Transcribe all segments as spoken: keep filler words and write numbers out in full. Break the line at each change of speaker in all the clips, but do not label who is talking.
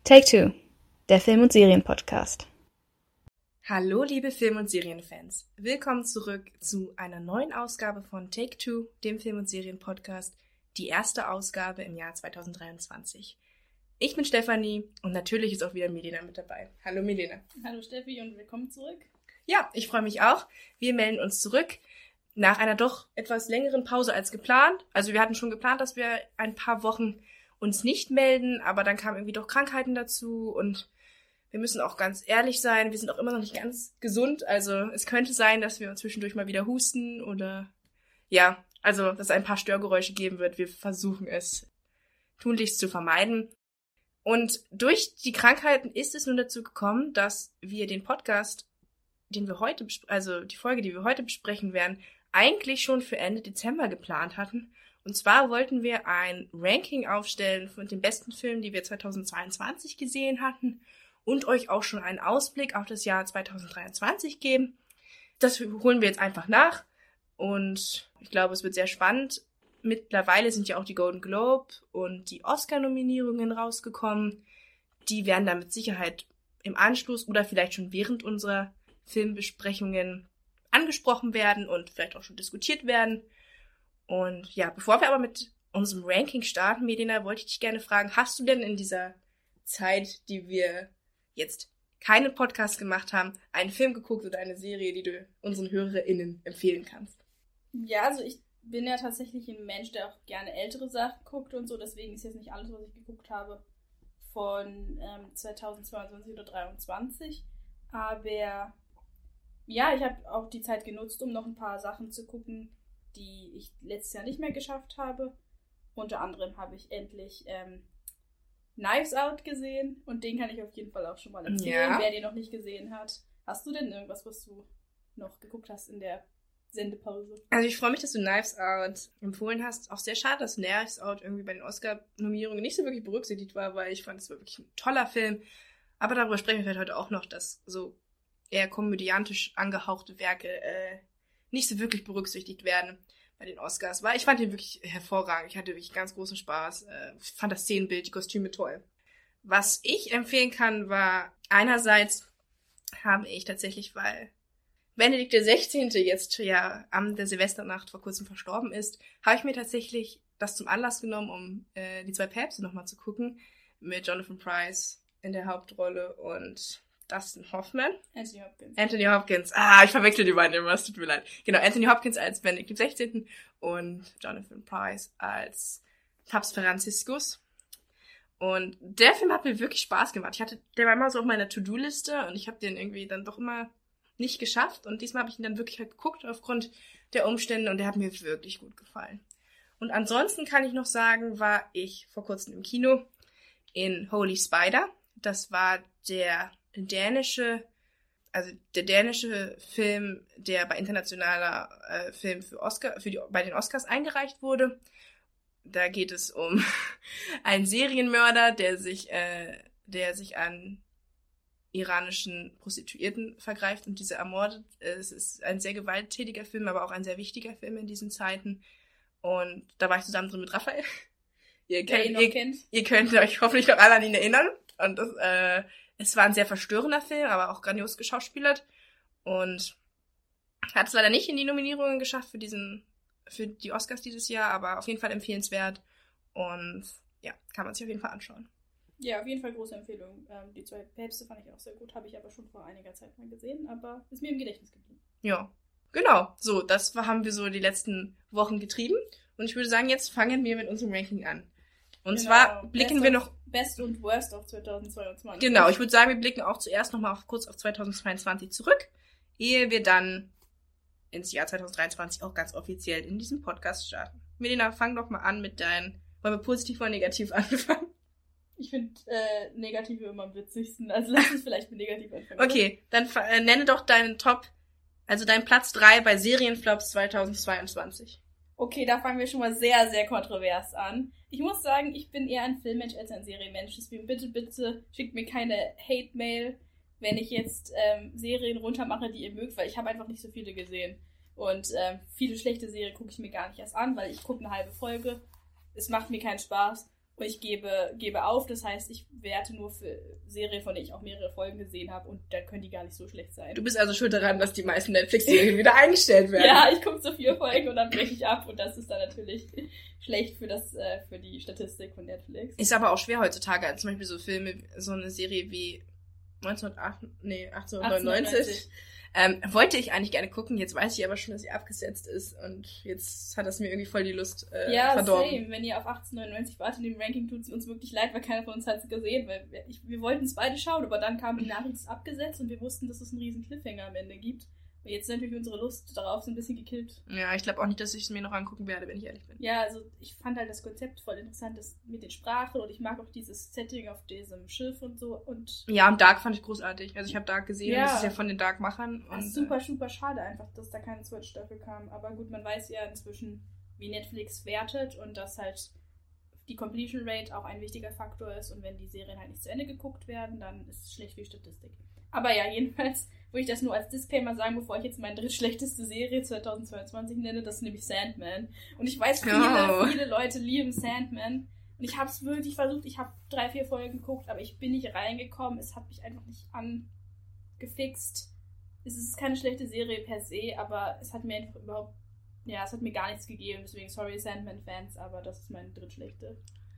Take Two, der Film- und Serienpodcast.
Hallo liebe Film- und Serienfans, willkommen zurück zu einer neuen Ausgabe von Take Two, dem Film- und Serienpodcast, die erste Ausgabe im Jahr zwanzig dreiundzwanzig. Ich bin Stefanie und natürlich ist auch wieder Milena mit dabei. Hallo Milena.
Hallo Steffi und willkommen zurück.
Ja, ich freue mich auch. Wir melden uns zurück nach einer doch etwas längeren Pause als geplant. Also wir hatten schon geplant, dass wir ein paar Wochen uns nicht melden, aber dann kamen irgendwie doch Krankheiten dazu und wir müssen auch ganz ehrlich sein, wir sind auch immer noch nicht ganz gesund, also es könnte sein, dass wir zwischendurch mal wieder husten oder ja, also dass es ein paar Störgeräusche geben wird. Wir versuchen es tunlichst zu vermeiden. Und durch die Krankheiten ist es nun dazu gekommen, dass wir den Podcast, den wir heute, also die Folge, die wir heute besprechen werden, eigentlich schon für Ende Dezember geplant hatten. Und zwar wollten wir ein Ranking aufstellen von den besten Filmen, die wir zweitausendzweiundzwanzig gesehen hatten und euch auch schon einen Ausblick auf das Jahr zweitausenddreiundzwanzig geben. Das holen wir jetzt einfach nach und ich glaube, es wird sehr spannend. Mittlerweile sind ja auch die Golden Globe und die Oscar-Nominierungen rausgekommen. Die werden dann mit Sicherheit im Anschluss oder vielleicht schon während unserer Filmbesprechungen angesprochen werden und vielleicht auch schon diskutiert werden. Und ja, bevor wir aber mit unserem Ranking starten, Medina, wollte ich dich gerne fragen, hast du denn in dieser Zeit, die wir jetzt keinen Podcast gemacht haben, einen Film geguckt oder eine Serie, die du unseren HörerInnen empfehlen kannst?
Ja, also ich bin ja tatsächlich ein Mensch, der auch gerne ältere Sachen guckt und so, deswegen ist jetzt nicht alles, was ich geguckt habe, von ähm, zweitausendzweiundzwanzig oder dreiundzwanzig. Aber ja, ich habe auch die Zeit genutzt, um noch ein paar Sachen zu gucken, die ich letztes Jahr nicht mehr geschafft habe. Unter anderem habe ich endlich ähm, Knives Out gesehen und den kann ich auf jeden Fall auch schon mal empfehlen,
ja.
Wer den noch nicht gesehen hat. Hast du denn irgendwas, was du noch geguckt hast in der Sendepause?
Also ich freue mich, dass du Knives Out empfohlen hast. Auch sehr schade, dass Knives Out irgendwie bei den Oscar-Nominierungen nicht so wirklich berücksichtigt war, weil ich fand, es war wirklich ein toller Film. Aber darüber sprechen wir vielleicht heute auch noch, dass so eher komödiantisch angehauchte Werke äh, nicht so wirklich berücksichtigt werden bei den Oscars. Weil ich fand den wirklich hervorragend. Ich hatte wirklich ganz großen Spaß. Äh, ich fand das Szenenbild, die Kostüme toll. Was ich empfehlen kann, war einerseits habe ich tatsächlich, weil Benedikt der Sechzehnte jetzt ja am der Silvesternacht vor kurzem verstorben ist, habe ich mir tatsächlich das zum Anlass genommen, um äh, die zwei Päpste nochmal zu gucken, mit Jonathan Pryce in der Hauptrolle und Dustin Hoffman.
Anthony Hopkins.
Anthony Hopkins. Ah, ich verwechsel die beiden immer, es tut mir leid. Genau, Anthony Hopkins als Benedikt der Sechzehnte und Jonathan Pryce als Papst Franziskus. Und der Film hat mir wirklich Spaß gemacht. Ich hatte, der war immer so auf meiner To-Do-Liste und ich habe den irgendwie dann doch immer nicht geschafft. Und diesmal habe ich ihn dann wirklich halt geguckt aufgrund der Umstände und der hat mir wirklich gut gefallen. Und ansonsten kann ich noch sagen, war ich vor kurzem im Kino in Holy Spider. Das war der dänische, also der dänische Film, der bei internationaler äh, Film für Oscar, für die, bei den Oscars eingereicht wurde. Da geht es um einen Serienmörder, der sich, äh, der sich an iranischen Prostituierten vergreift und diese ermordet. Es ist ein sehr gewalttätiger Film, aber auch ein sehr wichtiger Film in diesen Zeiten. Und da war ich zusammen drin mit Raphael. Ihr,
Wer
kennt,
ihn noch
ihr,
kennt.
ihr könnt euch hoffentlich noch alle an ihn erinnern. Und das, äh, es war ein sehr verstörender Film, aber auch grandios geschauspielert. Und hat es leider nicht in die Nominierungen geschafft für diesen, für die Oscars dieses Jahr, aber auf jeden Fall empfehlenswert. Und ja, kann man sich auf jeden Fall anschauen.
Ja, auf jeden Fall große Empfehlung. Ähm, die zwei Päpste fand ich auch sehr gut, habe ich aber schon vor einiger Zeit mal gesehen, aber ist mir im Gedächtnis geblieben.
Ja, genau. So, das haben wir so die letzten Wochen getrieben. Und ich würde sagen, jetzt fangen wir mit unserem Ranking an. Und
Genau.
zwar blicken
Best
wir
of,
noch...
Best und Worst auf zweitausendzweiundzwanzig.
Genau, ich würde sagen, wir blicken auch zuerst nochmal auf, kurz auf zweitausendzweiundzwanzig zurück, ehe wir dann ins Jahr zweitausenddreiundzwanzig auch ganz offiziell in diesem Podcast starten. Melina, fang doch mal an mit deinen... Wollen wir positiv oder negativ anfangen?
Ich finde äh, Negative immer am witzigsten. Also lass uns vielleicht mit Negativ anfangen.
Okay, dann äh, nenne doch deinen Top, also deinen Platz drei bei Serienflops zweitausendzweiundzwanzig.
Okay, da fangen wir schon mal sehr, sehr kontrovers an. Ich muss sagen, ich bin eher ein Filmmensch als ein Serienmensch. Deswegen bitte, bitte schickt mir keine Hate-Mail, wenn ich jetzt ähm, Serien runtermache, die ihr mögt, weil ich habe einfach nicht so viele gesehen. Und ähm, viele schlechte Serien gucke ich mir gar nicht erst an, weil ich gucke eine halbe Folge. Es macht mir keinen Spaß. Und ich gebe, gebe auf, das heißt, ich werte nur für Serien, von denen ich auch mehrere Folgen gesehen habe und da können die gar nicht so schlecht sein.
Du bist also schuld daran, dass die meisten Netflix-Serien wieder eingestellt werden.
Ja, ich gucke so vier Folgen und dann breche ich ab und das ist dann natürlich schlecht für das, äh, für die Statistik von Netflix.
Ist aber auch schwer heutzutage, also zum Beispiel so Filme, so eine Serie wie neunzehnhundertacht, nee, achtzehnhundertneunundneunzig. Ähm, wollte ich eigentlich gerne gucken, jetzt weiß ich aber schon, dass sie abgesetzt ist und jetzt hat das mir irgendwie voll die Lust äh,
ja,
verdorben.
Ja, same. Wenn ihr auf achtzehnhundertneunundneunzig wartet in dem Ranking, tut es uns wirklich leid, weil keiner von uns hat es gesehen, weil wir, ich, wir wollten es beide schauen, aber dann kam die Nachricht, es ist abgesetzt und wir wussten, dass es einen riesen Cliffhanger am Ende gibt. Und jetzt ist natürlich unsere Lust darauf so ein bisschen gekillt.
Ja, ich glaube auch nicht, dass ich es mir noch angucken werde, wenn ich ehrlich bin.
Ja, also ich fand halt das Konzept voll interessant, das mit den Sprachen und ich mag auch dieses Setting auf diesem Schiff und so. Und
ja, und Dark fand ich großartig. Also ich habe Dark gesehen,
ja.
Das ist ja von den Dark-Machern.
Das ist super, super schade einfach, dass da keine zweite Staffel kam. Aber gut, man weiß ja inzwischen, wie Netflix wertet und dass halt die Completion Rate auch ein wichtiger Faktor ist und wenn die Serien halt nicht zu Ende geguckt werden, dann ist es schlecht für die Statistik. Aber ja, jedenfalls würde ich das nur als Disclaimer sagen, bevor ich jetzt meine drittschlechteste Serie zweitausendzweiundzwanzig nenne, das ist nämlich Sandman. Und ich weiß, viele, oh. viele Leute lieben Sandman. Und ich habe es wirklich versucht, ich habe drei, vier Folgen geguckt, aber ich bin nicht reingekommen. Es hat mich einfach nicht angefixt. Es ist keine schlechte Serie per se, aber es hat mir einfach überhaupt, ja, es hat mir gar nichts gegeben. Deswegen, sorry Sandman-Fans, aber das ist meine drittschlechteste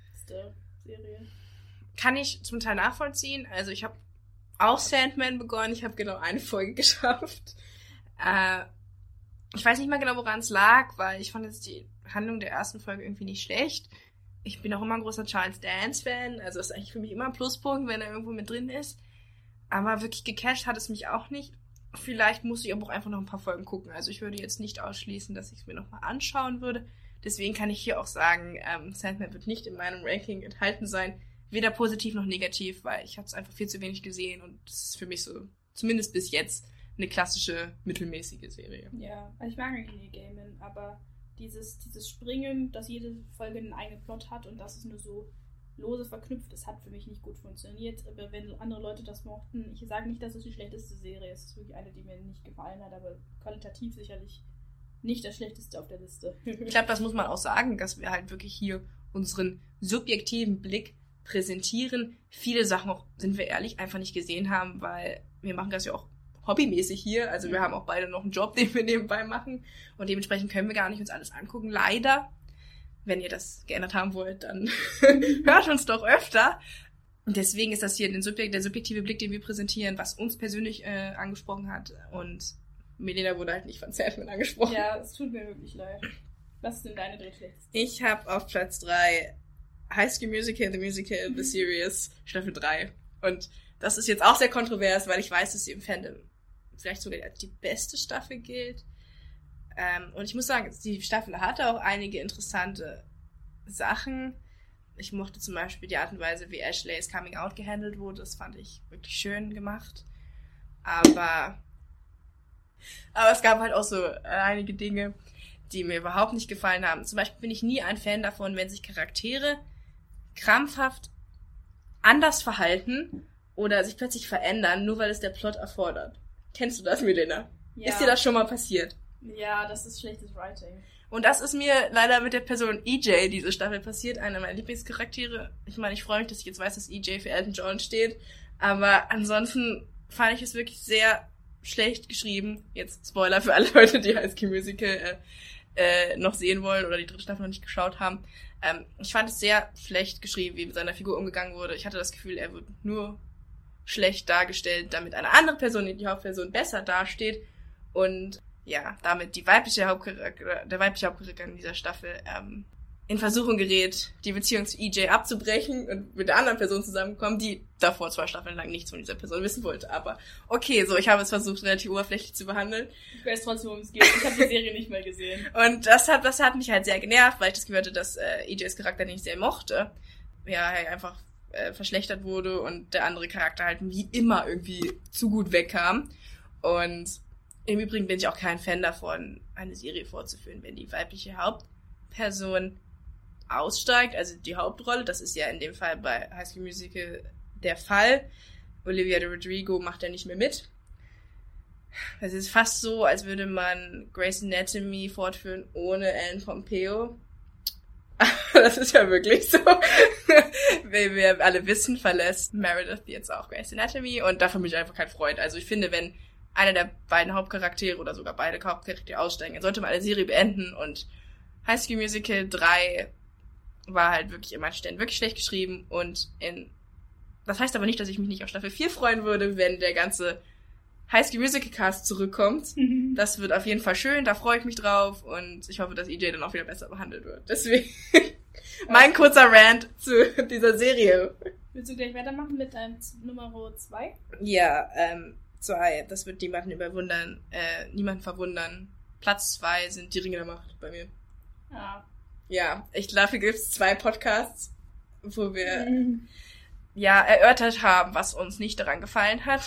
Serie.
Kann ich zum Teil nachvollziehen. Also ich habe auch Sandman begonnen. Ich habe genau eine Folge geschafft. Äh, ich weiß nicht mal genau, woran es lag, weil ich fand jetzt die Handlung der ersten Folge irgendwie nicht schlecht. Ich bin auch immer ein großer Charles Dance-Fan. Also das ist eigentlich für mich immer ein Pluspunkt, wenn er irgendwo mit drin ist. Aber wirklich gecatcht hat es mich auch nicht. Vielleicht muss ich aber auch einfach noch ein paar Folgen gucken. Also ich würde jetzt nicht ausschließen, dass ich es mir nochmal anschauen würde. Deswegen kann ich hier auch sagen, ähm, Sandman wird nicht in meinem Ranking enthalten sein. Weder positiv noch negativ, weil ich habe es einfach viel zu wenig gesehen und das ist für mich so, zumindest bis jetzt, eine klassische, mittelmäßige Serie.
Ja, also ich mag eigentlich Neil Gaiman, aber dieses, dieses Springen, dass jede Folge einen eigenen Plot hat und dass es nur so lose verknüpft ist, hat für mich nicht gut funktioniert. Aber wenn andere Leute das mochten, ich sage nicht, dass es die schlechteste Serie ist. Es ist wirklich eine, die mir nicht gefallen hat, aber qualitativ sicherlich nicht das Schlechteste auf der Liste.
Ich glaube, das muss man auch sagen, dass wir halt wirklich hier unseren subjektiven Blick präsentieren. Viele Sachen auch, sind wir ehrlich, einfach nicht gesehen haben, weil wir machen das ja auch hobbymäßig hier. Also wir haben auch beide noch einen Job, den wir nebenbei machen und dementsprechend können wir gar nicht uns alles angucken. Leider. Wenn ihr das geändert haben wollt, dann hört uns doch öfter. Und deswegen ist das hier den Subjekt, der subjektive Blick, den wir präsentieren, was uns persönlich äh, angesprochen hat. Und Melina wurde halt nicht von Sandman angesprochen.
Ja, es tut mir wirklich leid. Was ist denn deine drittschlechteste?
Ich habe auf Platz drei High School Musical, The Musical, The Series, Staffel drei. Und das ist jetzt auch sehr kontrovers, weil ich weiß, dass sie im Fandom vielleicht sogar als die beste Staffel gilt. Ähm, und ich muss sagen, die Staffel hatte auch einige interessante Sachen. Ich mochte zum Beispiel die Art und Weise, wie Ashleys Coming Out gehandelt wurde. Das fand ich wirklich schön gemacht. Aber, aber es gab halt auch so einige Dinge, die mir überhaupt nicht gefallen haben. Zum Beispiel bin ich nie ein Fan davon, wenn sich Charaktere krampfhaft anders verhalten oder sich plötzlich verändern, nur weil es der Plot erfordert. Kennst du das, Melina? Ja. Ist dir das schon mal passiert?
Ja, das ist schlechtes Writing.
Und das ist mir leider mit der Person E J diese Staffel passiert, einer meiner Lieblingscharaktere. Ich meine, ich freue mich, dass ich jetzt weiß, dass E J für Elton John steht, aber ansonsten fand ich es wirklich sehr schlecht geschrieben. Jetzt Spoiler für alle Leute, die High School Musical äh, äh, noch sehen wollen oder die dritte Staffel noch nicht geschaut haben. Ähm, ich fand es sehr schlecht geschrieben, wie mit seiner Figur umgegangen wurde. Ich hatte das Gefühl, er wird nur schlecht dargestellt, damit eine andere Person, die Hauptperson, besser dasteht und ja, damit die weibliche Hauptcharakter, der weibliche Hauptcharakter in dieser Staffel ähm, in Versuchung gerät, die Beziehung zu E J abzubrechen und mit der anderen Person zusammenkommen, die davor zwei Staffeln lang nichts von dieser Person wissen wollte. Aber okay, so, ich habe es versucht, relativ oberflächlich zu behandeln.
Ich weiß trotzdem, worum es geht. Ich habe die Serie nicht mehr gesehen.
Und das hat, das hat mich halt sehr genervt, weil ich das Gefühl hatte, dass äh, E Js Charakter, den ich sehr mochte, ja, halt einfach äh, verschlechtert wurde und der andere Charakter halt wie immer irgendwie zu gut wegkam. Und im Übrigen bin ich auch kein Fan davon, eine Serie vorzuführen, wenn die weibliche Hauptperson aussteigt, also die Hauptrolle, das ist ja in dem Fall bei High School Musical der Fall. Olivia de Rodrigo macht ja nicht mehr mit. Es ist fast so, als würde man Grey's Anatomy fortführen ohne Ellen Pompeo. Das ist ja wirklich so. Wie wir alle wissen, verlässt Meredith jetzt auch Grey's Anatomy und davon bin ich einfach kein Freund. Also ich finde, wenn einer der beiden Hauptcharaktere oder sogar beide Hauptcharaktere aussteigen, dann sollte man eine Serie beenden und High School Musical drei war halt wirklich in manchen Stellen wirklich schlecht geschrieben und in, das heißt aber nicht, dass ich mich nicht auf Staffel vier freuen würde, wenn der ganze High School Musical Cast zurückkommt. Mhm. Das wird auf jeden Fall schön, da freue ich mich drauf und ich hoffe, dass E J dann auch wieder besser behandelt wird. Deswegen mein kurzer Rant zu dieser Serie.
Willst du gleich weitermachen mit deinem Nummer zwei?
Ja, ähm, zwei. Das wird niemanden überwundern, äh, niemanden verwundern. Platz zwei sind die Ringe der Macht bei mir.
Ja.
Ja, ich glaube, gibt es zwei Podcasts, wo wir mhm. ja erörtert haben, was uns nicht daran gefallen hat.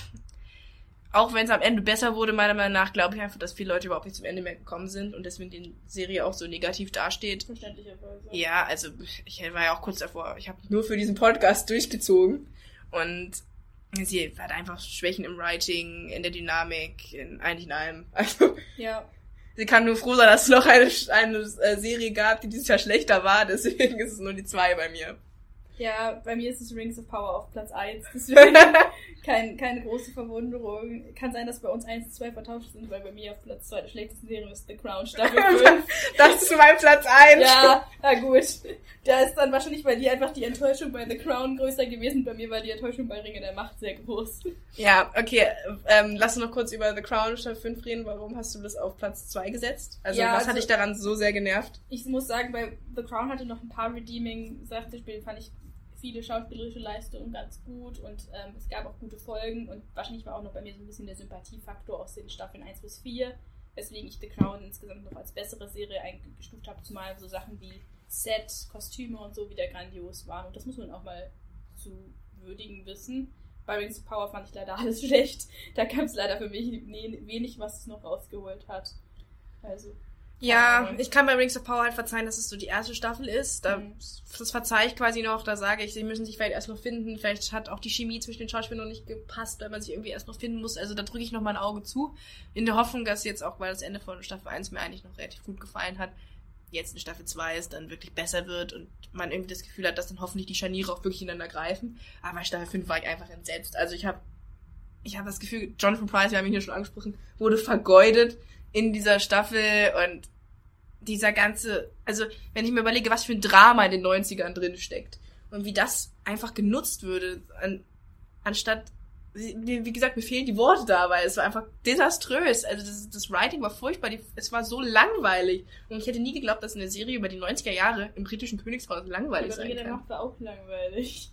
Auch wenn es am Ende besser wurde, meiner Meinung nach, glaube ich einfach, dass viele Leute überhaupt nicht zum Ende mehr gekommen sind und deswegen die Serie auch so negativ dasteht.
Verständlicherweise.
Ja, also ich war ja auch kurz davor, ich habe nur für diesen Podcast durchgezogen und sie hat einfach Schwächen im Writing, in der Dynamik, in eigentlich in allem. Also
ja.
Sie kann nur froh sein, dass es noch eine, eine äh, Serie gab, die dieses Jahr schlechter war, deswegen ist es nur die zwei bei mir.
Ja, bei mir ist es Rings of Power auf Platz eins, deswegen kein, keine große Verwunderung. Kann sein, dass bei uns eins und zwei vertauscht sind, weil bei mir auf Platz zwei der schlechtesten Serie ist The Crown Staffel fünf.
Das ist mein Platz eins.
Ja, na gut. Da ist dann wahrscheinlich bei dir einfach die Enttäuschung bei The Crown größer gewesen, bei mir war die Enttäuschung bei Ringe der Macht sehr groß.
Ja, okay, ähm, lass uns noch kurz über The Crown Staffel fünf reden. Warum hast du das auf Platz zwei gesetzt? Also
ja,
was
also,
hat dich daran so sehr genervt?
Ich muss sagen, bei The Crown hatte noch ein paar redeeming Sachen zu spielen, fand ich viele schauspielerische Leistungen ganz gut und ähm, es gab auch gute Folgen und wahrscheinlich war auch noch bei mir so ein bisschen der Sympathiefaktor aus den Staffeln eins bis vier, weswegen ich The Crown insgesamt noch als bessere Serie eingestuft habe, zumal so Sachen wie Set, Kostüme und so wieder grandios waren und das muss man auch mal zu würdigen wissen. Bei Rings of Power fand ich leider alles schlecht, da kam es leider für mich wenig, was es noch rausgeholt hat. Also
ja, ich kann bei Rings of Power halt verzeihen, dass es so die erste Staffel ist. Da, mhm. Das verzeihe ich quasi noch. Da sage ich, sie müssen sich vielleicht erst noch finden. Vielleicht hat auch die Chemie zwischen den Schauspielern noch nicht gepasst, weil man sich irgendwie erst noch finden muss. Also da drücke ich noch mal ein Auge zu. In der Hoffnung, dass jetzt auch, weil das Ende von Staffel eins mir eigentlich noch relativ gut gefallen hat, jetzt in Staffel zwei es dann wirklich besser wird und man irgendwie das Gefühl hat, dass dann hoffentlich die Scharniere auch wirklich ineinander greifen. Aber bei Staffel fünf war ich einfach entsetzt. Also ich habe ich hab das Gefühl, Jonathan Pryce, wir haben ihn hier schon angesprochen, wurde vergeudet in dieser Staffel und dieser ganze, also wenn ich mir überlege, was für ein Drama in den neunzigern drin steckt und wie das einfach genutzt würde, an, anstatt, wie, wie gesagt, mir fehlen die Worte da, weil es war einfach desaströs, also das, das Writing war furchtbar, die, es war so langweilig und ich hätte nie geglaubt, dass eine Serie über die neunziger Jahre im britischen Königshaus langweilig sein kann.
Aber Ringe der Macht war auch langweilig.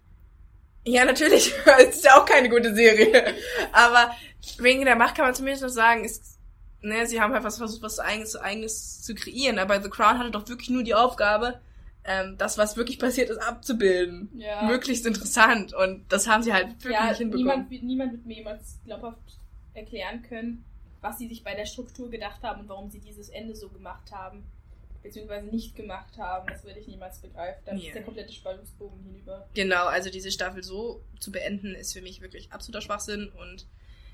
Ja, natürlich, es ist ja auch keine gute Serie, aber Ringe der Macht kann man zumindest noch sagen, ist ne, sie haben halt was versucht, was eigenes, eigenes zu kreieren, aber The Crown hatte doch wirklich nur die Aufgabe, ähm, das, was wirklich passiert ist, abzubilden.
Ja.
Möglichst interessant. Und das haben sie halt wirklich
ja,
nicht hinbekommen.
Niemand, niemand wird mir jemals glaubhaft erklären können, was sie sich bei der Struktur gedacht haben und warum sie dieses Ende so gemacht haben, beziehungsweise nicht gemacht haben. Das werde ich niemals begreifen. Dann yeah. ist der komplette Spannungsbogen hinüber.
Genau, also diese Staffel so zu beenden, ist für mich wirklich absoluter Schwachsinn und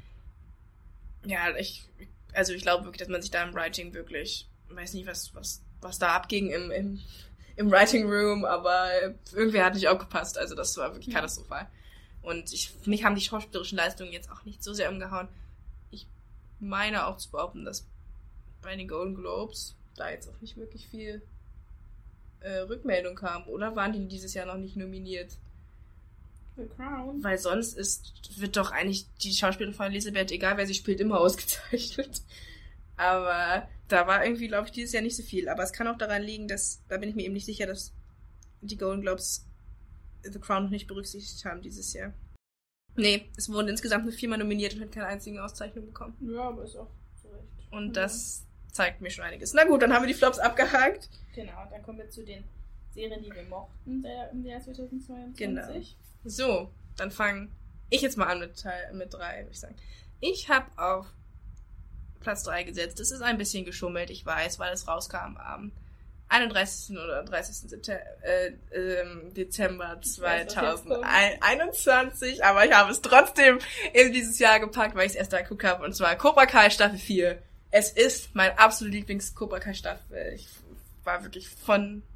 ja, ich also ich glaube wirklich, dass man sich da im Writing wirklich, weiß nicht, was was was da abging im im, im Writing Room, aber irgendwie hat nicht aufgepasst, also das war wirklich katastrophal. Und ich, mich haben die schauspielerischen Leistungen jetzt auch nicht so sehr umgehauen. Ich meine auch zu behaupten, dass bei den Golden Globes da jetzt auch nicht wirklich viel äh, Rückmeldung kam, oder waren die dieses Jahr noch nicht nominiert?
The Crown.
Weil sonst ist, wird doch eigentlich die Schauspielerin von Elisabeth, egal wer sie spielt, immer ausgezeichnet. Aber da war irgendwie, glaube ich, dieses Jahr nicht so viel. Aber es kann auch daran liegen, dass, da bin ich mir eben nicht sicher, dass die Golden Globes The Crown noch nicht berücksichtigt haben dieses Jahr. Nee, es wurden insgesamt nur viermal nominiert und hat keine einzige Auszeichnung bekommen.
Ja, aber ist auch so recht.
Und
ja.
das zeigt mir schon einiges. Na gut, dann haben wir die Flops abgehakt.
Genau, und dann kommen wir zu den Serien, die wir mochten der, im Jahr zweitausendzweiundzwanzig.
Genau. So, dann fange ich jetzt mal an mit Teil, mit drei, würde ich sagen. Ich habe auf Platz drei gesetzt. Das ist ein bisschen geschummelt, ich weiß, weil es rauskam am einunddreißigsten oder dreißigsten September, äh, äh, Dezember zweitausendeinundzwanzig, aber ich habe es trotzdem in dieses Jahr gepackt, weil ich es erst da geguckt habe, und zwar Cobra Kai Staffel vier. Es ist mein absolut Lieblings-Cobra Kai Staffel. Ich war wirklich von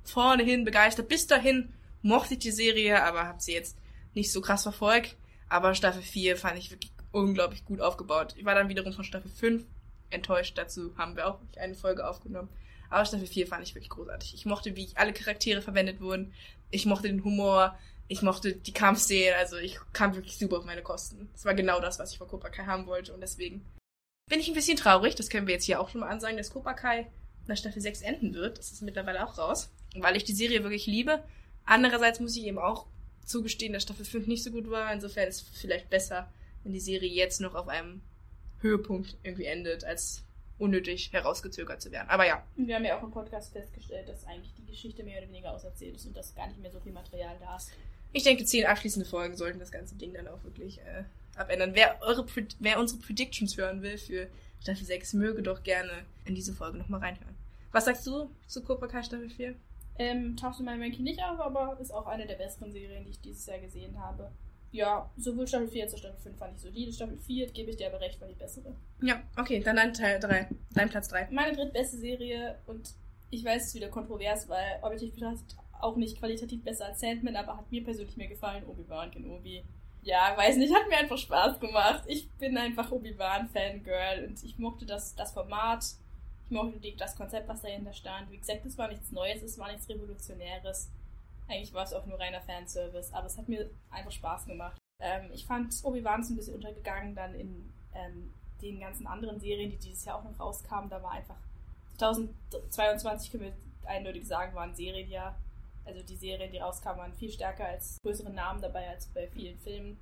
vorne hin begeistert. Bis dahin mochte ich die Serie, aber habe sie jetzt nicht so krass verfolgt. Aber Staffel vier fand ich wirklich unglaublich gut aufgebaut. Ich war dann wiederum von Staffel fünf enttäuscht. Dazu haben wir auch eine Folge aufgenommen. Aber Staffel vier fand ich wirklich großartig. Ich mochte, wie alle Charaktere verwendet wurden. Ich mochte den Humor. Ich mochte die Kampfszenen. Also ich kam wirklich super auf meine Kosten. Das war genau das, was ich von Cobra Kai haben wollte. Und deswegen bin ich ein bisschen traurig. Das können wir jetzt hier auch schon mal ansagen, dass Cobra Kai nach Staffel sechs enden wird. Das ist mittlerweile auch raus. Weil ich die Serie wirklich liebe. Andererseits muss ich eben auch zugestehen, dass Staffel fünf nicht so gut war. Insofern ist es vielleicht besser, wenn die Serie jetzt noch auf einem Höhepunkt irgendwie endet, als unnötig herausgezögert zu werden. Aber ja.
Wir haben ja auch im Podcast festgestellt, dass eigentlich die Geschichte mehr oder weniger auserzählt ist und dass gar nicht mehr so viel Material da ist.
Ich denke, zehn abschließende Folgen sollten das ganze Ding dann auch wirklich äh, abändern. Wer, eure, wer unsere Predictions hören will für Staffel sechs, möge doch gerne in diese Folge nochmal reinhören. Was sagst du zu Cobra Kai Staffel vier?
Ähm, taucht in meinem Ranking nicht auf, aber ist auch eine der besseren Serien, die ich dieses Jahr gesehen habe. Ja, sowohl Staffel vier als auch Staffel fünf fand ich solide. Staffel vier gebe ich dir aber recht, war die bessere.
Ja, okay, dann dein Teil drei. Dein Platz drei.
Meine drittbeste Serie, und ich weiß, es ist wieder kontrovers, weil objektiv betrachtet auch nicht qualitativ besser als Sandman, aber hat mir persönlich mehr gefallen, Obi-Wan Kenobi. Ja, weiß nicht, hat mir einfach Spaß gemacht. Ich bin einfach Obi-Wan-Fangirl und ich mochte das, das Format, ich mochte das Konzept, was dahinter stand. Wie gesagt, es war nichts Neues, es war nichts Revolutionäres. Eigentlich war es auch nur reiner Fanservice, aber es hat mir einfach Spaß gemacht. Ähm, ich fand, Obi-Wan ist ein bisschen untergegangen dann in ähm, den ganzen anderen Serien, die dieses Jahr auch noch rauskamen. Da war einfach zweitausendzweiundzwanzig, können wir eindeutig sagen, war ein Serienjahr. Also die Serien, die rauskamen, waren viel stärker als größere Namen dabei als bei vielen Filmen.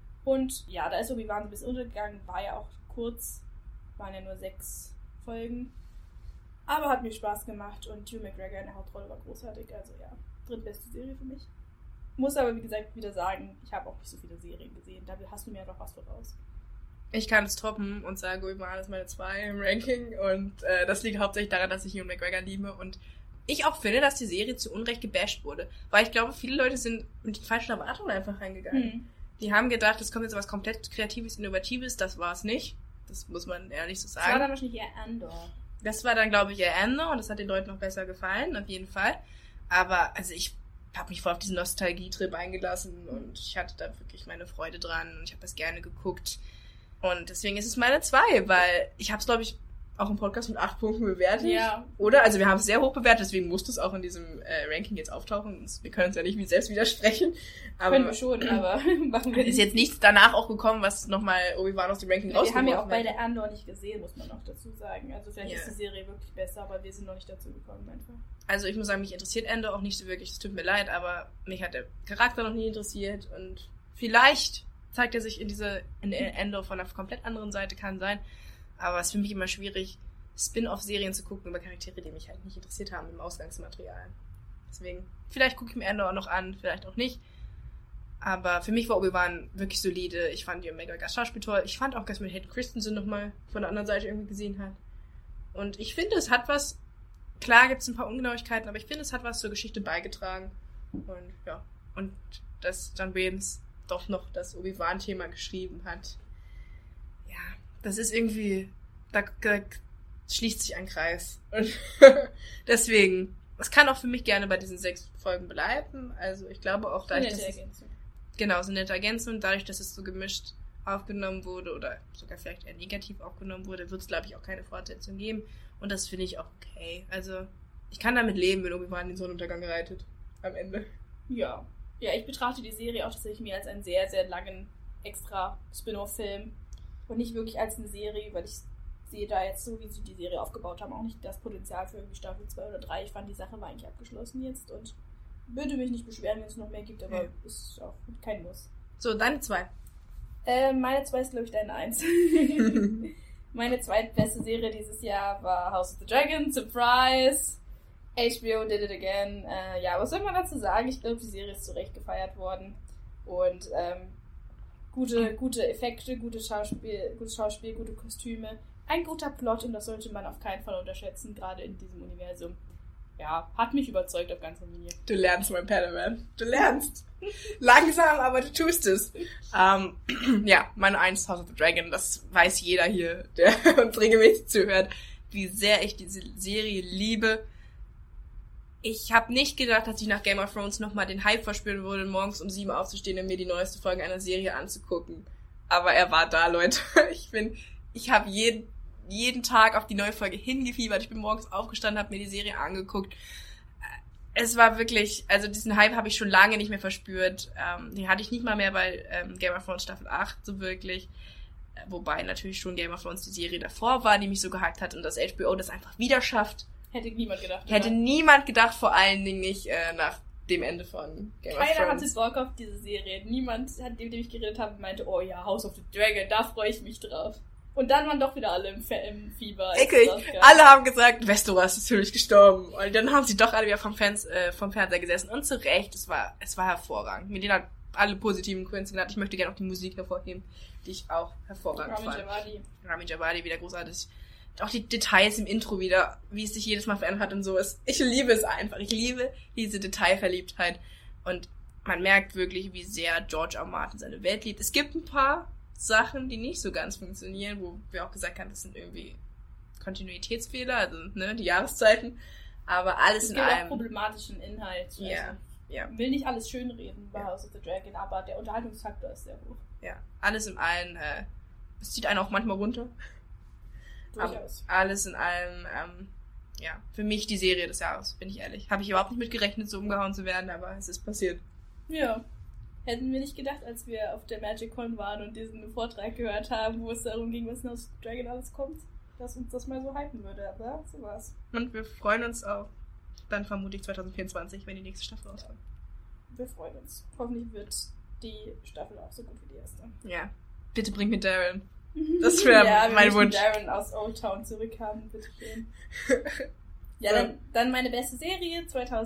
Und ja, da ist Obi-Wan ein bisschen untergegangen, war ja auch kurz, waren ja nur sechs Folgen. Aber hat mir Spaß gemacht und Hugh McGregor in der Hauptrolle war großartig, also ja. Drittbeste Serie für mich. Muss aber, wie gesagt, wieder sagen, ich habe auch nicht so viele Serien gesehen. Da hast du mir noch was voraus.
Ich kann es toppen und sage, Obi-Wan ist meine zwei im Ranking. Und äh, das liegt hauptsächlich daran, dass ich Ewan McGregor liebe. Und ich auch finde, dass die Serie zu Unrecht gebasht wurde. Weil ich glaube, viele Leute sind mit den falschen Erwartungen einfach reingegangen. Mhm. Die haben gedacht, es kommt jetzt was komplett Kreatives, Innovatives. Das war es nicht. Das muss man ehrlich so sagen.
Das war dann wahrscheinlich eher Andor.
Das war dann, glaube ich, eher Andor. Und das hat den Leuten noch besser gefallen, auf jeden Fall. Aber, also ich habe mich voll auf diesen Nostalgie-Trip eingelassen und ich hatte da wirklich meine Freude dran und ich habe das gerne geguckt. Und deswegen ist es meine zwei, weil ich habe es, glaube ich, auch im Podcast mit acht Punkten bewertet.
Ja.
Oder? Also wir haben es sehr hoch bewertet, deswegen musste es auch in diesem äh, Ranking jetzt auftauchen. Wir können uns ja nicht wie selbst widersprechen. Aber
können wir schon, aber machen wir nicht.
Ist jetzt nichts danach auch gekommen, was nochmal Obi-Wan aus dem Ranking
ja,
rausgeworfen
Wir haben ja auch
wird.
beide Andor nicht gesehen, muss man auch dazu sagen. Also vielleicht
ja.
ist die Serie wirklich besser, aber wir sind noch nicht dazu gekommen einfach.
Also ich muss sagen, mich interessiert Andor auch nicht so wirklich. Es tut mir leid, aber mich hat der Charakter noch nie interessiert und vielleicht zeigt er sich in diese in Andor von einer komplett anderen Seite, kann sein. Aber es ist für mich immer schwierig, Spin-off-Serien zu gucken über Charaktere, die mich halt nicht interessiert haben im Ausgangsmaterial. Deswegen, vielleicht gucke ich mir Andor noch an, vielleicht auch nicht. Aber für mich war Obi-Wan wirklich solide. Ich fand Ewan McGregor Schauspiel toll. Ich fand auch, dass man Hayden Christensen nochmal von der anderen Seite irgendwie gesehen hat. Und ich finde, es hat was, klar gibt es ein paar Ungenauigkeiten, aber ich finde, es hat was zur Geschichte beigetragen. Und ja, und dass John Williams doch noch das Obi-Wan-Thema geschrieben hat. Ja, das ist irgendwie, da, da schließt sich ein Kreis. Und deswegen, es kann auch für mich gerne bei diesen sechs Folgen bleiben. Also ich glaube auch, dadurch, dass es, genau, so eine nette Ergänzung, dadurch, dass es so gemischt aufgenommen wurde oder sogar vielleicht eher negativ aufgenommen wurde, wird es, glaube ich, auch keine Fortsetzung geben. Und das finde ich auch okay. Also ich kann damit leben, wenn Obi-Wan den Sonnenuntergang reitet. Am Ende.
Ja. Ja, ich betrachte die Serie auch tatsächlich mehr als einen sehr, sehr langen extra Spin-off-Film und nicht wirklich als eine Serie, weil ich sehe da jetzt so, wie sie die Serie aufgebaut haben, auch nicht das Potenzial für irgendwie Staffel zwei oder drei. Ich fand, die Sache war eigentlich abgeschlossen jetzt und würde mich nicht beschweren, wenn es noch mehr gibt, aber ja. Ist auch kein Muss.
So, deine zwei.
Äh, meine zwei ist, glaube ich, deine eins. Meine zweitbeste Serie dieses Jahr war House of the Dragon, Surprise! H B O did it again. Äh, ja, was soll man dazu sagen? Ich glaube, die Serie ist zu Recht gefeiert worden. Und ähm, gute, gute Effekte, gute Schauspiel, gutes Schauspiel, gute Kostüme. Ein guter Plot und das sollte man auf keinen Fall unterschätzen, gerade in diesem Universum. Ja, hat mich überzeugt auf ganzer Linie.
Du lernst, mein Padawan. Du lernst. Langsam, aber du tust es. Ähm, ja, meine eins, House of the Dragon, das weiß jeder hier, der uns regelmäßig zuhört, wie sehr ich diese Serie liebe. Ich habe nicht gedacht, dass ich nach Game of Thrones nochmal den Hype verspüren würde, morgens um sieben aufzustehen und mir die neueste Folge einer Serie anzugucken. Aber er war da, Leute. Ich bin, ich habe jeden, jeden Tag auf die neue Folge hingefiebert. Ich bin morgens aufgestanden, habe mir die Serie angeguckt. Es war wirklich, also diesen Hype habe ich schon lange nicht mehr verspürt. Ähm, den hatte ich nicht mal mehr bei ähm, Game of Thrones Staffel acht so wirklich. Äh, wobei natürlich schon Game of Thrones die Serie davor war, die mich so gehypt hat und dass H B O das einfach wieder schafft.
Hätte niemand gedacht.
Hätte
oder?
niemand gedacht, vor allen Dingen nicht äh, nach dem Ende von Game of
Keiner
Thrones.
hatte Bock auf diese Serie. Niemand, hat, dem, dem ich geredet habe, meinte, oh ja, House of the Dragon, da freue ich mich drauf. Und dann waren doch wieder alle im, Fe- im Fieber.
Eklig. Alle haben gesagt, Westeros ist natürlich gestorben. Und dann haben sie doch alle wieder vom, Fans, äh, vom Fernseher gesessen. Und zu Recht, es war, es war hervorragend. Melina hat alle positiven Gründe genannt. Ich möchte gerne auch die Musik hervorheben, die ich auch hervorragend
Ramin
fand.
Djawadi.
Ramin Djawadi wieder großartig. Auch die Details im Intro wieder, wie es sich jedes Mal verändert hat und so. Ich liebe es einfach. Ich liebe diese Detailverliebtheit. Und man merkt wirklich, wie sehr George R. R. Martin seine Welt liebt. Es gibt ein paar Sachen, die nicht so ganz funktionieren, wo wir auch gesagt haben, das sind irgendwie Kontinuitätsfehler, also ne, die Jahreszeiten. Aber alles
es
in
gibt
allem.
auch problematischen Inhalt.
Ja,
also,
ja.
Will nicht alles schönreden bei
Ja.
House of the Dragon, aber der Unterhaltungsfaktor ist sehr hoch.
Ja, alles in allem. Äh, es zieht einen auch manchmal runter.
Durchaus.
Aber alles in allem, ähm, ja, für mich die Serie des Jahres, bin ich ehrlich. Habe ich überhaupt nicht mit gerechnet, so umgehauen zu werden, aber es ist passiert.
Ja. Hätten wir nicht gedacht, als wir auf der MagicCon waren und diesen Vortrag gehört haben, wo es darum ging, was in House of the Dragon alles kommt, dass uns das mal so hypen würde, aber so war's.
Und wir freuen uns auf dann vermutlich zwanzig vierundzwanzig, wenn die nächste Staffel rauskommt.
Wir freuen uns. Hoffentlich wird die Staffel auch so gut wie die erste.
Ja. Bitte bringt mir Darren. Das wäre
ja,
mein
wir
Wunsch.
Darren aus Old Town zurückhaben, bitte schön. Ja, dann, dann meine beste Serie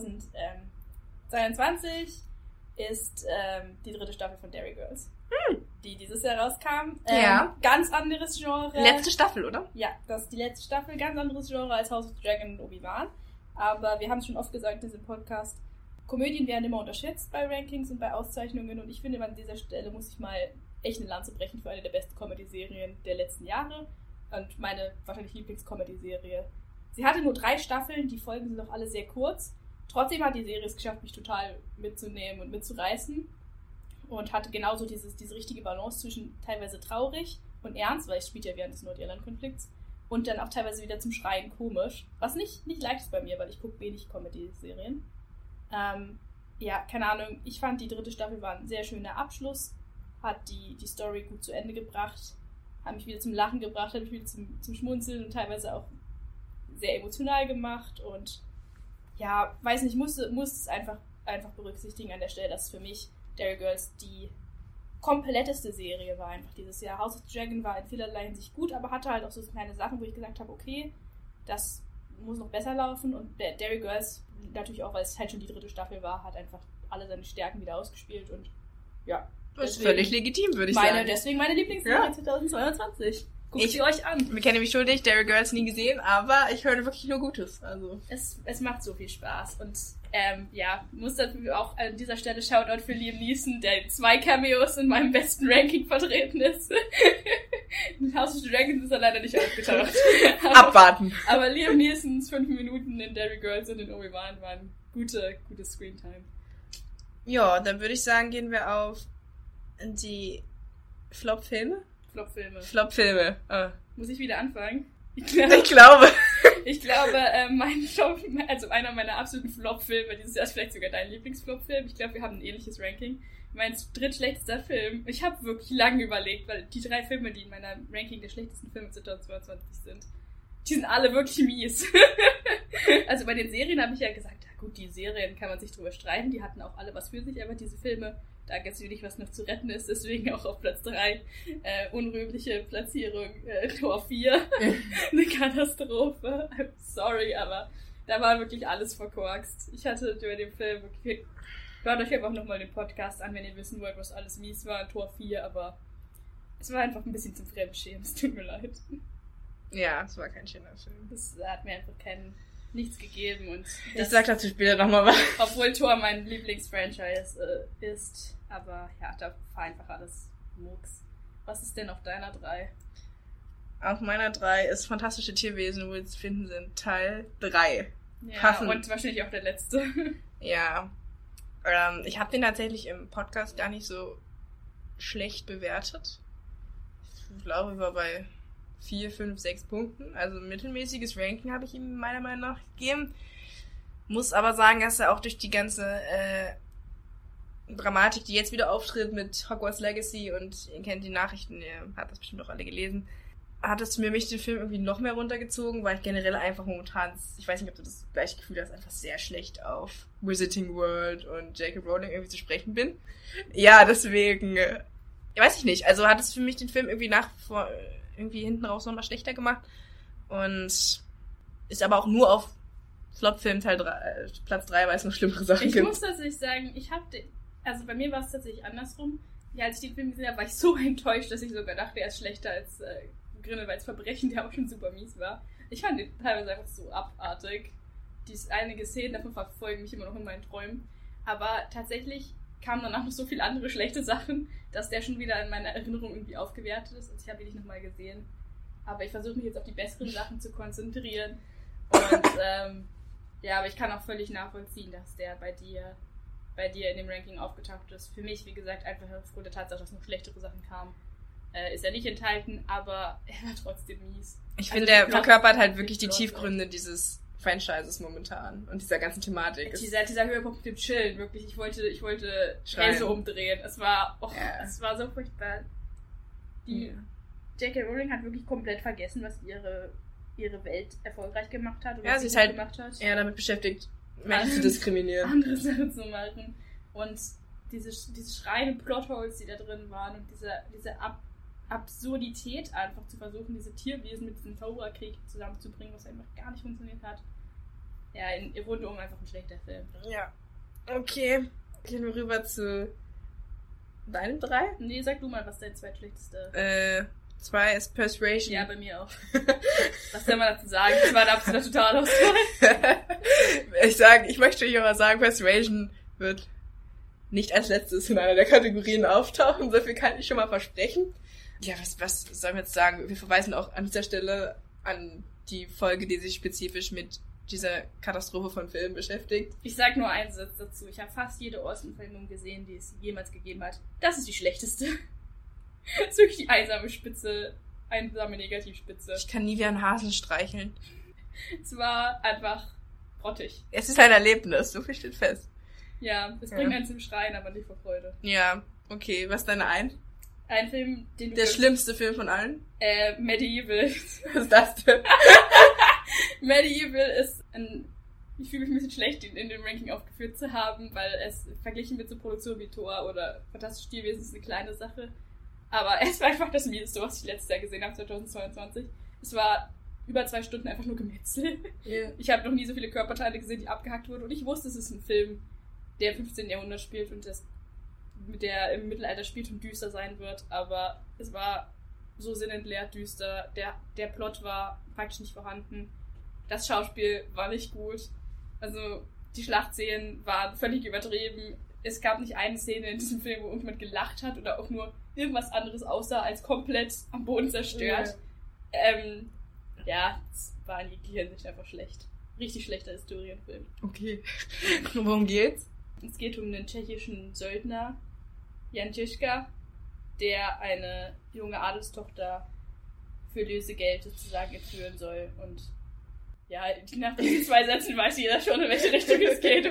zweitausendzweiundzwanzig ist ähm, die dritte Staffel von Derry Girls.
Hm.
Die dieses Jahr rauskam. Ähm,
Ja.
Ganz anderes Genre.
Letzte Staffel, oder?
Ja, das ist die letzte Staffel. Ganz anderes Genre als House of the Dragon und Obi-Wan. Aber wir haben es schon oft gesagt in diesem Podcast, Komödien werden immer unterschätzt bei Rankings und bei Auszeichnungen. Und ich finde, an dieser Stelle muss ich mal echt eine Lanze brechen für eine der besten Comedy-Serien der letzten Jahre. Und meine wahrscheinlich Lieblings-Comedy-Serie. Sie hatte nur drei Staffeln, die Folgen sind auch alle sehr kurz. Trotzdem hat die Serie es geschafft, mich total mitzunehmen und mitzureißen. Und hatte genauso dieses, diese richtige Balance zwischen teilweise traurig und ernst, weil es spielt ja während des Nordirland-Konflikts. Und dann auch teilweise wieder zum Schreien komisch. Was nicht, nicht leicht ist bei mir, weil ich gucke wenig Comedy-Serien. Ähm, ja, keine Ahnung. Ich fand, die dritte Staffel war ein sehr schöner Abschluss. Hat die, die Story gut zu Ende gebracht. Hat mich wieder zum Lachen gebracht, hat mich wieder zum, zum Schmunzeln und teilweise auch sehr emotional gemacht. Und ja, weiß nicht, musste, musste es einfach, einfach berücksichtigen an der Stelle, dass für mich Derry Girls die kompletteste Serie war einfach dieses Jahr. House of the Dragon war in vielerlei Hinsicht gut, aber hatte halt auch so kleine Sachen, wo ich gesagt habe, okay, das muss noch besser laufen. Und der Derry Girls, natürlich auch, weil es halt schon die dritte Staffel war, hat einfach alle seine Stärken wieder ausgespielt und ja.
Das ist völlig legitim, würde ich
meine,
sagen.
Deswegen meine Lieblingsserie
Ja.
zweitausendzweiundzwanzig. Guckt
Ich-
sie euch an.
Wir kennen mich schuldig, Derry Girls nie gesehen, aber ich höre wirklich nur Gutes. Also
Es, es macht so viel Spaß und ähm, ja, muss dafür auch an dieser Stelle Shoutout für Liam Neeson, der in zwei Cameos in meinem besten Ranking vertreten ist. In House of the Dragons ist er leider nicht aufgetaucht. aber,
abwarten.
aber Liam Neesons fünf Minuten in Derry Girls und in Obi-Wan waren gute, gute Screentime.
Ja, dann würde ich sagen, gehen wir auf die Flop-Filme?
Flop-Filme.
Flop-Filme. Ah.
Muss ich wieder anfangen? Ich
Ich
glaube,
glaube.
ich glaube äh, mein Flop, also einer meiner absoluten Flop-Filme dieses Jahr ist vielleicht sogar dein Lieblingsflop-Film. Ich glaube, wir haben ein ähnliches Ranking. Mein drittschlechtester Film. Ich habe wirklich lange überlegt, weil die drei Filme, die in meiner Ranking der schlechtesten Filme zweitausendzweiundzwanzig sind, die sind alle wirklich mies. Also bei den Serien habe ich ja gesagt, ja gut, die Serien kann man sich drüber streiten, die hatten auch alle was für sich, aber diese Filme, da gibt es wenig, was noch zu retten ist, deswegen auch auf Platz drei äh, unrühmliche Platzierung, äh, Tor vier. Eine Katastrophe. I'm sorry, aber da war wirklich alles verkorkst. Ich hatte über den Film wirklich... Hört euch einfach nochmal den Podcast an, wenn ihr wissen wollt, was alles mies war, Tor vier, aber es war einfach ein bisschen zum Fremdschämen, es tut mir leid.
Ja, es war kein schöner Film.
Das hat mir einfach kein, nichts gegeben und
Ich
das,
sag dazu später nochmal was.
obwohl Tor mein Lieblingsfranchise äh, ist, aber ja, da war einfach alles Murks. Was ist denn auf deiner drei?
Auf meiner drei ist Fantastische Tierwesen, wo wir zu finden sind, Teil drei.
Ja,
Passen.
und wahrscheinlich auch der letzte.
Ja. Ähm, ich habe den tatsächlich im Podcast gar nicht so schlecht bewertet. Ich glaube, ich war bei vier, fünf, sechs Punkten. Also ein mittelmäßiges Ranking habe ich ihm meiner Meinung nach gegeben. Muss aber sagen, dass er auch durch die ganze äh, Dramatik, die jetzt wieder auftritt mit Hogwarts Legacy, und ihr kennt die Nachrichten, ihr habt das bestimmt auch alle gelesen, hat es für mich den Film irgendwie noch mehr runtergezogen, weil ich generell einfach momentan, ich weiß nicht, ob du das gleiche Gefühl hast, einfach sehr schlecht auf Wizarding World und J K Rowling irgendwie zu sprechen bin. Ja, deswegen, äh, weiß ich nicht, also hat es für mich den Film irgendwie nach vor, irgendwie hinten raus nochmal schlechter gemacht und ist aber auch nur auf Flop-Film Teil drei, äh, Platz drei, weil es noch schlimmere Sachen
ich
gibt.
Ich muss tatsächlich sagen, ich hab den, also bei mir war es tatsächlich andersrum. Ja, als ich den Film gesehen habe, war ich so enttäuscht, dass ich sogar dachte, er ist schlechter als äh, Grindelwalds Verbrechen, der auch schon super mies war. Ich fand den teilweise einfach so abartig. Die einige Szenen davon verfolgen mich immer noch in meinen Träumen. Aber tatsächlich kamen danach noch so viele andere schlechte Sachen, dass der schon wieder in meiner Erinnerung irgendwie aufgewertet ist. Und ich habe ihn nicht nochmal gesehen. Aber ich versuche mich jetzt auf die besseren Sachen zu konzentrieren. Und ähm, ja, aber ich kann auch völlig nachvollziehen, dass der bei dir bei dir in dem Ranking aufgetaucht ist. Für mich, wie gesagt, einfach aufgrund der Tatsache, dass noch schlechtere Sachen kamen, äh, ist er nicht enthalten, aber er war trotzdem mies.
Ich
Also
finde, der
die Plot-
verkörpert halt wirklich die
Plot-
Tiefgründe dieses Franchises momentan und dieser ganzen Thematik.
Dieser, dieser Höhepunkt mit dem Chillen, wirklich. Ich wollte, ich wollte
Schreien.
Käse umdrehen. Es war, oh,
Ja.
es war so furchtbar. Die
Ja.
J K Rowling hat wirklich komplett vergessen, was ihre, ihre Welt erfolgreich gemacht hat. Und
Ja,
was
sie ist
gut
halt
gemacht hat.
eher damit beschäftigt, Menschen zu diskriminieren.
Andere Sachen zu machen. Und diese, diese schreienden Plotholes, die da drin waren und diese, diese Ab- Absurdität einfach zu versuchen, diese Tierwesen mit diesem Zaubererkrieg zusammenzubringen, was einfach gar nicht funktioniert hat. Ja, in, rundum einfach ein schlechter Film.
Ja. Okay. Gehen wir rüber zu deinem drei.
Nee, sag du mal, was dein zweitschlechteste...
Äh, zwei ist Persuasion.
Ja, bei mir auch. Was soll man dazu sagen? Das war ein absoluter Totalausfall.
ich sag, ich möchte hier mal sagen, Persuasion wird nicht als letztes in einer der Kategorien auftauchen. So viel kann ich schon mal versprechen. Ja, was, was sollen wir jetzt sagen? Wir verweisen auch an dieser Stelle an die Folge, die sich spezifisch mit dieser Katastrophe von Filmen beschäftigt.
Ich sag nur einen Satz dazu. Ich habe fast jede Außenfilmung gesehen, die es jemals gegeben hat. Das ist die schlechteste. Das ist wirklich die einsame Spitze. Einsame Negativspitze.
Ich kann nie wie einen Hasen streicheln.
Es war einfach grottig.
Es ist ein Erlebnis, so viel steht fest.
Ja, es
Ja.
bringt einen zum Schreien, aber nicht vor Freude.
Ja, okay. Was ist deine ein?
Ein Film, den du...
Der schlimmste Film von allen?
Äh, Medieval.
Was ist das denn?
Medieval ist ein... Ich fühle mich ein bisschen schlecht, ihn in dem Ranking aufgeführt zu haben, weil es verglichen mit so Produktionen wie Thor oder Fantastische Tierwesen ist eine kleine Sache. Aber es war einfach das Mieseste, was ich letztes Jahr gesehen habe, zweitausendzweiundzwanzig. Es war über zwei Stunden einfach nur Gemetzel.
Yeah.
Ich habe noch nie so viele Körperteile gesehen, die abgehackt wurden. Und ich wusste, es ist ein Film, der im fünfzehnten Jahrhundert spielt und das mit der im Mittelalter spielt und düster sein wird. Aber es war so sinnentleert düster. Der, der Plot war praktisch nicht vorhanden. Das Schauspiel war nicht gut. Also die Schlachtszenen waren völlig übertrieben. Es gab nicht eine Szene in diesem Film, wo irgendjemand gelacht hat oder auch nur irgendwas anderes aussah als komplett am Boden zerstört.
Ja.
Ähm, ja, es war in jeglicher Hinsicht einfach schlecht. Richtig schlechter Historienfilm.
Okay. Worum geht's?
Es geht um einen tschechischen Söldner, Jan Žižka, der eine junge Adelstochter für Lösegeld sozusagen entführen soll. Und ja, nach diesen zwei Sätzen weiß jeder schon, in welche Richtung es geht.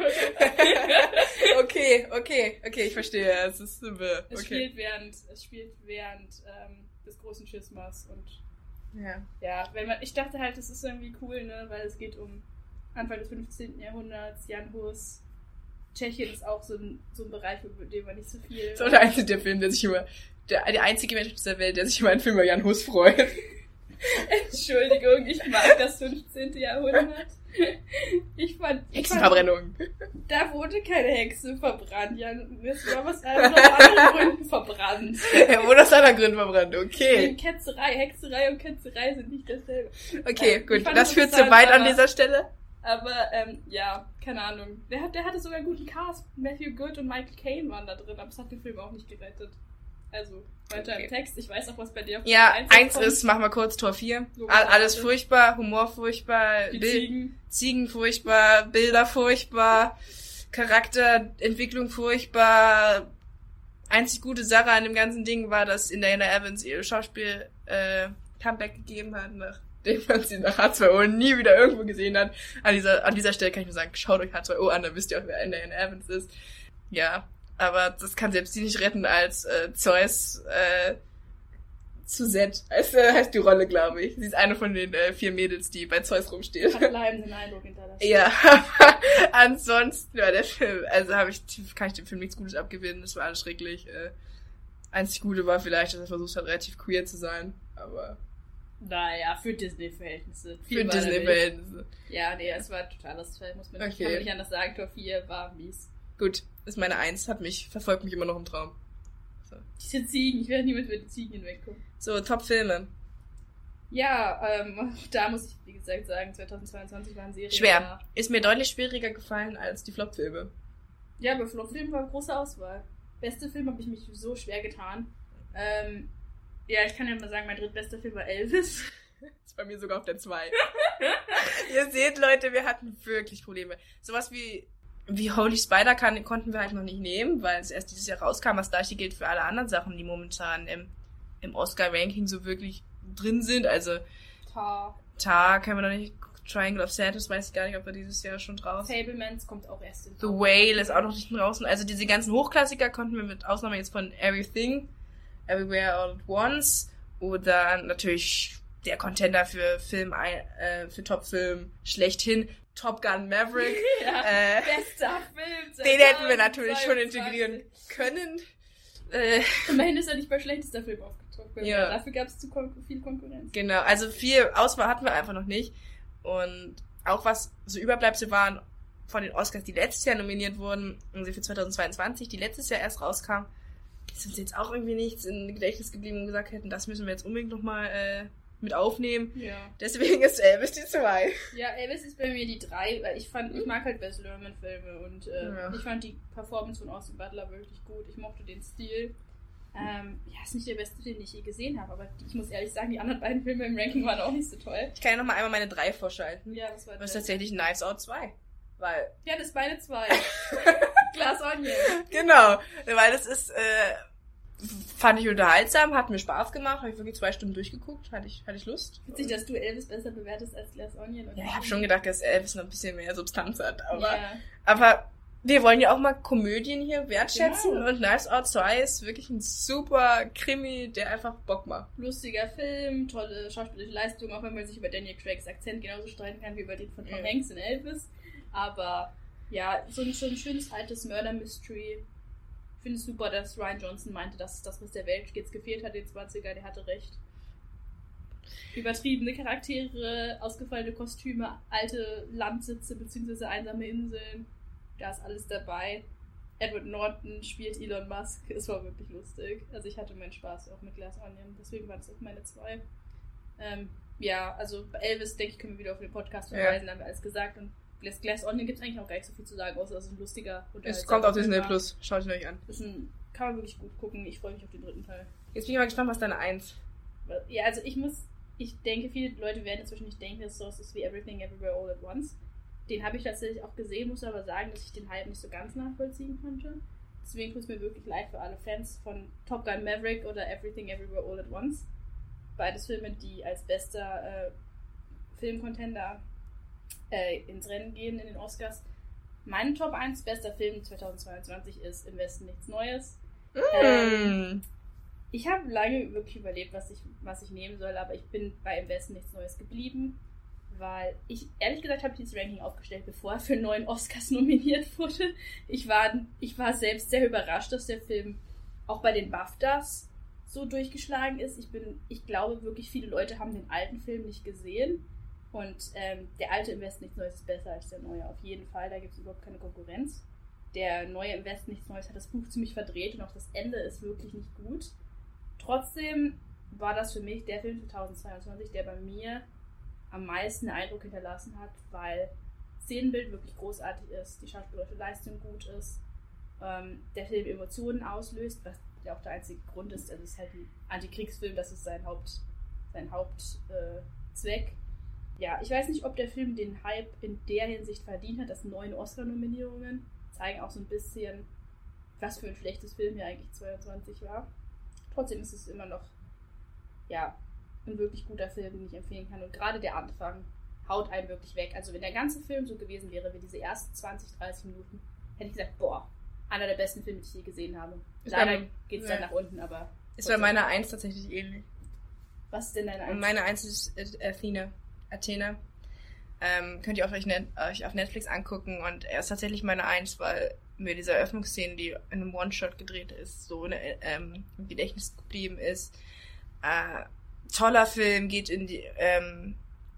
okay, okay, okay, ich verstehe. Es ist okay.
Es spielt während, es spielt während ähm, des großen Schismas und
Ja.
ja, wenn man, ich dachte halt, das ist irgendwie cool, ne, weil es geht um Anfang des fünfzehnten Jahrhunderts, Jan Hus. Tschechien ist auch so ein, so ein Bereich, über den man nicht so viel...
Das ist auch der einzige der Film, der sich über, der, der einzige Mensch auf dieser Welt, der sich über einen Film über Jan Hus freut.
Entschuldigung, ich mag das fünfzehnte Jahrhundert. Ich fand...
Hexenverbrennung.
Da wurde keine Hexe verbrannt, Jan. Das war was aus anderen Gründen verbrannt.
Er wurde aus anderen Gründen verbrannt, okay.
Ketzerei, Hexerei und Ketzerei sind nicht dasselbe.
Okay,
Ähm, ich
gut,
fand
das
es
führt zu
interessant,
weit an
aber-
dieser Stelle.
Aber, ähm, ja, keine Ahnung. Der, hat, der hatte sogar einen guten Cast. Matthew Good und Michael Caine waren da drin, aber es hat den Film auch nicht gerettet. Also, weiter okay. im Text. Ich weiß auch, was bei dir auf
Ja, eins ist, machen wir kurz, Tor vier. Alles furchtbar, Humor furchtbar,
Die
Bild,
Ziegen.
Ziegen furchtbar, Bilder furchtbar, Charakterentwicklung furchtbar. Einzig gute Sache an dem ganzen Ding war, dass Indiana Evans ihr Schauspiel äh, Comeback gegeben hat, nachdem man sie nach H zwei O nie wieder irgendwo gesehen hat. An dieser, an dieser Stelle kann ich nur sagen, schaut euch H zwei O an, dann wisst ihr auch, wer Indiana Evans ist. Ja, aber das kann selbst sie nicht retten als äh, Zeus äh, zu Z. Heißt, äh, heißt die Rolle, glaube ich. Sie ist eine von den äh, vier Mädels, die bei Zeus rumsteht.
Hat bleibenden Eindruck hinterlassen.
Ja, aber ansonsten war der Film, also habe ich, kann ich dem Film nichts Gutes abgewinnen. Das war alles schrecklich. Äh, einzig Gute war vielleicht, dass er versucht hat, relativ queer zu sein, aber...
Naja, für Disney-Verhältnisse.
Für Disney-Verhältnisse.
Ja, nee, es war totales Fall, muss man,
okay.
kann man nicht anders sagen. Tor vier war mies.
Gut, ist meine Eins, hat mich, verfolgt mich immer noch im Traum. So.
Diese Ziegen, ich werde niemals über die Ziegen hinwegkommen.
So, Top-Filme.
Ja, ähm, da muss ich, wie gesagt, sagen, zweitausendzweiundzwanzig waren Serien.
Schwer. Ist mir deutlich schwieriger gefallen als die Flop-Filme.
Ja, bei Flop-Filmen war eine große Auswahl. Beste Film habe ich mich so schwer getan. Ähm, ja, ich kann ja mal sagen, mein drittbester Film war Elvis.
Ist bei mir sogar auf der zwei. Ihr seht, Leute, wir hatten wirklich Probleme. Sowas wie wie Holy Spider kann, konnten wir halt noch nicht nehmen, weil es erst dieses Jahr rauskam. Das gleiche gilt für alle anderen Sachen, die momentan im, im Oscar-Ranking so wirklich drin sind. Also
Tar.
Tar können wir noch nicht. Triangle of Sadness weiß ich gar nicht, ob er dieses Jahr schon draußen ist.
Fablemans kommt auch erst in
The Whale ist auch noch nicht draußen. Also diese ganzen Hochklassiker konnten wir mit Ausnahme jetzt von Everything, Everywhere All at Once oder natürlich der Contender für Film, äh, für Top-Film schlechthin, Top Gun Maverick.
Ja,
äh,
bester Film.
Den hätten wir natürlich schon integrieren können. Äh,
Immerhin ist er nicht bei schlechtester Film aufgetaucht.
Ja.
Dafür gab es zu kon- viel Konkurrenz.
Genau, also viel Auswahl hatten wir einfach noch nicht. Und auch was so Überbleibsel waren von den Oscars, die letztes Jahr nominiert wurden, also für zweitausendzweiundzwanzig, die letztes Jahr erst rauskamen, ist uns jetzt auch irgendwie nichts in Gedächtnis geblieben und gesagt hätten, das müssen wir jetzt unbedingt nochmal äh, mit aufnehmen.
Ja.
Deswegen ist Elvis die zwei.
Ja, Elvis ist bei mir die drei, weil ich fand, ich mag halt Baz Luhrmann-Filme und äh,
Ja.
ich fand die Performance von Austin Butler wirklich gut. Ich mochte den Stil. Ähm, ja, ist nicht der beste Film, den ich je gesehen habe, aber ich muss ehrlich sagen, die anderen beiden Filme im Ranking waren auch nicht so toll.
Ich kann ja nochmal einmal meine drei vorschalten.
Ja, das war
Das ist
das.
tatsächlich Knives Out zwei. Weil,
Ja, das ist meine zwei. Glass Onion.
genau, weil das ist, äh, fand ich unterhaltsam, hat mir Spaß gemacht, habe ich wirklich zwei Stunden durchgeguckt, hatte ich, hatte ich Lust.
Witzig, dass du Elvis besser bewertest als Glass Onion.
Ja, ich habe schon gedacht, dass Elvis noch ein bisschen mehr Substanz hat, aber,
Ja.
aber wir wollen ja auch mal Komödien hier wertschätzen
Genau.
und Knives Out zwei ist wirklich ein super Krimi, der einfach Bock macht.
Lustiger Film, tolle schauspielerische Leistung, auch wenn man sich über Daniel Craigs Akzent genauso streiten kann wie über den von Tom
Ja.
Hanks in Elvis. Aber ja, so ein, so ein schönes altes Murder-Mystery. Ich finde es super, dass Ryan Johnson meinte, dass das, was der Welt jetzt gefehlt hat in den zwanziger, der hatte recht. Übertriebene Charaktere, ausgefallene Kostüme, alte Landsitze bzw. einsame Inseln. Da ist alles dabei. Edward Norton spielt Elon Musk. Es war wirklich lustig. Also ich hatte meinen Spaß auch mit Glass Onion. Deswegen war das auch meine zwei. Ähm, ja, also bei Elvis, denke ich, können wir wieder auf den Podcast verweisen, ja. Haben wir alles gesagt. Und Glass, Glass Onion gibt es eigentlich auch gar nicht so viel zu sagen, außer dass es ein lustiger
Es kommt auf Disney Plus. Schaut ihn euch an.
Das ist ein, kann man wirklich gut gucken. Ich freue mich auf den dritten Teil.
Jetzt bin ich mal gespannt, was deine Eins.
Ja, also ich muss, ich denke, viele Leute werden inzwischen nicht denken, dass sowas ist wie Everything Everywhere All at Once. Den habe ich tatsächlich auch gesehen, muss aber sagen, dass ich den Hype nicht so ganz nachvollziehen konnte. Deswegen tut es mir wirklich leid für alle Fans von Top Gun Maverick oder Everything Everywhere All at Once. Beides Filme, die als bester äh, Filmcontender äh, ins Rennen gehen in den Oscars. Mein Top eins bester Film zweitausendzweiundzwanzig ist Im Westen nichts Neues.
Mm.
Ähm, ich habe lange wirklich überlegt, was ich, was ich nehmen soll, aber ich bin bei Im Westen nichts Neues geblieben. Weil ich, ehrlich gesagt, habe ich dieses Ranking aufgestellt, bevor er für neun Oscars nominiert wurde. Ich war, ich war selbst sehr überrascht, dass der Film auch bei den BAFTAs so durchgeschlagen ist. Ich bin, ich glaube wirklich, viele Leute haben den alten Film nicht gesehen. Und ähm, der alte Im Westen nichts Neues ist besser als der neue. Auf jeden Fall, da gibt es überhaupt keine Konkurrenz. Der neue Im Westen nichts Neues hat das Buch ziemlich verdreht und auch das Ende ist wirklich nicht gut. Trotzdem war das für mich der Film zweitausendzweiundzwanzig, der bei mir am meisten Eindruck hinterlassen hat, weil Szenenbild wirklich großartig ist, die schauspielerische Leistung gut ist, ähm, der Film Emotionen auslöst, was ja auch der einzige Grund ist. Also es ist halt ein Antikriegsfilm, das ist sein Haupt, sein Hauptzweck. Äh, ja, ich weiß nicht, ob der Film den Hype in der Hinsicht verdient hat, dass neun Oscar-Nominierungen zeigen auch so ein bisschen, was für ein schlechtes Film hier eigentlich zweiundzwanzig war. Trotzdem ist es immer noch, ja, ein wirklich guter Film, den ich empfehlen kann. Und gerade der Anfang haut einen wirklich weg. Also wenn der ganze Film so gewesen wäre wie diese ersten zwanzig, dreißig Minuten, hätte ich gesagt, boah, einer der besten Filme, die ich je gesehen habe.
Ist
Leider
bei,
geht es
ja.
dann nach unten, aber...
Ist bei meiner eins tatsächlich ähnlich.
Was ist denn deine eins?
Und meine eins ist Athena. Athena. Ähm, könnt ihr auch euch, net, euch auf Netflix angucken und er ist tatsächlich meine eins, weil mir diese Eröffnungsszene, die in einem One-Shot gedreht ist, so eine, ähm, im Gedächtnis geblieben ist. Äh, toller Film, geht in die, ähm,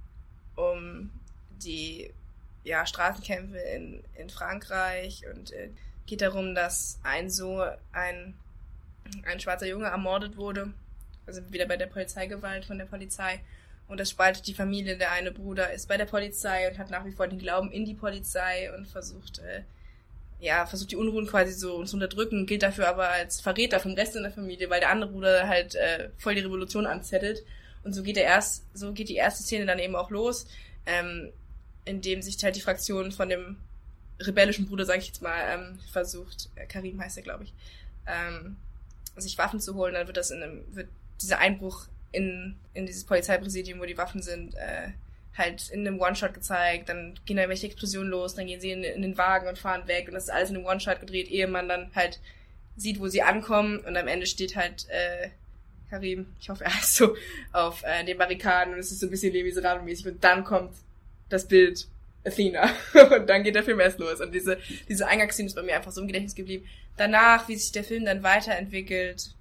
um die ja, Straßenkämpfe in, in Frankreich und äh, geht darum, dass ein so ein, ein schwarzer Junge ermordet wurde, also wieder bei der Polizeigewalt von der Polizei, und das spaltet die Familie. Der eine Bruder ist bei der Polizei und hat nach wie vor den Glauben in die Polizei und versucht äh, ja, versucht die Unruhen quasi so zu unterdrücken, gilt dafür aber als Verräter vom Rest in der Familie, weil der andere Bruder halt äh, voll die Revolution anzettelt. Und so geht der erst, so geht die erste Szene dann eben auch los, ähm, in dem sich halt die Fraktion von dem rebellischen Bruder, sag ich jetzt mal, ähm, versucht, äh, Karim heißt er, glaube ich, ähm, sich Waffen zu holen. Dann wird das in einem, wird dieser Einbruch in, in dieses Polizeipräsidium, wo die Waffen sind, äh, halt in einem One-Shot gezeigt, dann gehen da welche Explosionen los, dann gehen sie in, in den Wagen und fahren weg und das ist alles in einem One-Shot gedreht, ehe man dann halt sieht, wo sie ankommen, und am Ende steht halt äh, Karim, ich hoffe, er heißt so, auf äh, den Barrikaden und es ist so ein bisschen Les Miserables-mäßig und dann kommt das Bild Athena und dann geht der Film erst los und diese, diese Eingangsszene ist bei mir einfach so im Gedächtnis geblieben. Danach, wie sich der Film dann weiterentwickelt,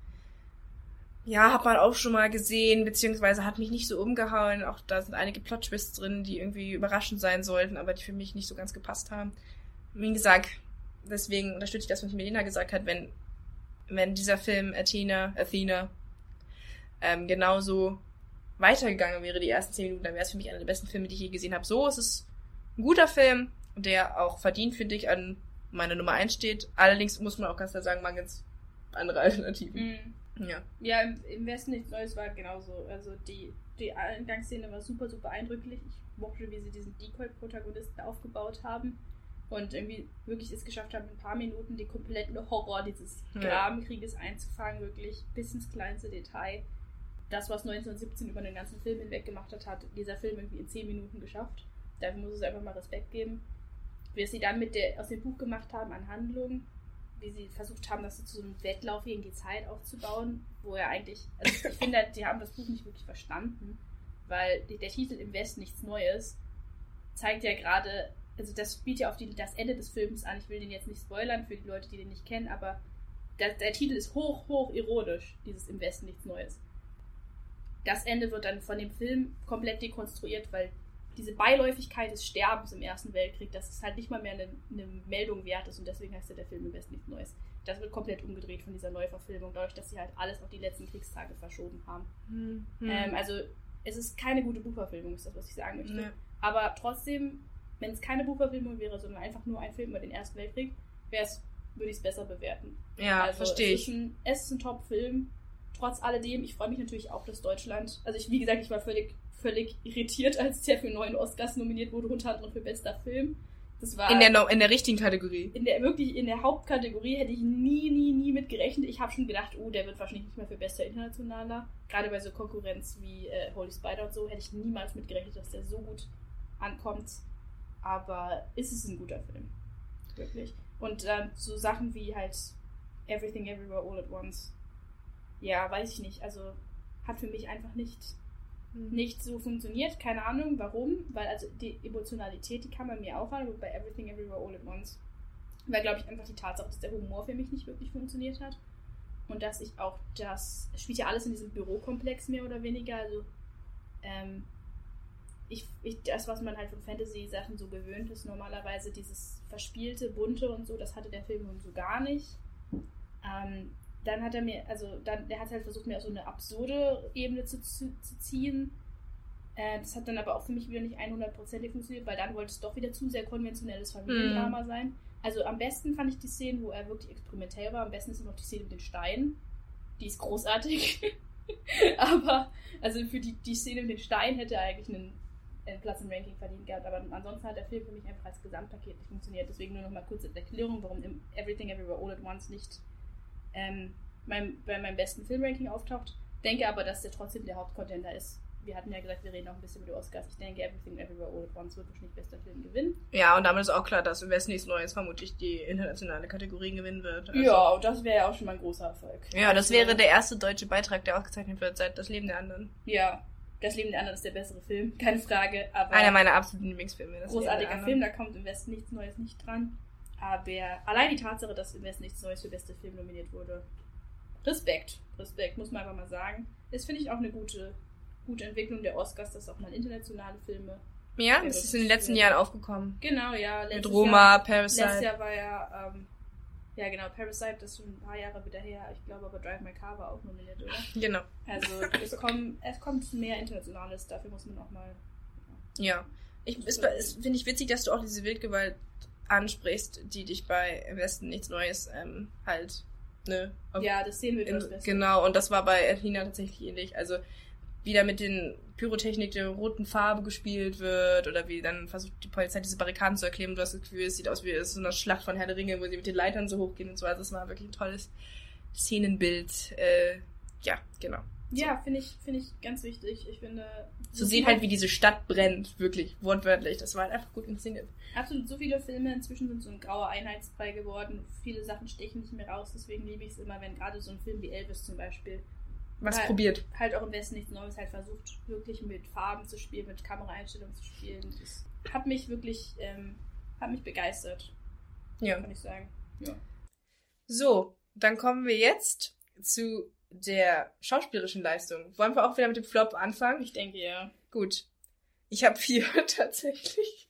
ja, hat man auch schon mal gesehen, beziehungsweise hat mich nicht so umgehauen. Auch da sind einige Plot-Twists drin, die irgendwie überraschend sein sollten, aber die für mich nicht so ganz gepasst haben. Wie gesagt, deswegen unterstütze ich das, was Melina gesagt hat, wenn, wenn dieser Film Athena, Athena, ähm, genauso weitergegangen wäre, die ersten zehn Minuten, dann wäre es für mich einer der besten Filme, die ich je gesehen habe. So ist es ein guter Film, der auch verdient, finde ich, an meiner Nummer eins steht. Allerdings muss man auch ganz klar sagen, mangels andere Alternativen.
Mhm.
Ja,
ja im, im Westen nichts Neues war genauso. Also die, die Eingangsszene war super, super eindrücklich. Ich mochte, wie sie diesen Decoy-Protagonisten aufgebaut haben und irgendwie wirklich es geschafft haben, in ein paar Minuten die kompletten Horror dieses Grabenkrieges einzufangen, wirklich bis ins kleinste Detail. Das, was neunzehnhundertsiebzehn über den ganzen Film hinweg gemacht hat, hat dieser Film irgendwie in zehn Minuten geschafft. Dafür muss es einfach mal Respekt geben. Wie sie dann mit der, aus dem Buch gemacht haben an Handlungen, wie sie versucht haben, das zu so einem Wettlauf gegen die Zeit aufzubauen, wo er eigentlich, also ich finde, die haben das Buch nicht wirklich verstanden, weil die, der Titel Im Westen nichts Neues zeigt ja gerade, also das spielt ja auf die, das Ende des Films an. Ich will den jetzt nicht spoilern für die Leute, die den nicht kennen, aber der, der Titel ist hoch, hoch ironisch, dieses Im Westen nichts Neues. Das Ende wird dann von dem Film komplett dekonstruiert, weil diese Beiläufigkeit des Sterbens im Ersten Weltkrieg, dass es halt nicht mal mehr eine, eine Meldung wert ist und deswegen heißt ja der Film Im Westen nichts Neues. Das wird komplett umgedreht von dieser Neuverfilmung, dadurch, dass sie halt alles auf die letzten Kriegstage verschoben haben.
Mhm.
Ähm, also es ist keine gute Buchverfilmung, ist das, was ich sagen möchte.
Nee.
Aber trotzdem, wenn es keine Buchverfilmung wäre, sondern einfach nur ein Film über den Ersten Weltkrieg, wäre es, würde ich es besser bewerten.
Ja,
also,
verstehe
es
ich.
Ist ein, es ist ein Top-Film. Trotz alledem, ich freue mich natürlich auch, dass Deutschland, also ich, wie gesagt, ich war völlig völlig irritiert, als der für neun Oscars nominiert wurde, unter anderem für bester Film. Das war
in der in der richtigen Kategorie.
In der wirklich in der Hauptkategorie hätte ich nie, nie, nie mit gerechnet. Ich habe schon gedacht, oh, der wird wahrscheinlich nicht mehr für bester Internationaler. Gerade bei so Konkurrenz wie äh, Holy Spider und so hätte ich niemals mit gerechnet, dass der so gut ankommt. Aber ist es ein guter Film. Wirklich. Und ähm, so Sachen wie halt Everything Everywhere All at Once. Ja, weiß ich nicht. Also hat für mich einfach nicht nicht so funktioniert, keine Ahnung warum, weil also die Emotionalität, die kam bei mir auch an, aber bei Everything Everywhere All at Once, weil glaube ich einfach die Tatsache, dass der Humor für mich nicht wirklich funktioniert hat und dass ich auch das, spielt ja alles in diesem Bürokomplex mehr oder weniger, also ähm, ich, ich, das, was man halt von Fantasy-Sachen so gewöhnt ist, normalerweise dieses verspielte, bunte und so, das hatte der Film nun so gar nicht. Ähm, Dann hat er mir, also dann, der hat halt versucht, mir auf so eine absurde Ebene zu, zu, zu ziehen. Äh, das hat dann aber auch für mich wieder nicht hundertprozentig funktioniert, weil dann wollte es doch wieder zu sehr konventionelles Familiendrama mm. sein. Also am besten fand ich die Szenen, wo er wirklich experimentell war. Am besten ist noch die Szene mit den Steinen, die ist großartig. Aber, also für die, die Szene mit dem Stein hätte er eigentlich einen, einen Platz im Ranking verdient gehabt. Aber ansonsten hat der Film für mich einfach als Gesamtpaket nicht funktioniert. Deswegen nur noch mal kurz als Erklärung, warum Everything Everywhere All at Once nicht ähm, mein, bei meinem besten Filmranking auftaucht. Denke aber, dass der trotzdem der Hauptcontender ist. Wir hatten ja gesagt, wir reden auch ein bisschen über die Oscars. Ich denke, Everything Everywhere All at Once wird wahrscheinlich bester Film gewinnen.
Ja, und damit ist auch klar, dass Im Westen nichts Neues vermutlich die internationale Kategorie gewinnen wird. Also
ja, und das wäre ja auch schon mal ein großer Erfolg.
Ja, das wäre der erste deutsche Beitrag, der ausgezeichnet wird seit Das Leben der anderen.
Ja, Das Leben der anderen ist der bessere Film, keine Frage. Aber
einer meiner absoluten Lieblingsfilme.
Das großartiger Film, da kommt Im Westen nichts Neues nicht dran. Aber allein die Tatsache, dass Im Westen nichts Neues für beste Film nominiert wurde, Respekt, Respekt, muss man einfach mal sagen. Das finde ich auch eine gute... gute Entwicklung der Oscars, dass auch mal internationale Filme...
Ja, das ist in den letzten Jahren aufgekommen.
Genau, ja.
Mit Roma,
Jahr,
Parasite.
Letztes Jahr war ja, ähm, ja genau, Parasite, das ist schon ein paar Jahre wieder her. Ich glaube aber Drive My Car war auch nominiert, oder?
Genau.
Also es kommt, es kommt mehr Internationales, dafür muss man auch mal...
Ja, ja. Ich, es, es finde ich witzig, dass du auch diese Wildgewalt ansprichst, die dich bei Im Westen nichts Neues ähm, halt... Ne, auf,
ja, das sehen wir
in,
das
genau, und das war bei China tatsächlich ähnlich. Also wieder mit den Pyrotechnik der roten Farbe gespielt wird oder wie dann versucht die Polizei diese Barrikaden zu erklären. Du hast das Gefühl, es sieht aus wie so eine Schlacht von Herr der Ringe, wo sie mit den Leitern so hochgehen und so. Also es war wirklich ein tolles Szenenbild. Äh, ja, genau.
Ja, finde ich, finde ich ganz wichtig. Ich finde...
Zu sehen halt, wie diese Stadt brennt, wirklich, wortwörtlich. Das war halt einfach gut inszeniert.
Absolut, so viele Filme inzwischen sind so ein grauer Einheitsbrei geworden. Viele Sachen stechen nicht mehr raus, deswegen liebe ich es immer, wenn gerade so ein Film wie Elvis zum Beispiel
was
halt,
probiert.
Halt auch Im Westen nichts Neues, halt versucht, wirklich mit Farben zu spielen, mit Kameraeinstellungen zu spielen. Das hat mich wirklich, ähm, hat mich begeistert.
Ja.
Kann ich sagen. Ja.
So, dann kommen wir jetzt zu der schauspielerischen Leistung. Wollen wir auch wieder mit dem Flop anfangen?
Ich denke, ja.
Gut. Ich habe vier tatsächlich.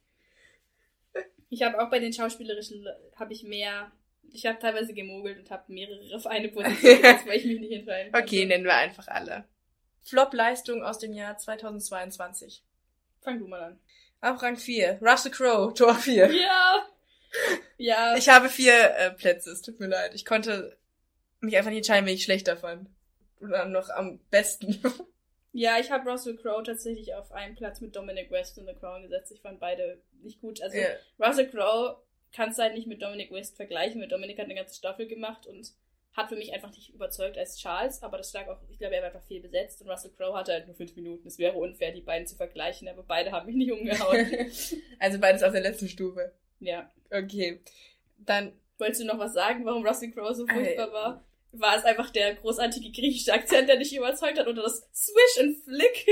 Ich habe auch bei den schauspielerischen, habe ich mehr, ich habe teilweise gemogelt und habe mehrere auf eine Position, weil ich mich nicht entscheiden konnte.
Okay, nennen wir einfach alle. Flop-Leistung aus dem Jahr zweitausendzweiundzwanzig.
Fang du mal an.
Auf Rang vier. Russell Crowe, Tor vier.
Ja! Ja.
Ich habe vier äh, Plätze, es tut mir leid. Ich konnte mich einfach nicht entscheiden, wen ich schlechter fand. Oder noch am besten.
Ja, ich habe Russell Crowe tatsächlich auf einen Platz mit Dominic West in The Crown gesetzt. Ich fand beide nicht gut. Also yeah. Russell Crowe kannst du halt nicht mit Dominic West vergleichen, weil Dominic hat eine ganze Staffel gemacht und hat für mich einfach nicht überzeugt als Charles, aber das lag auch, ich glaube, er war einfach viel besetzt und Russell Crowe hatte halt nur fünf Minuten. Es wäre unfair, die beiden zu vergleichen, aber beide haben mich nicht umgehauen.
Also beides auf der letzten Stufe.
Ja.
Okay. Dann...
Wolltest du noch was sagen, warum Russell Crowe so furchtbar äh, war? War es einfach der großartige griechische Akzent, der dich überzeugt hat, oder das Swish and Flick?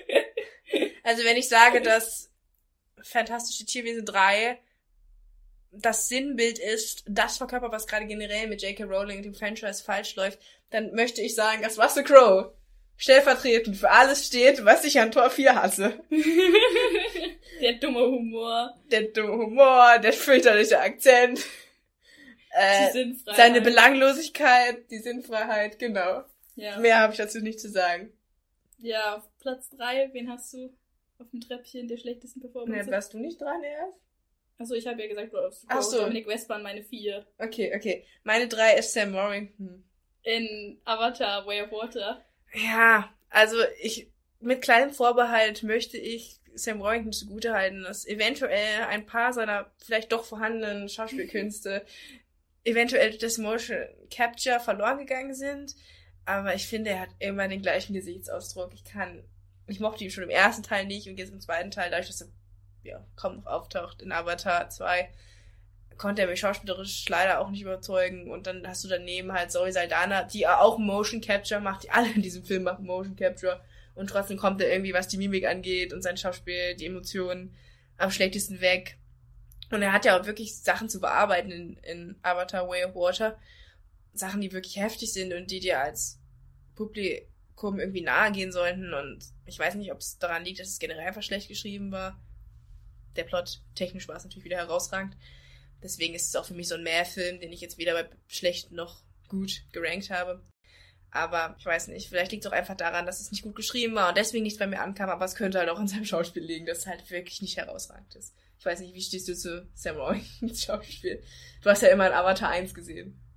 Also wenn ich sage, dass Fantastische Tierwesen drei das Sinnbild ist, das verkörpert, was gerade generell mit J K. Rowling und dem Franchise falsch läuft, dann möchte ich sagen, dass Russell Crowe stellvertretend für alles steht, was ich an Tor vier hasse.
Der dumme Humor.
Der dumme Humor, der fürchterliche Akzent. Äh,
die Sinnfreiheit.
Seine Belanglosigkeit, die Sinnfreiheit, genau.
Ja.
Mehr habe ich dazu nicht zu sagen.
Ja, auf Platz drei, wen hast du auf dem Treppchen der schlechtesten Performance?
Ne, warst du nicht dran erst?
Achso, ich habe ja gesagt, Russell
Ach so.
Dominic West waren meine vier.
Okay, okay. Meine drei ist Sam Worthington.
In Avatar, Way of Water.
Ja, also ich, mit kleinem Vorbehalt möchte ich Sam Worthington zugutehalten, dass eventuell ein paar seiner vielleicht doch vorhandenen Schauspielkünste eventuell durch das Motion Capture verloren gegangen sind, aber ich finde, er hat immer den gleichen Gesichtsausdruck. Ich kann, ich mochte ihn schon im ersten Teil nicht und jetzt im zweiten Teil, dadurch, dass er ja kaum noch auftaucht in Avatar zwei, konnte er mich schauspielerisch leider auch nicht überzeugen. Und dann hast du daneben halt Zoe Saldana, die auch Motion Capture macht, die alle in diesem Film machen Motion Capture, und trotzdem kommt er irgendwie, was die Mimik angeht und sein Schauspiel, die Emotionen, am schlechtesten weg. Und er hat ja auch wirklich Sachen zu bearbeiten in, in Avatar Way of Water. Sachen, die wirklich heftig sind und die dir als Publikum irgendwie nahe gehen sollten. Und ich weiß nicht, ob es daran liegt, dass es generell einfach schlecht geschrieben war. Der Plot, technisch war es natürlich wieder herausragend. Deswegen ist es auch für mich so ein Mehrfilm, den ich jetzt weder bei schlecht noch gut gerankt habe. Aber ich weiß nicht, vielleicht liegt es auch einfach daran, dass es nicht gut geschrieben war und deswegen nichts bei mir ankam. Aber es könnte halt auch an seinem Schauspiel liegen, das halt wirklich nicht herausragend ist. Ich weiß nicht, wie stehst du zu Sam Worthingtons Schauspiel? Du hast ja immer in Avatar eins gesehen.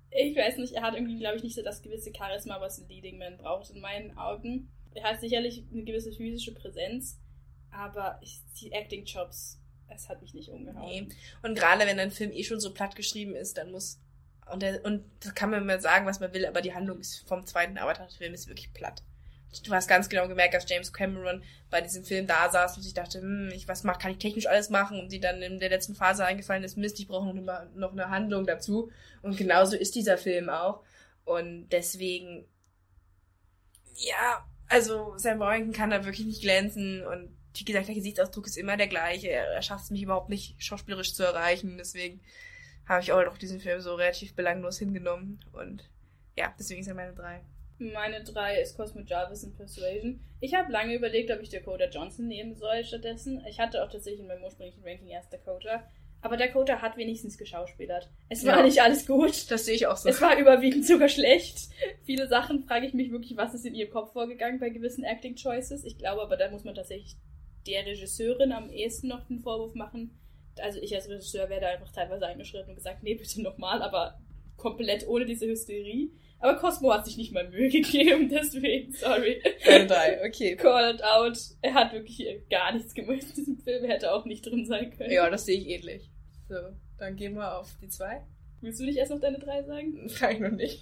Ich weiß nicht, er hat irgendwie, glaube ich, nicht so das gewisse Charisma, was ein Leading Man braucht, in meinen Augen. Er hat sicherlich eine gewisse physische Präsenz, aber ich, die Acting-Jobs, es hat mich nicht umgehauen.
Nee. Und gerade wenn ein Film eh schon so platt geschrieben ist, dann muss, und, der, und das kann man mal sagen, was man will, aber die Handlung ist vom zweiten Avatar-Film ist wirklich platt. Du hast ganz genau gemerkt, dass James Cameron bei diesem Film da saß und sich dachte, hm, ich, was mach, kann ich technisch alles machen? Und sie dann in der letzten Phase eingefallen ist, Mist, ich brauche noch eine, noch eine Handlung dazu. Und genauso ist dieser Film auch. Und deswegen, ja, also Sam Worthington kann da wirklich nicht glänzen. Und wie gesagt, der Gesichtsausdruck ist immer der gleiche. Er, er schafft es mich überhaupt nicht schauspielerisch zu erreichen. Deswegen habe ich auch doch diesen Film so relativ belanglos hingenommen. Und ja, deswegen ist er meine drei.
Meine drei ist Cosmo Jarvis und Persuasion. Ich habe lange überlegt, ob ich Dakota Johnson nehmen soll stattdessen. Ich hatte auch tatsächlich in meinem ursprünglichen Ranking erst Dakota. Aber Dakota hat wenigstens geschauspielert. Es war ja nicht alles gut.
Das sehe ich auch so.
Es war überwiegend sogar schlecht. Viele Sachen frage ich mich wirklich, was ist in ihrem Kopf vorgegangen bei gewissen Acting Choices. Ich glaube aber, da muss man tatsächlich der Regisseurin am ehesten noch den Vorwurf machen. Also ich als Regisseur wäre da einfach teilweise eingeschritten und gesagt, nee, bitte nochmal, aber komplett ohne diese Hysterie. Aber Cosmo hat sich nicht mal Mühe gegeben, deswegen, sorry.
Meine drei, okay.
Call it out. Er hat wirklich gar nichts gemacht in diesem Film. Er hätte auch nicht drin sein können.
Ja, das sehe ich ähnlich. So, dann gehen wir auf die zwei.
Willst du nicht erst noch deine drei sagen?
Kann ich noch nicht.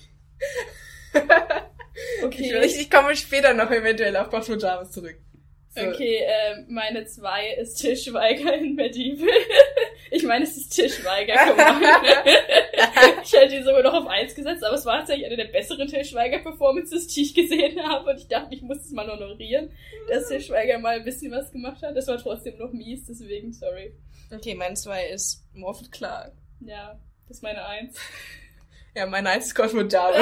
Okay.
Ich, ich komme später noch eventuell auf Cosmo Jarvis zurück. So.
Okay, äh, meine zwei ist Til Schweiger in Medieval. Ich meine, es ist Til Schweiger, komm mal. Ich hätte ihn sogar noch auf eins gesetzt, aber es war tatsächlich eine der besseren Til Schweiger-Performances, die ich gesehen habe. Und ich dachte, ich muss es mal honorieren, dass Til Schweiger mal ein bisschen was gemacht hat. Das war trotzdem noch mies, deswegen, sorry.
Okay, meine zwei ist Morphet Clark.
Ja, das ist meine eins.
Ja, meine eins ist Cosmo Jarvis.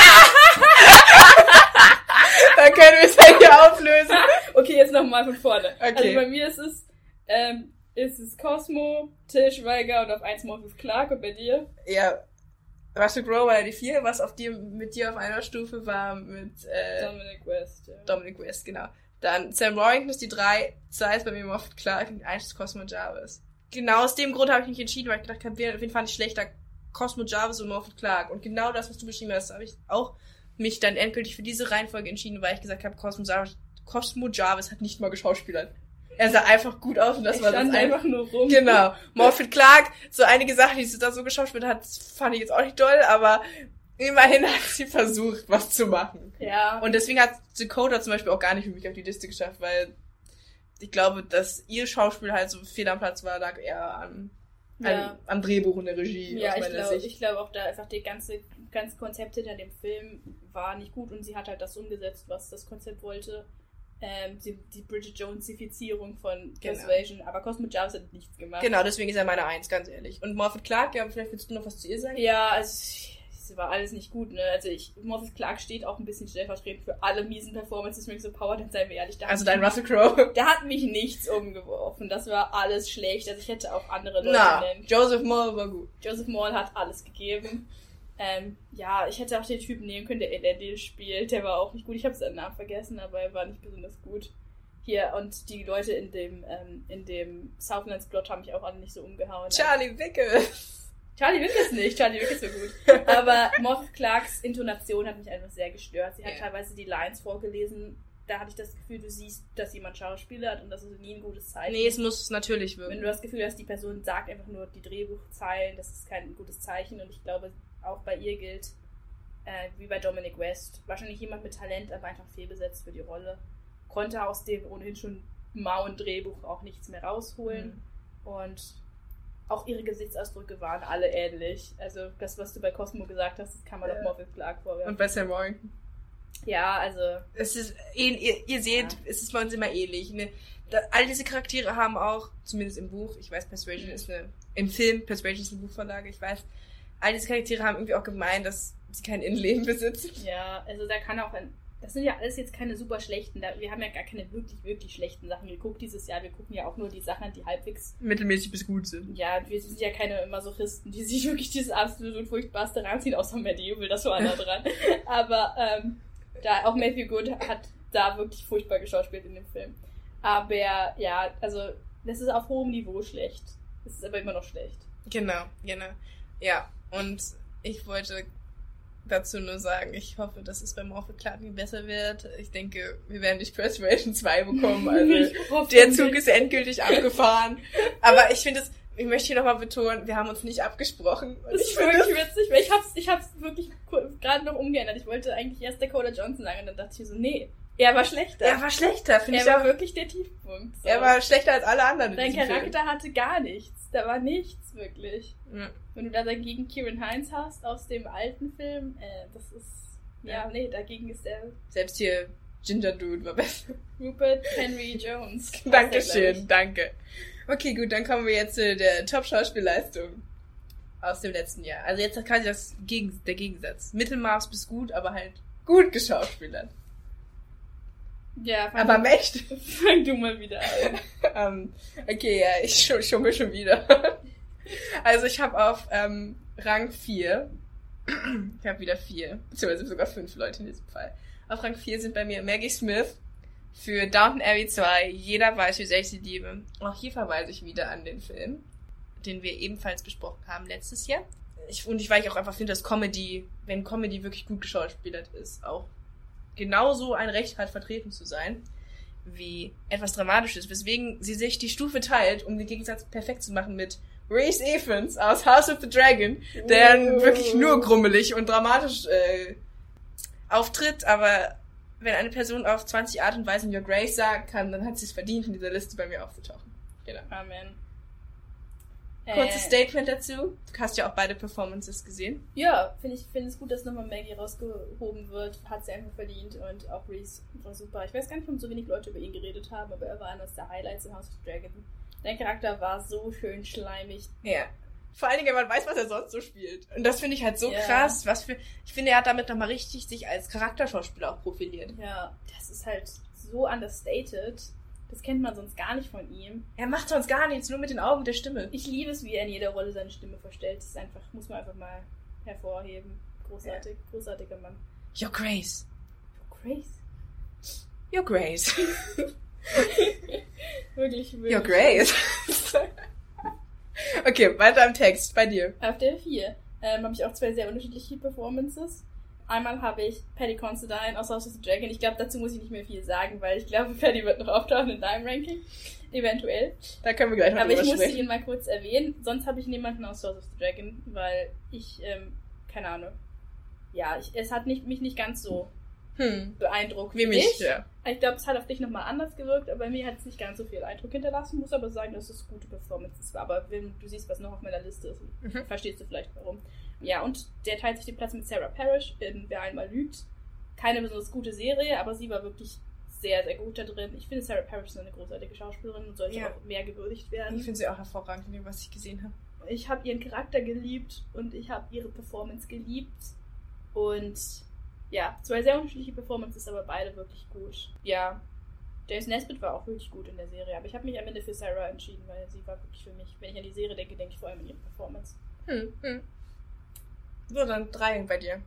Dann können wir es ja hier auflösen.
Okay, jetzt nochmal von vorne.
Okay.
Also bei mir ist es, ähm, ist es Cosmo, Til Schweiger und auf eins Morpheus Clark und bei dir?
Ja, Russell Crowe war ja die vier, was auf dir, mit dir auf einer Stufe war mit äh,
Dominic West, ja.
Dominic West, genau. Dann Sam Worthington ist die drei, zwei ist bei mir Morphet Clark und eins ist Cosmo Jarvis. Genau aus dem Grund habe ich mich entschieden, weil ich gedacht habe, wen fand ich schlechter, Cosmo Jarvis und Morphet Clark. Und genau das, was du beschrieben hast, habe ich auch mich dann endgültig für diese Reihenfolge entschieden, weil ich gesagt habe, Cosmo Jarvis, Cosmo Jarvis hat nicht mal geschauspielert. Er sah einfach gut aus und das
ich
war das
stand einfach nur rum.
Genau. Morphet Clark, so einige Sachen, die sie da so geschauspielt hat, fand ich jetzt auch nicht toll, aber immerhin hat sie versucht, was zu machen.
Ja.
Und deswegen hat Dakota zum Beispiel auch gar nicht für mich auf die Liste geschafft, weil ich glaube, dass ihr Schauspiel halt so fehl am Platz war, lag eher an,
ja.
an, am Drehbuch und der Regie.
Ja,
aus
ich
meiner
glaube
Sicht.
ich glaube auch da einfach die ganze, ganze Konzept hinter dem Film war nicht gut und sie hat halt das umgesetzt, was das Konzept wollte. Ähm, die, die Bridget Jones-Ifizierung von Persuasion, genau. Aber Cosmo Jarvis hat nichts gemacht.
Genau, deswegen ist er meine Eins, ganz ehrlich. Und Morphet Clark, ja, vielleicht willst du noch was zu ihr sagen?
Ja, also es war alles nicht gut, ne? Also ich, Morpheus Clark steht auch ein bisschen stellvertretend für alle miesen Performances Rings of Power, dann seien wir ehrlich. Da
also dein Russell Crowe?
Da hat mich nichts umgeworfen, das war alles schlecht, also ich hätte auch andere Leute
Na,
nennen.
Joseph Moore war gut.
Joseph Moore hat alles gegeben. Ähm, ja, ich hätte auch den Typen nehmen können, der Elendil spielt, der war auch nicht gut, ich habe seinen Namen vergessen, aber er war nicht besonders gut. Hier, und die Leute in dem, ähm, in dem Southlands-Plot haben mich auch alle nicht so umgehauen.
Charlie Wickes.
Charlie Wickes nicht, Charlie Wickes war gut. Aber Morphet Clarks Intonation hat mich einfach sehr gestört. Sie hat
ja.
teilweise die Lines vorgelesen, da hatte ich das Gefühl, du siehst, dass jemand Schauspieler hat und das ist nie ein gutes Zeichen.
Nee, es muss natürlich wirken.
Wenn du das Gefühl hast, die Person sagt einfach nur die Drehbuchzeilen, das ist kein gutes Zeichen und ich glaube, auch bei ihr gilt, äh, wie bei Dominic West, wahrscheinlich jemand mit Talent, aber einfach fehlbesetzt für die Rolle. Konnte aus dem ohnehin schon mauen Drehbuch auch nichts mehr rausholen. Mhm. Und auch ihre Gesichtsausdrücke waren alle ähnlich. Also das, was du bei Cosmo gesagt hast, das kann man ja. doch Morphet Clark vorwerfen.
Und bei Sam Worthington.
Ja, also...
Es ist, ihr, ihr seht, ja. es ist bei uns immer ähnlich. Ne? Da, all diese Charaktere haben auch, zumindest im Buch, ich weiß, Persuasion mhm. ist eine, im Film, Persuasion ist eine Buchvorlage, ich weiß, all diese Charaktere haben irgendwie auch gemeint, dass sie kein Innenleben besitzen.
Ja, also da kann auch ein... Das sind ja alles jetzt keine super schlechten, da, wir haben ja gar keine wirklich, wirklich schlechten Sachen geguckt dieses Jahr. Wir gucken ja auch nur die Sachen, die halbwegs...
mittelmäßig bis gut sind.
Ja, wir sind ja keine Masochisten, die sich wirklich dieses absolute und furchtbarste reinziehen, außer Medieval, das war da dran. Aber ähm, da auch Matthew Good hat da wirklich furchtbar geschauspielt in dem Film. Aber ja, also das ist auf hohem Niveau schlecht. Es ist aber immer noch schlecht.
Genau, genau. Ja, und ich wollte dazu nur sagen, ich hoffe, dass es bei Morphic Clark besser wird. Ich denke, wir werden nicht Perspiration zwei bekommen. Also der Zug ist endgültig abgefahren. Aber ich finde es, ich möchte hier nochmal betonen, wir haben uns nicht abgesprochen.
Das ist wirklich witzig, weil ich hab's, ich hab's wirklich gerade noch umgeändert. Ich wollte eigentlich erst Dakota Johnson sagen und dann dachte ich mir so, nee, er war schlechter.
Er war schlechter, finde ich
Er war
auch.
wirklich der Tiefpunkt. So.
Er war schlechter als alle anderen.
Sein
in diesem
Charakter
Film.
hatte gar nichts. Da war nichts, wirklich.
Ja.
Wenn du da dagegen Ciarán Hinds hast aus dem alten Film, äh, das ist, ja,
Ja.
nee, dagegen ist der
Selbst hier Ginger Dude war besser.
Rupert Henry Jones.
Dankeschön, danke. Okay, gut, dann kommen wir jetzt zu der Top-Schauspielleistung aus dem letzten Jahr. Also jetzt quasi das Gegen- der Gegensatz. Mittelmaß bis gut, aber halt gut geschauspielert.
Ja, fang
Aber
du,
mächtig.
fang du mal wieder an.
ähm, okay, ja, ich sch- schummel schon wieder. Also ich habe auf ähm, Rang vier, ich habe wieder vier, beziehungsweise sogar fünf Leute in diesem Fall. Auf Rang vier sind bei mir Maggie Smith für Downton Abbey zwei, Jeder weiß, wie sehr ich sie liebe. Auch hier verweise ich wieder an den Film, den wir ebenfalls besprochen haben letztes Jahr. Ich, und ich, weil ich auch einfach finde, dass Comedy, wenn Comedy wirklich gut geschauspielert ist, auch genauso ein Recht hat, vertreten zu sein, wie etwas Dramatisches, weswegen sie sich die Stufe teilt, um den Gegensatz perfekt zu machen mit Rhys Ifans aus House of the Dragon, der
Oh.
wirklich nur grummelig und dramatisch äh, auftritt, aber wenn eine Person auf zwanzig Art und Weisen Your Grace sagen kann, dann hat sie es verdient, in dieser Liste bei mir aufzutauchen. Genau.
Amen.
Kurzes
Äh,
Statement dazu. Du hast ja auch beide Performances gesehen.
Ja, finde ich finde es gut, dass nochmal Maggie rausgehoben wird. Hat sie einfach verdient und auch Rhys war super. Ich weiß gar nicht, warum so wenig Leute über ihn geredet haben, aber er war eines der Highlights in House of Dragon. Sein Charakter war so schön schleimig.
Ja. Vor allen Dingen, wenn man weiß, was er sonst so spielt. Und das finde ich halt so
Ja.
krass. Was für, ich finde, er hat damit nochmal richtig sich als Charakterschauspieler auch profiliert.
Ja, das ist halt so understated. Das kennt man sonst gar nicht von ihm.
Er macht sonst gar nichts, nur mit den Augen der Stimme.
Ich liebe es, wie er in jeder Rolle seine Stimme verstellt. Das ist einfach, muss man einfach mal hervorheben. Großartig, großartiger Mann.
Your Grace.
Grace.
Your Grace.
Wirklich, wirklich.
Your Grace. Okay, weiter im Text, bei dir.
Auf der vier ähm, habe ich auch zwei sehr unterschiedliche Performances. Einmal habe ich Paddy Considine aus House of the Dragon. Ich glaube, dazu muss ich nicht mehr viel sagen, weil ich glaube, Paddy wird noch auftauchen in deinem Ranking. Eventuell.
Da können wir gleich noch
Aber ich
drüber
musste
sprechen.
ihn mal kurz erwähnen. Sonst habe ich niemanden aus House of the Dragon, weil ich, ähm, keine Ahnung. Ja, ich, es hat nicht, mich nicht ganz so
Hm.
beeindruckt
Wie mich,
dich.
ja.
Ich glaube, es hat auf dich nochmal anders gewirkt, aber bei mir hat es nicht ganz so viel Eindruck hinterlassen. Muss aber sagen, dass es gute Performances war. Aber wenn du siehst, was noch auf meiner Liste ist,
Mhm.
verstehst du vielleicht warum. Ja, und der teilt sich den Platz mit Sarah Parrish in Wer einmal lügt. Keine besonders gute Serie, aber sie war wirklich sehr, sehr gut da drin. Ich finde, Sarah Parrish ist eine großartige Schauspielerin und sollte
Ja.
auch mehr gewürdigt werden.
Ich finde sie auch hervorragend, in dem, was ich gesehen habe.
Ich habe ihren Charakter geliebt und ich habe ihre Performance geliebt. Und ja, zwei sehr unterschiedliche Performances, aber beide wirklich gut. Ja, James Nesbitt war auch wirklich gut in der Serie, aber ich habe mich am Ende für Sarah entschieden, weil sie war wirklich für mich, wenn ich an die Serie denke, denke ich vor allem an ihre Performance.
Hm, hm. So, dann drei bei dir.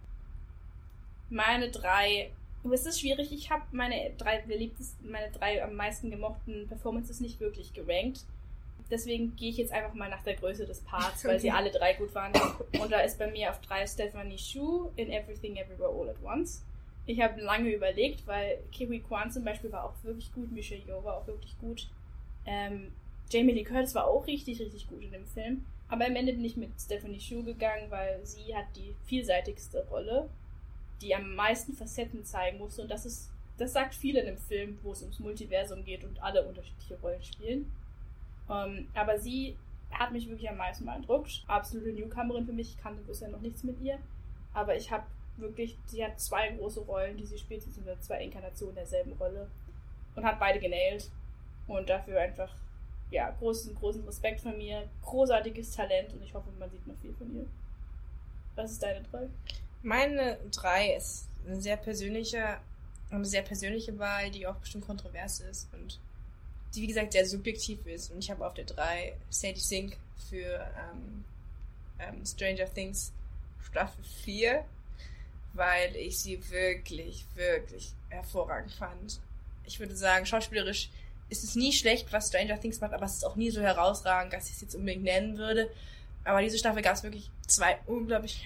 Meine drei, oh, es ist schwierig, ich habe meine drei beliebtesten, meine drei am meisten gemochten Performances nicht wirklich gerankt. Deswegen gehe ich jetzt einfach mal nach der Größe des Parts, weil sie alle drei gut waren. Und da ist bei mir auf drei Stephanie Shu in Everything Everywhere All at Once. Ich habe lange überlegt, weil Ke-Huy Quan zum Beispiel war auch wirklich gut, Michelle Yeoh war auch wirklich gut. Ähm, Jamie Lee Curtis war auch richtig, richtig gut in dem Film. Aber am Ende bin ich mit Stephanie Shu gegangen, weil sie hat die vielseitigste Rolle, die am meisten Facetten zeigen musste. Und das ist, das sagt viel in einem Film, wo es ums Multiversum geht und alle unterschiedliche Rollen spielen. Um, aber sie hat mich wirklich am meisten beeindruckt. Absolute Newcomerin für mich. Ich kannte bisher noch nichts mit ihr. Aber ich habe wirklich, sie hat zwei große Rollen, die sie spielt, beziehungsweise zwei Inkarnationen derselben Rolle. Und hat beide genailt. Und dafür einfach, ja, großen, großen Respekt von mir. Großartiges Talent und ich hoffe, man sieht noch viel von ihr. Was ist deine drei?
Meine drei ist eine sehr persönliche, eine sehr persönliche Wahl, die auch bestimmt kontrovers ist und die, wie gesagt, sehr subjektiv ist. Und ich habe auf der drei Sadie Sink für ähm, ähm, Stranger Things Staffel vier, weil ich sie wirklich, wirklich hervorragend fand. Ich würde sagen, schauspielerisch ist es nie schlecht, was Stranger Things macht, aber es ist auch nie so herausragend, dass ich es jetzt unbedingt nennen würde. Aber diese Staffel gab es wirklich zwei unglaublich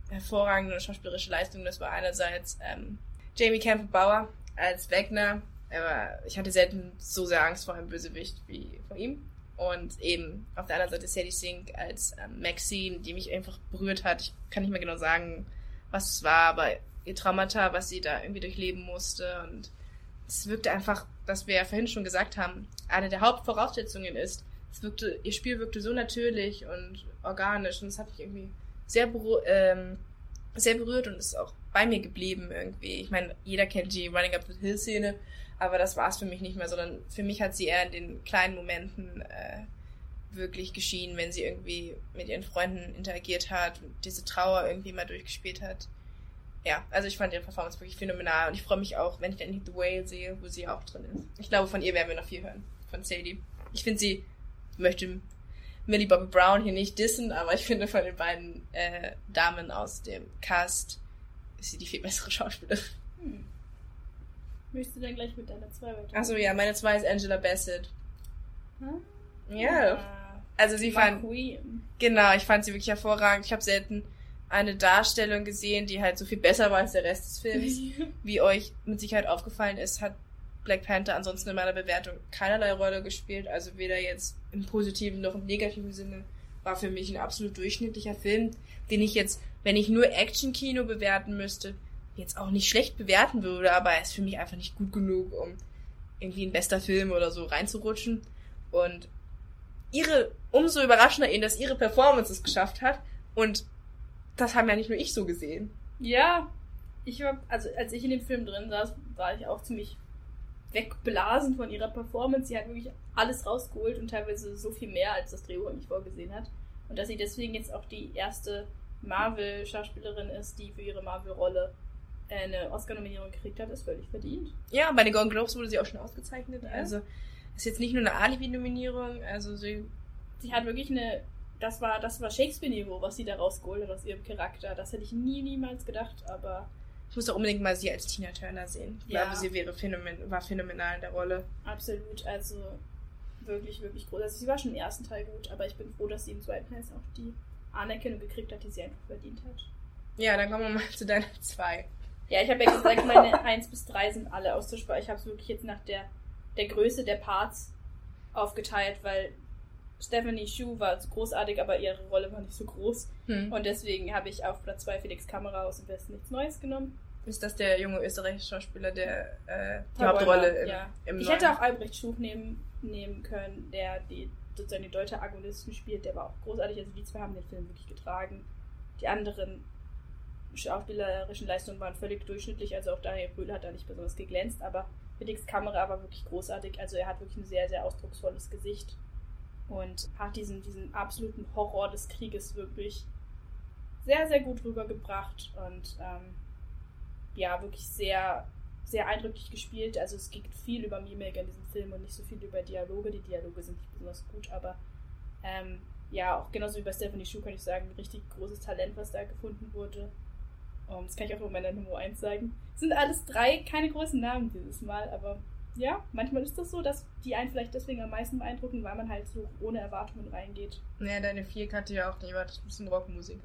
hervorragende schauspielerische Leistungen. Das war einerseits ähm, Jamie Campbell Bower als Wegner. Aber ich hatte selten so sehr Angst vor einem Bösewicht wie vor ihm. Und eben auf der anderen Seite Sadie Sink als ähm, Maxine, die mich einfach berührt hat. Ich kann nicht mehr genau sagen, was es war, aber ihr Traumata, was sie da irgendwie durchleben musste. Und es wirkte einfach, was wir ja vorhin schon gesagt haben, eine der Hauptvoraussetzungen ist, es wirkte, ihr Spiel wirkte so natürlich und organisch und das hat mich irgendwie sehr, beru- ähm, sehr berührt und ist auch bei mir geblieben irgendwie. Ich meine, jeder kennt die Running Up the Hill Szene, aber das war es für mich nicht mehr, sondern für mich hat sie eher in den kleinen Momenten äh, wirklich geschienen, wenn sie irgendwie mit ihren Freunden interagiert hat und diese Trauer irgendwie mal durchgespielt hat. Ja, also ich fand ihre Performance wirklich phänomenal und ich freue mich auch, wenn ich dann The Whale sehe, wo sie auch drin ist. Ich glaube, von ihr werden wir noch viel hören, von Sadie. Ich finde sie, ich möchte Millie Bobby Brown hier nicht dissen, aber ich finde von den beiden äh, Damen aus dem Cast ist sie die viel bessere Schauspielerin.
Hm. Möchtest du dann gleich mit deiner zwei weiter?
Achso, ja, meine zwei ist Angela Bassett.
Hm?
Ja.
Ah,
Also sie fand,
Queen.
genau, ich fand sie wirklich hervorragend. Ich habe selten eine Darstellung gesehen, die halt so viel besser war als der Rest des Films. Wie euch mit Sicherheit aufgefallen ist, hat Black Panther ansonsten in meiner Bewertung keinerlei Rolle gespielt. Also weder jetzt im positiven noch im negativen Sinne. War für mich ein absolut durchschnittlicher Film, den ich jetzt, wenn ich nur Action-Kino bewerten müsste, jetzt auch nicht schlecht bewerten würde, aber er ist für mich einfach nicht gut genug, um irgendwie ein bester Film oder so reinzurutschen. Und ihre, umso überraschender eben, dass ihre Performance es geschafft hat. Und das haben ja nicht nur ich so gesehen.
Ja, ich war, also als ich in dem Film drin saß, war ich auch ziemlich wegblasen von ihrer Performance. Sie hat wirklich alles rausgeholt und teilweise so viel mehr, als das Drehbuch nicht vorgesehen hat. Und dass sie deswegen jetzt auch die erste Marvel-Schauspielerin ist, die für ihre Marvel-Rolle eine Oscar-Nominierung gekriegt hat, ist völlig verdient.
Ja, bei den Golden Globes wurde sie auch schon ausgezeichnet.
Ja.
Also ist jetzt nicht nur eine Alibi-Nominierung, also sie...
Sie hat wirklich eine... Das war, das war Shakespeare-Niveau, was sie da rausgeholt hat aus ihrem Charakter. Das hätte ich nie, niemals gedacht, aber...
Ich muss auch unbedingt mal sie als Tina Turner sehen. Ich
Ja.
glaube, sie wäre phänomen- war phänomenal in der Rolle.
Absolut, also wirklich, wirklich groß. Also sie war schon im ersten Teil gut, aber ich bin froh, dass sie im zweiten Teil auch die Anerkennung gekriegt hat, die sie einfach verdient hat.
Ja, dann kommen wir mal zu deiner zwei.
Ja, ich habe ja gesagt, meine eins bis drei sind alle austauschbar. Ich habe es wirklich jetzt nach der, der Größe der Parts aufgeteilt, weil Stephanie Shu war großartig, aber ihre Rolle war nicht so groß.
Hm.
Und deswegen habe ich auf Platz zwei Felix Kammerer aus dem Westen nichts Neues genommen.
Ist das der junge österreichische Schauspieler, der äh, die
Herr
Hauptrolle
Bäumer,
im,
ja.
im
Ich
neuen...
hätte auch Albrecht Schuch nehmen, nehmen können, der die, sozusagen die deutsche Agonisten spielt. Der war auch großartig. Also die zwei haben den Film wirklich getragen. Die anderen schauspielerischen Leistungen waren völlig durchschnittlich. Also auch Daniel Brühl hat da nicht besonders geglänzt. Aber Felix Kammerer war wirklich großartig. Also er hat wirklich ein sehr, sehr ausdrucksvolles Gesicht. Und hat diesen, diesen absoluten Horror des Krieges wirklich sehr, sehr gut rübergebracht. Und ähm, ja, wirklich sehr, sehr eindrücklich gespielt. Also es geht viel über Mimik in diesem Film und nicht so viel über Dialoge. Die Dialoge sind nicht besonders gut, aber ähm, ja, auch genauso wie bei Stephanie Shu kann ich sagen, ein richtig großes Talent, was da gefunden wurde. Um, das kann ich auch über meine Nummer eins sagen. Es sind alles drei keine großen Namen dieses Mal, aber ja, manchmal ist das so, dass die einen vielleicht deswegen am meisten beeindrucken, weil man halt so ohne Erwartungen reingeht.
Naja, deine vier kannte ja auch nicht, war das ein bisschen Rockmusiker.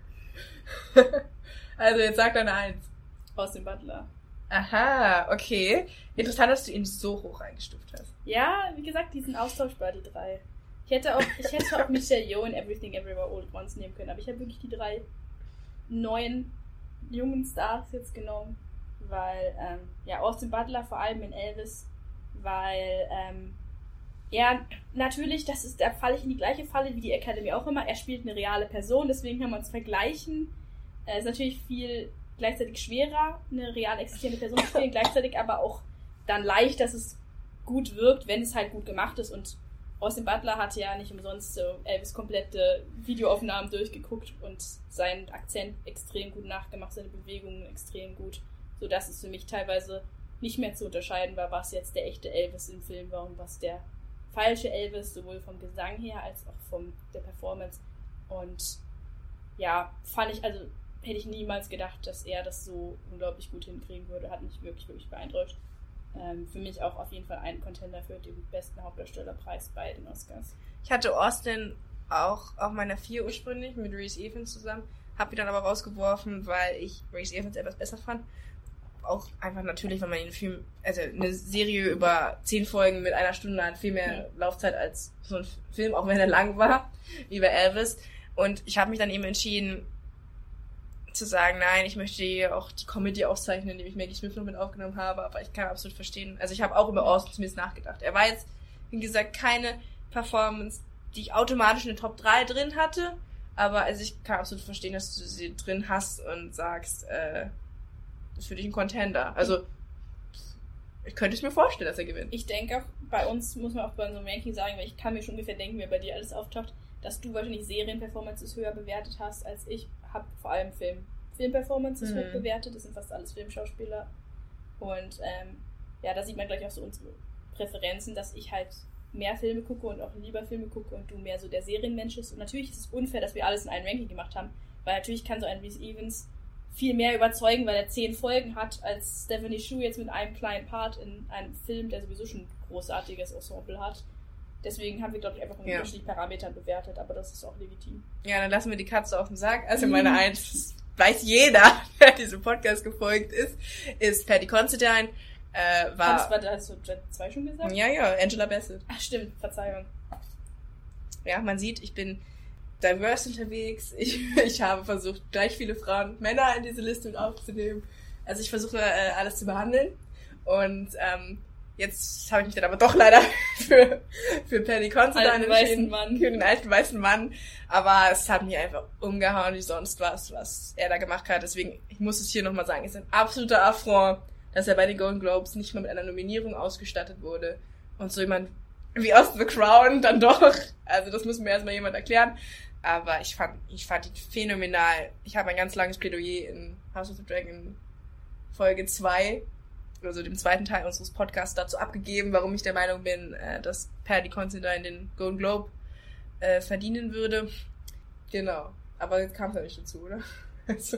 Also jetzt sag deine eins.
Austin Butler.
Aha, okay. Interessant, dass du ihn so hoch eingestuft hast.
Ja, wie gesagt, die sind austauschbar, die drei. Ich hätte auch, ich hätte auch Michelle Yeoh in Everything Everywhere All at Once nehmen können, aber ich habe wirklich die drei neuen jungen Stars jetzt genommen, weil, ähm, ja, Austin Butler vor allem in Elvis, weil, ähm, er, natürlich, das ist, da falle ich in die gleiche Falle wie die Academy auch immer, er spielt eine reale Person, deswegen kann man es vergleichen. Es äh, ist natürlich viel gleichzeitig schwerer, eine real existierende Person zu spielen, gleichzeitig aber auch dann leicht, dass es gut wirkt, wenn es halt gut gemacht ist. Und Austin Butler hatte ja nicht umsonst so Elvis komplette Videoaufnahmen durchgeguckt und seinen Akzent extrem gut nachgemacht, seine Bewegungen extrem gut, sodass es für mich teilweise nicht mehr zu unterscheiden war, was jetzt der echte Elvis im Film war und was der falsche Elvis, sowohl vom Gesang her als auch von der Performance. Und ja, fand ich, also hätte ich niemals gedacht, dass er das so unglaublich gut hinkriegen würde. Hat mich wirklich, wirklich beeindruckt. Ähm, für mich auch auf jeden Fall ein Contender für den besten Hauptdarstellerpreis bei den Oscars.
Ich hatte Austin auch auf meiner vier ursprünglich mit Reese Evans zusammen, hab ihn dann aber rausgeworfen, weil ich Rhys Evans etwas besser fand. Auch einfach natürlich, weil man den Film, also eine Serie über zehn Folgen mit einer Stunde hat viel mehr Laufzeit als so ein Film, auch wenn er lang war, wie bei Elvis. Und ich habe mich dann eben entschieden, zu sagen, nein, ich möchte hier auch die Comedy auszeichnen, indem ich Maggie Smith noch mit aufgenommen habe, aber ich kann absolut verstehen, also ich habe auch über Austin zumindest nachgedacht. Er war jetzt, wie gesagt, keine Performance, die ich automatisch in den Top drei drin hatte, aber also ich kann absolut verstehen, dass du sie drin hast und sagst, äh, das ist für dich ein Contender. Also, ich könnte es mir vorstellen, dass er gewinnt.
Ich denke auch, bei uns muss man auch bei unserem Ranking sagen, weil ich kann mir schon ungefähr denken, wer bei dir alles auftaucht, dass du wahrscheinlich Serienperformances höher bewertet hast als ich. Habe vor allem Film. Filmperformances mhm. hoch bewertet, das sind fast alles Filmschauspieler. Und ähm, ja, da sieht man gleich auch so unsere Präferenzen, dass ich halt mehr Filme gucke und auch lieber Filme gucke und du mehr so der Serienmensch bist. Und natürlich ist es unfair, dass wir alles in einem Ranking gemacht haben, weil natürlich kann so ein Rhys Evans viel mehr überzeugen, weil er zehn Folgen hat, als Stephanie Hsu jetzt mit einem kleinen Part in einem Film, der sowieso schon ein großartiges Ensemble hat. Deswegen haben wir, glaube ich, einfach mit
ja.
unterschiedlichen Parametern bewertet, aber das ist auch legitim.
Ja, dann lassen wir die Katze auf den Sack. Also meine Eins, weiß jeder, der diesem Podcast gefolgt ist, ist Paddy Considine. Äh, war...
Hast, warte, hast du Jet zwei schon gesagt?
Ja, ja, Angela Bassett.
Ach stimmt, Verzeihung.
Ja, man sieht, ich bin diverse unterwegs. Ich, ich habe versucht, gleich viele Frauen und Männer in diese Liste mit aufzunehmen. Also ich versuche, äh, alles zu behandeln. Und ähm, jetzt habe ich mich dann aber doch leider für, für Paddy Considine entschieden. Mann. Für den alten weißen Mann. Aber es hat mich einfach umgehauen wie sonst was, was er da gemacht hat. Deswegen, ich muss es hier nochmal sagen, es ist ein absoluter Affront, dass er bei den Golden Globes nicht mal mit einer Nominierung ausgestattet wurde. Und so jemand wie aus The Crown dann doch. Also das muss mir erstmal jemand erklären. Aber ich fand, ich fand ihn phänomenal. Ich habe ein ganz langes Plädoyer in House of the Dragon Folge zwei, also dem zweiten Teil unseres Podcasts, dazu abgegeben, warum ich der Meinung bin, dass Paddy Considine den Golden Globe äh, verdienen würde. Genau. Aber jetzt kam es ja nicht dazu, oder? Also,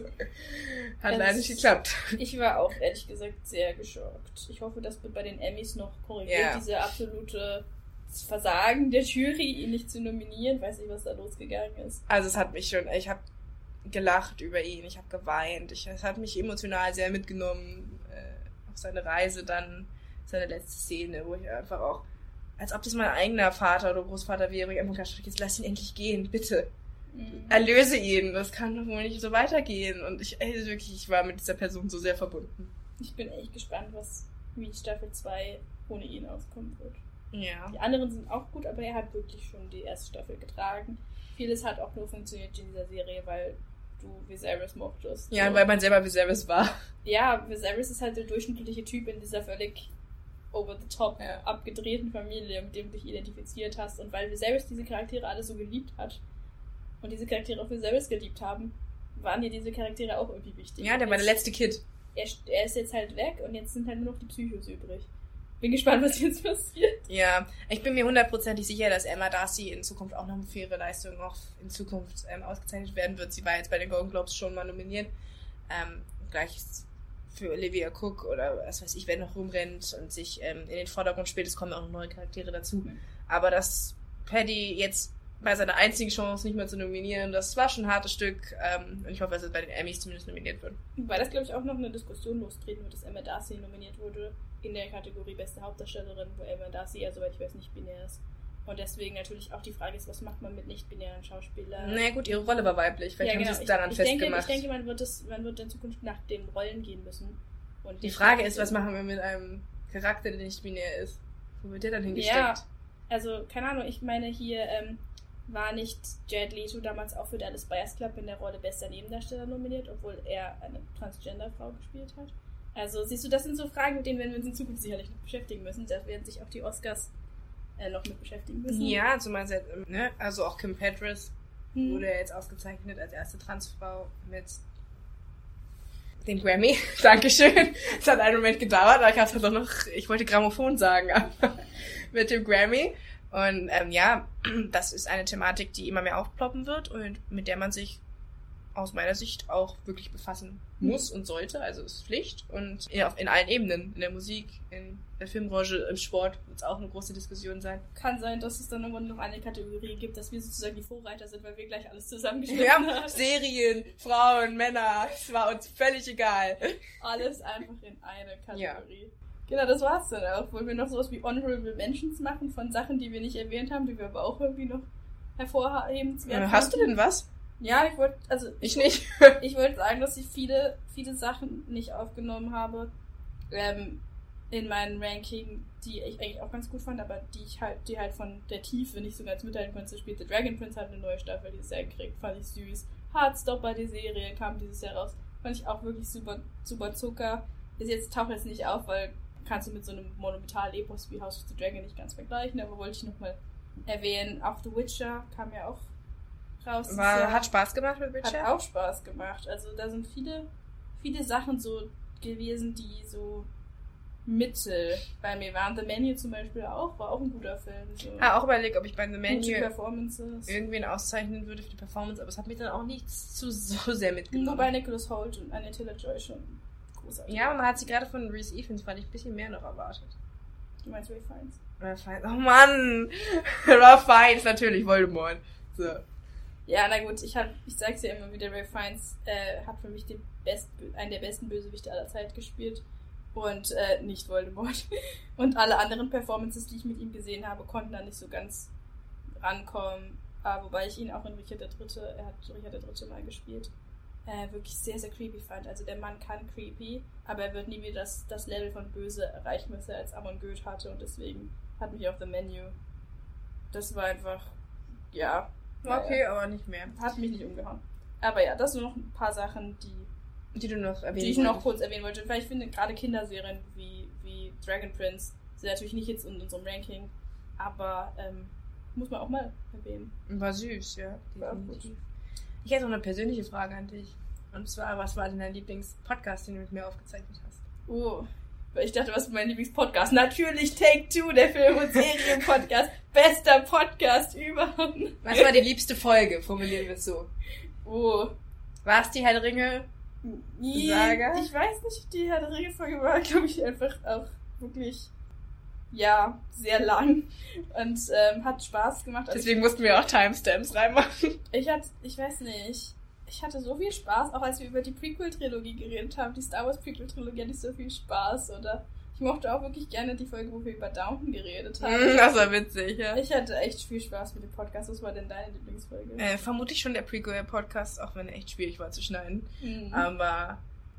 hat leider nicht geklappt.
Ich war auch, ehrlich gesagt, sehr geschockt. Ich hoffe, das wird bei den Emmys noch korrigiert, yeah. diese absolute Versagen der Jury, ihn nicht zu nominieren. Weiß nicht, was da losgegangen ist.
Also es hat mich schon, ich habe gelacht über ihn, ich habe geweint, ich, es hat mich emotional sehr mitgenommen äh, auf seine Reise dann, seine letzte Szene, wo ich einfach auch, als ob das mein eigener Vater oder Großvater wäre, ich einfach gedacht, jetzt lass ihn endlich gehen, bitte. Mhm. Erlöse ihn, das kann doch wohl nicht so weitergehen. Und ich, ey, wirklich, ich war mit dieser Person so sehr verbunden.
Ich bin echt gespannt, was wie Staffel zwei ohne ihn auskommen wird.
Ja.
Die anderen sind auch gut, aber er hat wirklich schon die erste Staffel getragen. Vieles hat auch nur funktioniert in dieser Serie, weil du Viserys mochtest.
Ja,
so.
Weil man selber Viserys war.
Ja, Viserys ist halt der durchschnittliche Typ in dieser völlig over-the-top
ja.
abgedrehten Familie, mit dem du dich identifiziert hast. Und weil Viserys diese Charaktere alle so geliebt hat und diese Charaktere auch Viserys geliebt haben, waren dir diese Charaktere auch irgendwie wichtig.
Ja, der war der letzte Kid.
Er, er ist jetzt halt weg und jetzt sind halt nur noch die Psychos übrig. Bin gespannt, was jetzt passiert.
Ja, ich bin mir hundertprozentig sicher, dass Emma Darcy in Zukunft auch noch für ihre Leistung auch in Zukunft ähm, ausgezeichnet werden wird. Sie war jetzt bei den Golden Globes schon mal nominiert. Ähm, gleich für Olivia Cook oder was weiß ich, wer noch rumrennt und sich ähm, in den Vordergrund spielt. Es kommen auch noch neue Charaktere dazu. Mhm. Aber dass Paddy jetzt bei seiner einzigen Chance nicht mehr zu nominieren, das war schon ein hartes Stück. Ähm, und ich hoffe, dass es bei den Emmys zumindest nominiert wird.
Weil das, glaube ich, auch noch eine Diskussion lostreten wird, dass Emma Darcy nominiert wurde in der Kategorie Beste Hauptdarstellerin, wo Emma Darcy ja, soweit ich weiß, nicht binär ist. Und deswegen natürlich auch die Frage ist, was macht man mit nicht-binären Schauspielern?
Naja gut, ihre Rolle war weiblich. Vielleicht
ja, genau.
haben sie es daran
ich, ich
festgemacht.
Denke, ich denke, man wird, das, man wird in Zukunft nach den Rollen gehen müssen. Und
die Frage ist, was machen wir mit einem Charakter, der nicht binär ist? Wo wird der dann hingesteckt?
Ja, also, keine Ahnung, ich meine hier, ähm, war nicht Jared Leto damals auch für Dallas Buyers Club in der Rolle bester Nebendarsteller nominiert, obwohl er eine Transgender-Frau gespielt hat? Also, siehst du, das sind so Fragen, mit denen werden wir uns in Zukunft sicherlich noch beschäftigen müssen. Da werden sich auch die Oscars äh, noch mit beschäftigen müssen.
Ja, zumal also, ne, also auch Kim Petras hm. wurde ja jetzt ausgezeichnet als erste Transfrau mit dem Grammy. Dankeschön. Es hat einen Moment gedauert, aber ich hab's halt doch noch, ich wollte Grammophon sagen, aber mit dem Grammy. Und ähm, ja, das ist eine Thematik, die immer mehr aufploppen wird und mit der man sich aus meiner Sicht auch wirklich befassen muss und sollte. Also ist Pflicht. Und ja, in allen Ebenen. In der Musik, in der Filmbranche, im Sport wird es auch eine große Diskussion sein.
Kann sein, dass es dann irgendwann noch eine Kategorie gibt, dass wir sozusagen die Vorreiter sind, weil wir gleich alles zusammengeschnitten
Ja,
haben.
Serien, Frauen, Männer, es war uns völlig egal.
Alles einfach in eine Kategorie.
Ja.
Genau, das war's dann auch. Wollen wir noch sowas wie Honorable Mentions machen von Sachen, die wir nicht erwähnt haben, die wir aber auch irgendwie noch hervorhebenswert
Äh, Hast du denn was?
Ja, ich wollte, also
Ich nicht.
ich wollte sagen, dass ich viele, viele Sachen nicht aufgenommen habe ähm, in meinem Ranking, die ich eigentlich auch ganz gut fand, aber die ich halt, die halt von der Tiefe nicht so ganz mithalten konnte. Zum Beispiel The Dragon Prince hat eine neue Staffel dieses Jahr gekriegt, fand ich süß. Heartstopper, die Serie, kam dieses Jahr raus, fand ich auch wirklich super, super Zucker. Ist jetzt, taucht jetzt nicht auf, weil kannst du mit so einem Monumental-Epos wie House of the Dragon nicht ganz vergleichen, aber wollte ich nochmal erwähnen. Auch The Witcher kam ja auch raus.
War, hat Spaß gemacht mit Witcher?
Hat auch Spaß gemacht. Also da sind viele, viele Sachen so gewesen, die so Mittel bei mir waren. The Menu zum Beispiel auch, war auch ein guter Film. So.
Ich habe auch überlegt, ob ich bei The Menu
Performances.
irgendwen auszeichnen würde für die Performance, aber es hat mich dann auch nicht zu so sehr mitgenommen.
Wobei Nicholas Hoult und Anya Taylor-Joy schon großartig.
Ja, man hat sie gerade von Reese Evans, fand ich, ein bisschen mehr noch erwartet.
Du meinst Ray Fiennes?
Ralph Fiennes. Oh Mann! Ralph Fiennes, natürlich, Voldemort. So.
Ja, na gut, ich, hab, ich sag's ja immer wieder, Ray Fiennes äh, hat für mich den best, einen der besten Bösewichte aller Zeit gespielt. Und äh, nicht Voldemort. Und alle anderen Performances, die ich mit ihm gesehen habe, konnten da nicht so ganz rankommen. Aber wobei ich ihn auch in Richard der Dritte, er hat Richard der Dritte mal gespielt, äh, wirklich sehr, sehr creepy fand. Also der Mann kann creepy, aber er wird nie wieder das, das Level von Böse erreichen, was er als Amon Goeth hatte. Und deswegen hat mich auch The Menu. Das war einfach, ja.
Okay,
ja,
aber nicht mehr.
hat mich nicht umgehauen. Aber ja, das sind noch ein paar Sachen, die
Die du noch erwähnen
die ich noch
wolltest.
kurz erwähnen wollte, weil ich finde, gerade Kinderserien wie, wie Dragon Prince sind natürlich nicht jetzt in unserem Ranking, aber ähm, muss man auch mal erwähnen.
War süß, ja.
War
Definitiv. Ich hätte noch eine persönliche Frage an dich. Und zwar, was war denn dein Lieblingspodcast, den du mit mir aufgezeichnet hast?
Oh, weil ich dachte, was ist mein Lieblingspodcast? Natürlich Take Two, der Film- und Serien-Podcast. Bester Podcast überhaupt.
Was war die liebste Folge? Formulieren wir es so.
Oh.
War es die Herr der Ringe? Saga?
Ich weiß nicht, die Herr der Ringe-Folge war, glaube ich, einfach auch wirklich, ja, sehr lang und ähm, hat Spaß gemacht. Also
Deswegen mussten wir auch Timestamps reinmachen.
ich hatte, ich weiß nicht, ich hatte so viel Spaß, auch als wir über die Prequel-Trilogie geredet haben. Die Star Wars Prequel-Trilogie hatte ich so viel Spaß, oder? Ich mochte auch wirklich gerne die Folge, wo wir über Downton geredet haben.
Das war witzig, ja.
Ich hatte echt viel Spaß mit dem Podcast. Was war denn deine Lieblingsfolge?
Äh, vermutlich schon der Prequel-Podcast, auch wenn er echt schwierig war zu schneiden.
Mhm.
Aber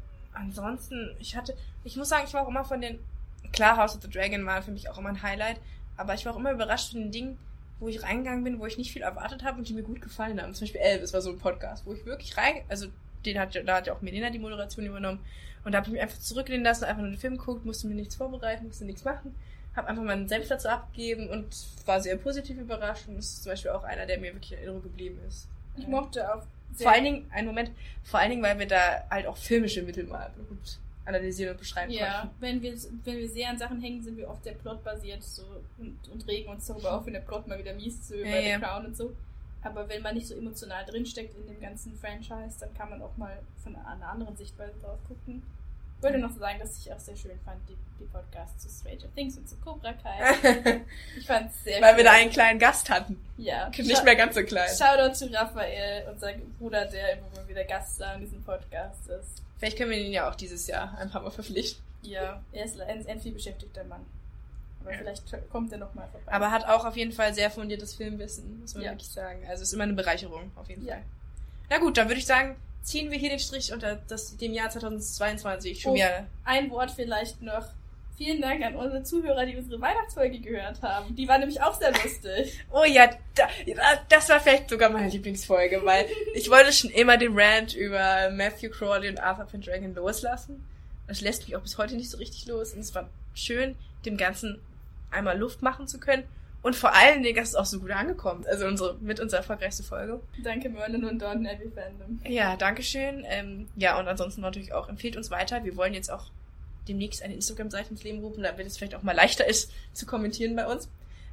ansonsten, ich hatte, ich muss sagen, ich war auch immer von den, klar, House of the Dragon war für mich auch immer ein Highlight, aber ich war auch immer überrascht von den Dingen, wo ich reingegangen bin, wo ich nicht viel erwartet habe und die mir gut gefallen haben. Zum Beispiel Elvis war so ein Podcast, wo ich wirklich rein, also den hat, da hat ja auch Melina die Moderation übernommen und da habe ich mich einfach zurücklehnen lassen, einfach nur den Film geguckt, musste mir nichts vorbereiten, musste nichts machen, habe einfach meinen Senf dazu abgegeben und war sehr positiv überrascht und das ist zum Beispiel auch einer, der mir wirklich in Erinnerung geblieben ist.
Ich mochte auch sehr...
Vor allen Dingen, einen Moment, vor allen Dingen, weil wir da halt auch filmische Mittel mal gut analysieren und beschreiben
Ja,
konnten.
wenn wir, wenn wir sehr an Sachen hängen, sind wir oft sehr plotbasiert so und, und regen uns darüber auf, wenn der Plot mal wieder mies ist, so wie
Ja,
bei
ja.
The Crown und so. Aber wenn man nicht so emotional drinsteckt in dem ganzen Franchise, dann kann man auch mal von einer anderen Sichtweise drauf gucken. Ich wollte noch sagen, dass ich auch sehr schön fand, die, die Podcasts zu Stranger Things und zu Cobra Kai. Ich fand es sehr
Weil
schön.
wir da einen kleinen Gast hatten.
Ja.
Nicht mehr ganz so klein.
Shoutout zu Raphael, unser Bruder, der immer mal wieder Gast da in diesem Podcast ist.
Vielleicht können wir ihn ja auch dieses Jahr ein paar Mal verpflichten.
Ja, er ist ein, ein viel beschäftigter Mann. Aber
Ja.
vielleicht kommt er noch mal vorbei.
Aber hat auch auf jeden Fall sehr fundiertes Filmwissen, muss man
Ja.
wirklich sagen. Also ist immer eine Bereicherung, auf jeden
Ja.
Fall. Na gut, dann würde ich sagen, ziehen wir hier den Strich unter das, dem Jahr zweitausendzweiundzwanzig. Schon
Oh.
wieder.
Ein Wort vielleicht noch. Vielen Dank an unsere Zuhörer, die unsere Weihnachtsfolge gehört haben. Die war nämlich auch sehr lustig.
Oh ja, da, das war vielleicht sogar meine Lieblingsfolge, weil ich wollte schon immer den Rant über Matthew Crawley und Arthur Pendragon loslassen. Das lässt mich auch bis heute nicht so richtig los. Und es war schön, dem Ganzen einmal Luft machen zu können. Und vor allen Dingen, dass es auch so gut angekommen. Also unsere, mit unserer erfolgreichste Folge.
Danke Merlin und Don Abbey Fandom.
Ja, dankeschön. Ähm, ja, und ansonsten natürlich auch, empfehlt uns weiter. Wir wollen jetzt auch demnächst eine Instagram-Seite ins Leben rufen, damit es vielleicht auch mal leichter ist, zu kommentieren bei uns.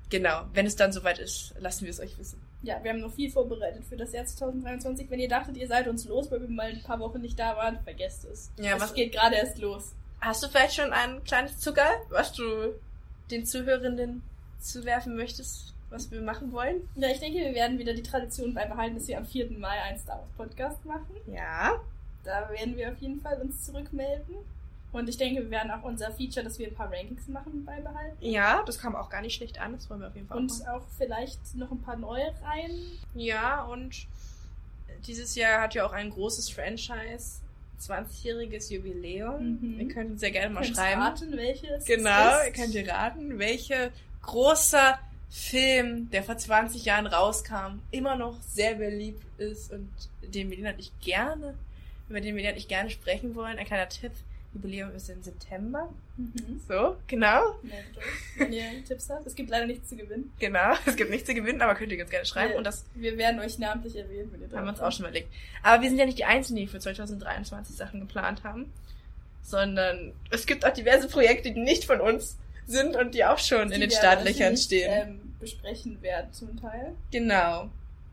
genau, wenn es dann soweit ist, lassen wir es euch wissen.
Ja, wir haben noch viel vorbereitet für das Jahr zwanzig dreiundzwanzig. Wenn ihr dachtet, ihr seid uns los, weil wir mal ein paar Wochen nicht da waren, vergesst es.
Ja,
es
was
geht gerade erst los.
Hast du vielleicht schon ein kleines Zuckerl, was du den Zuhörenden zuwerfen möchtest, was wir machen wollen?
Ja, ich denke, wir werden wieder die Tradition beibehalten, dass wir am vierten Mai einen Star Wars Podcast machen.
Ja.
Da werden wir auf jeden Fall uns zurückmelden. Und ich denke, wir werden auch unser Feature, dass wir ein paar Rankings machen, beibehalten.
Ja, das kam auch gar nicht schlecht an, das wollen wir auf jeden Fall
Und
auch,
auch vielleicht noch ein paar neue Reihen.
Ja, und dieses Jahr hat ja auch ein großes Franchise, zwanzigjähriges Jubiläum.
Mhm.
Ihr könnt uns ja gerne mal
Könnt
schreiben.
raten, welches
Genau,
es
ihr
ist.
könnt ihr raten, welcher großer Film, der vor zwanzig Jahren rauskam, immer noch sehr beliebt ist und den wir natürlich gerne, über den wir natürlich gerne sprechen wollen. Ein kleiner Tipp. Jubiläum ist im September.
Mhm.
So, genau.
Meldet euch, wenn ihr Tipps habt. Es gibt leider nichts zu gewinnen.
Genau. Es gibt nichts zu gewinnen, aber könnt ihr ganz gerne schreiben.
Wir,
und das
wir werden euch namentlich erwähnen, wenn ihr da
haben wir uns
seid.
auch schon überlegt. Aber wir sind ja nicht die Einzigen, die für zwanzig dreiundzwanzig Sachen geplant haben. Sondern es gibt auch diverse Projekte, die nicht von uns sind und die auch schon
Die
in den
wir
Startlöchern
natürlich,
stehen.
Ähm, besprechen werden zum Teil.
Genau.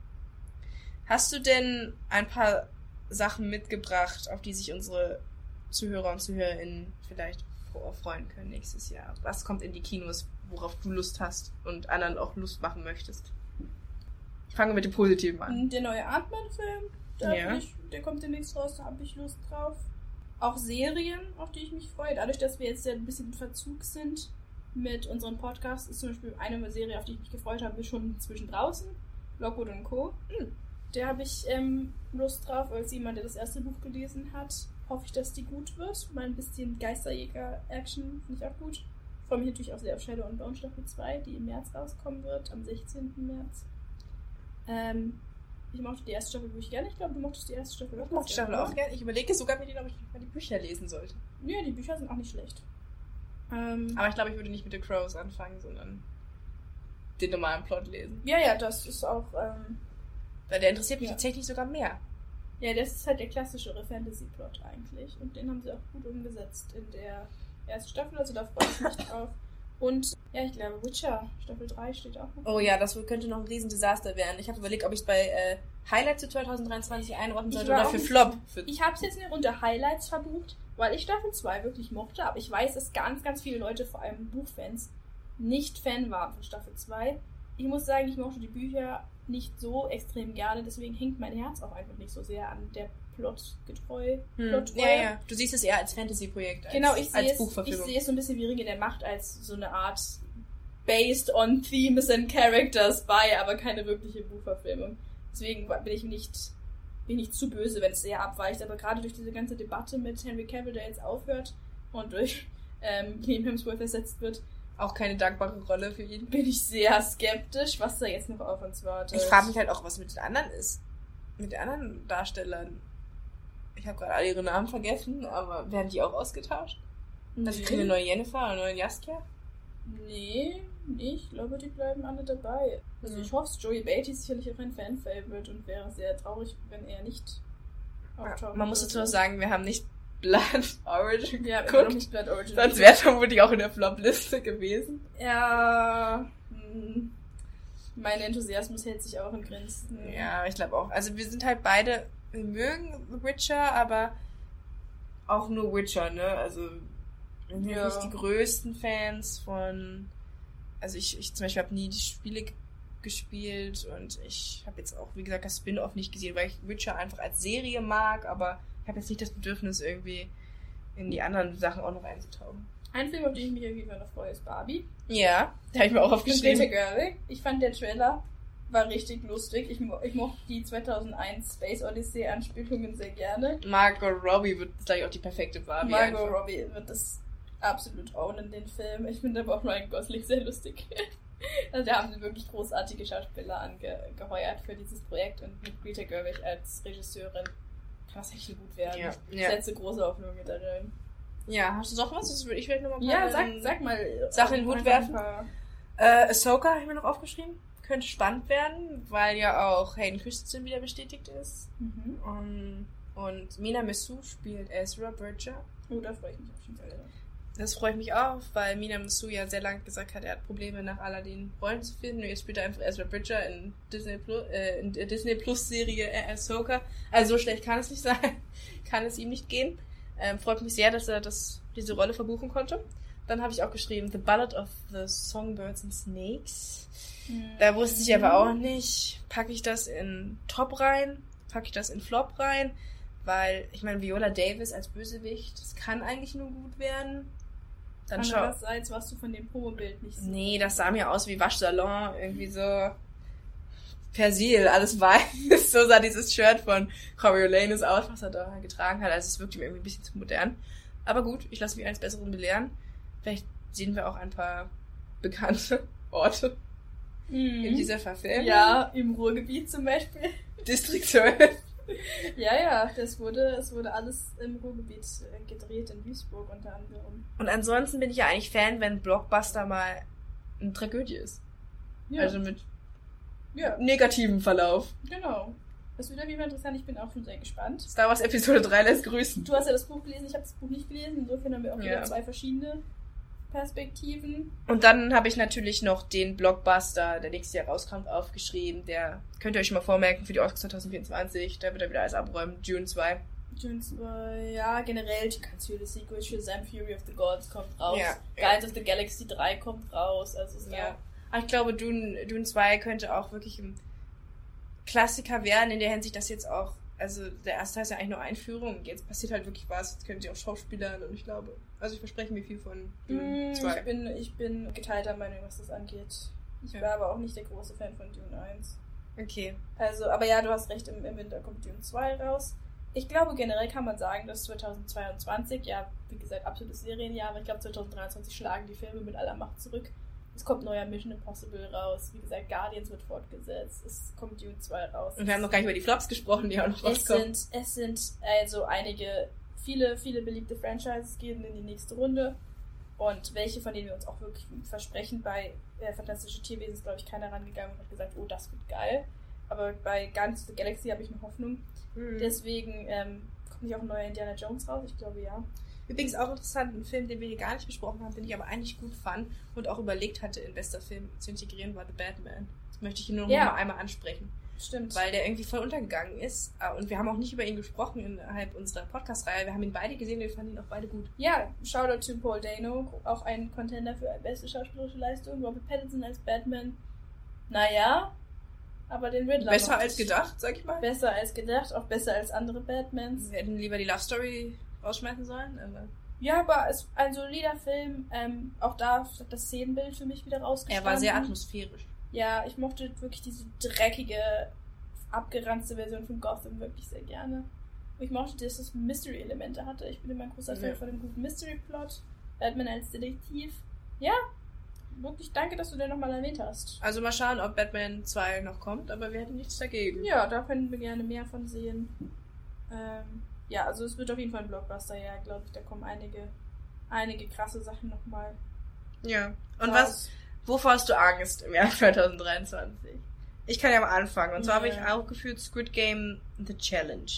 Hast du denn ein paar Sachen mitgebracht, auf die sich unsere Zuhörer und ZuhörerInnen vielleicht freuen können nächstes Jahr? Was kommt in die Kinos, worauf du Lust hast und anderen auch Lust machen möchtest? Ich fange mit dem Positiven an.
Der neue Ant-Man-Film, da
Ja.
hab ich, der kommt demnächst raus, da habe ich Lust drauf. Auch Serien, auf die ich mich freue. Dadurch, dass wir jetzt ja ein bisschen im Verzug sind mit unserem Podcast, ist zum Beispiel eine Serie, auf die ich mich gefreut habe, schon inzwischen draußen. Lockwood und Co.
Hm.
Der habe ich ähm, Lust drauf, als jemand, der das erste Buch gelesen hat. Hoffe ich, dass die gut wird. Mal ein bisschen Geisterjäger-Action finde ich auch gut. Freue mich natürlich auch sehr auf Shadow and Bone Staffel zwei, die im März rauskommen wird, am sechzehnten März. Ähm, ich mochte die erste Staffel wirklich gerne. Ich glaube, du mochtest die erste Staffel auch
Ich mochte Staffel auch gerne. Ich überlege sogar mit denen, ob ich mal die Bücher lesen sollte.
Ja, die Bücher sind auch nicht schlecht. Ähm,
Aber ich glaube, ich würde nicht mit The Crows anfangen, sondern den normalen Plot lesen.
ja, ja, das ist auch... Ähm,
Weil der interessiert mich
Ja.
tatsächlich sogar mehr.
ja, das ist halt der klassischere Fantasy-Plot eigentlich. Und den haben sie auch gut umgesetzt in der ersten Staffel. Also da freue ich mich drauf. Und, ja, ich glaube, Witcher Staffel drei steht auch noch.
Oh ja, das könnte noch ein Riesendesaster werden. Ich habe überlegt, ob ich es bei äh, Highlights für zwanzig dreiundzwanzig einordnen
Ich
sollte
war
oder
auch
für
nicht-
Flop. Für
Ich habe es jetzt nicht unter Highlights verbucht, weil ich Staffel zwei wirklich mochte. Aber ich weiß, dass ganz, ganz viele Leute, vor allem Buchfans, nicht Fan waren von Staffel zwei. Ich muss sagen, ich mochte die Bücher nicht so extrem gerne. Deswegen hängt mein Herz auch einfach nicht so sehr an der Plotgetreu.
hm.
Plottreue.
Ja, ja. Du siehst es eher als Fantasy-Projekt, als,
Genau, ich sehe
als
es, ich
Buchverfilmung.
sehe es so ein bisschen wie Ringe der Macht als so eine Art based on themes and characters by, aber keine wirkliche Buchverfilmung. Deswegen bin ich nicht, bin ich zu böse, wenn es sehr abweicht. Aber gerade durch diese ganze Debatte mit Henry Cavill, der jetzt aufhört und durch ähm, Liam Hemsworth ersetzt wird,
Auch keine dankbare Rolle für ihn.
bin ich sehr skeptisch, was da jetzt noch auf uns wartet.
Ich frage mich halt auch, was mit den anderen ist. Mit den anderen Darstellern. Ich habe gerade alle ihre Namen vergessen, aber werden die auch ausgetauscht? Also kriegen wir eine neue Jennifer oder eine neue Jaskia?
Nee, nee, ich glaube, die bleiben alle dabei. Also
Mhm.
ich hoffe, Joey Beatty ist sicherlich auch ein Fan-Favorite und wäre sehr traurig, wenn er nicht auftauchen
Man muss
würde.
dazu noch sagen, wir haben nicht Blood Origin
Ja, wir haben noch
geguckt.
nicht Blood Origin.
Sonst wäre es vermutlich auch in der Flop-Liste gewesen.
Ja, hm, mein Enthusiasmus hält sich auch in Grenzen.
Ja, ich glaube auch. Also wir sind halt beide, wir mögen The Witcher, aber auch nur Witcher, ne? Also wir sind
Ja.
nicht die größten Fans von... Also ich, ich zum Beispiel habe nie die Spiele g- gespielt und ich habe jetzt auch, wie gesagt, das Spin-Off nicht gesehen, weil ich Witcher einfach als Serie mag, aber ich habe jetzt nicht das Bedürfnis, irgendwie in die anderen Sachen auch noch einzutauchen.
Ein Film, auf den ich mich auf jeden Fall noch freue, ist Barbie.
Ja, da habe ich mir auch
Mit Greta
aufgeschrieben.
Gerwig. Ich fand, der Trailer war richtig lustig. Ich, mo- ich mochte die zweitauseneins Space Odyssey Anspielungen sehr gerne.
Margot Robbie wird gleich auch die perfekte Barbie.
Margot
einfach.
Robbie wird das absolut ownen, den Film. Ich finde aber auch Ryan Gosling sehr lustig. Also da haben sie wirklich großartige Schauspieler angeheuert für dieses Projekt und mit Greta Gerwig als Regisseurin kann das echt gut werden.
Ja,
Ich
ja.
setze große Hoffnungen da rein.
Ja, hast du noch was? Das würde ich vielleicht nochmal
Ja, sag, sag mal.
Sachen in den Hut
einfach
werfen?
ein paar-
Äh, Ahsoka habe ich mir noch aufgeschrieben. Könnte spannend werden, weil ja auch Hayden Christensen wieder bestätigt ist.
Mhm.
Um, und Mina Messou spielt Ezra Bridger.
Oh, da freue ich mich auch schon sehr drauf.
Das freut mich auch, weil Mina Musu ja sehr lange gesagt hat, er hat Probleme nach Aladdin Rollen zu finden. Und jetzt spielt er einfach Ezra Bridger in Disney Plus, äh, in der Disney Plus Serie Ahsoka. Also so schlecht kann es nicht sein. Kann es ihm nicht gehen. Ähm, freut mich sehr, dass er das, diese Rolle verbuchen konnte. Dann habe ich auch geschrieben The Ballad of the Songbirds and Snakes. Mhm. Da wusste ich aber auch nicht, packe ich das in Top rein, packe ich das in Flop rein, weil, ich meine, Viola Davis als Bösewicht, das kann eigentlich nur gut werden. Dann schau.
Andererseits warst du von dem Promobild nicht so.
Nee, das sah mir aus wie Waschsalon, irgendwie so Persil, alles weiß. So sah dieses Shirt von Coriolanus aus, was er da getragen hat. Also es wirkt ihm irgendwie ein bisschen zu modern. Aber gut, ich lasse mich eines Besseren belehren. Vielleicht sehen wir auch ein paar bekannte Orte mhm. in dieser Verfilmung.
Ja, im Ruhrgebiet zum Beispiel.
Distrikt zwölf.
Ja, ja, das wurde, es wurde alles im Ruhrgebiet gedreht, in Duisburg unter anderem.
Und ansonsten bin ich ja eigentlich Fan, wenn Blockbuster mal eine Tragödie ist. Ja. Also mit ja. negativem Verlauf.
Genau. Das wird auf jeden Fall interessant, ich bin auch schon sehr gespannt.
Star Wars Episode drei lässt grüßen.
Du hast ja das Buch gelesen, ich habe das Buch nicht gelesen, insofern haben wir auch
ja.
wieder zwei verschiedene Perspektiven.
Und dann habe ich natürlich noch den Blockbuster, der nächstes Jahr rauskommt, aufgeschrieben. Der könnt ihr euch schon mal vormerken für die Oscars zwanzig vierundzwanzig. Da wird er wieder alles abräumen. Dune zwei.
Dune zwei, ja, generell die ganz viele Sequels. Shazam Fury of the Gods kommt raus.
Ja.
Guardians of the Galaxy drei kommt raus. Also es
ja. Aber ich glaube, Dune, Dune zwei könnte auch wirklich ein Klassiker werden, in der Hinsicht, dass jetzt auch, also der erste Teil ist ja eigentlich nur Einführung. Jetzt passiert halt wirklich was. Jetzt können sie auch Schauspielern und ich glaube, also ich verspreche mir viel von Dune zwei.
Ich bin, ich bin geteilter Meinung, was das angeht. Ich ja. war aber auch nicht der große Fan von Dune eins.
Okay.
Also, aber ja, du hast recht, im, im Winter kommt Dune zwei raus. Ich glaube, generell kann man sagen, dass zweitausendzweiundzwanzig, ja, wie gesagt, absolutes Serienjahr, aber ich glaube, zweitausenddreiundzwanzig schlagen die Filme mit aller Macht zurück. Es kommt neuer Mission Impossible raus. Wie gesagt, Guardians wird fortgesetzt. Es kommt Dune zwei raus.
Und wir haben noch gar nicht über die Flops gesprochen, die auch noch rauskommen.
Es sind, es sind also einige, viele, viele beliebte Franchises gehen in die nächste Runde. Und welche, von denen wir uns auch wirklich versprechen, bei äh, Fantastische Tierwesen ist, glaube ich, keiner rangegangen und hat gesagt, oh, das wird geil. Aber bei Guardians of the Galaxy habe ich eine Hoffnung. Mhm. Deswegen ähm, kommt nicht auch ein neuer Indiana Jones raus? Ich glaube, ja.
Übrigens auch interessant, ein Film, den wir hier gar nicht besprochen haben, den ich aber eigentlich gut fand und auch überlegt hatte, in bester Film zu integrieren, war The Batman. Das möchte ich hier nur noch ja. mal einmal ansprechen.
Stimmt.
Weil der irgendwie voll untergegangen ist. Und wir haben auch nicht über ihn gesprochen innerhalb unserer Podcast-Reihe. Wir haben ihn beide gesehen und wir fanden ihn auch beide gut.
Ja, Shoutout to Paul Dano, auch ein Contender für beste schauspielerische Leistung. Robert Pattinson als Batman, naja, aber den Riddler
besser als gedacht, sag ich mal.
Besser als gedacht, auch besser als andere Batmans.
Wir hätten lieber die Love Story rausschmeißen sollen, aber...
Ja, aber es ein solider Film. Ähm, auch da hat das Szenenbild für mich wieder rausgestanden.
Er war sehr atmosphärisch.
Ja, ich mochte wirklich diese dreckige, abgeranzte Version von Gotham wirklich sehr gerne. Und ich mochte, dass es Mystery-Elemente hatte. Ich bin immer ein großer Fan ja. von einem guten Mystery-Plot. Batman als Detektiv. Ja, wirklich danke, dass du den nochmal erwähnt hast.
Also mal schauen, ob Batman zwei noch kommt, aber wir hätten nichts dagegen.
Ja, da können wir gerne mehr von sehen. Ähm... Ja, also es wird auf jeden Fall ein Blockbuster, ja, glaube ich. Da kommen einige, einige krasse Sachen nochmal.
Ja. Und raus. was, wovor hast du Angst im Jahr zwanzig dreiundzwanzig? Ich kann ja mal anfangen. Und zwar ja. habe ich auch gefühlt Squid Game The Challenge.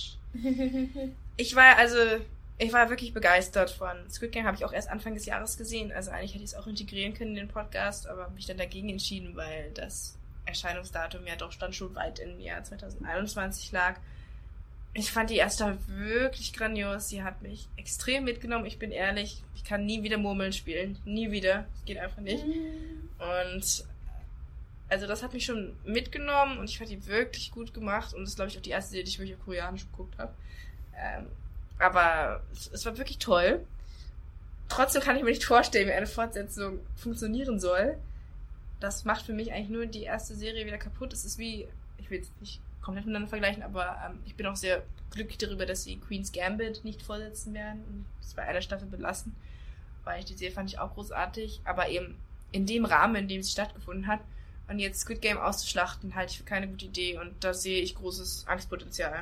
ich war also, ich war wirklich begeistert von Squid Game, habe ich auch erst Anfang des Jahres gesehen. Also eigentlich hätte ich es auch integrieren können in den Podcast, aber habe mich dann dagegen entschieden, weil das Erscheinungsdatum ja doch dann schon weit im Jahr zwanzig einundzwanzig lag. Ich fand die erste wirklich grandios. Sie hat mich extrem mitgenommen. Ich bin ehrlich, ich kann nie wieder Murmeln spielen. Nie wieder. Das geht einfach nicht. Und also das hat mich schon mitgenommen und ich fand die wirklich gut gemacht. Und das ist, glaube ich, auch die erste Serie, die ich wirklich auf Koreanisch geguckt habe. Ähm, aber es, es war wirklich toll. Trotzdem kann ich mir nicht vorstellen, wie eine Fortsetzung funktionieren soll. Das macht für mich eigentlich nur die erste Serie wieder kaputt. Es ist wie, ich will jetzt nicht komplett miteinander vergleichen, aber ähm, ich bin auch sehr glücklich darüber, dass sie Queen's Gambit nicht fortsetzen werden und das bei einer Staffel belassen, weil ich die Serie fand ich auch großartig, aber eben in dem Rahmen, in dem sie stattgefunden hat und jetzt Squid Game auszuschlachten, halte ich für keine gute Idee und da sehe ich großes Angstpotenzial.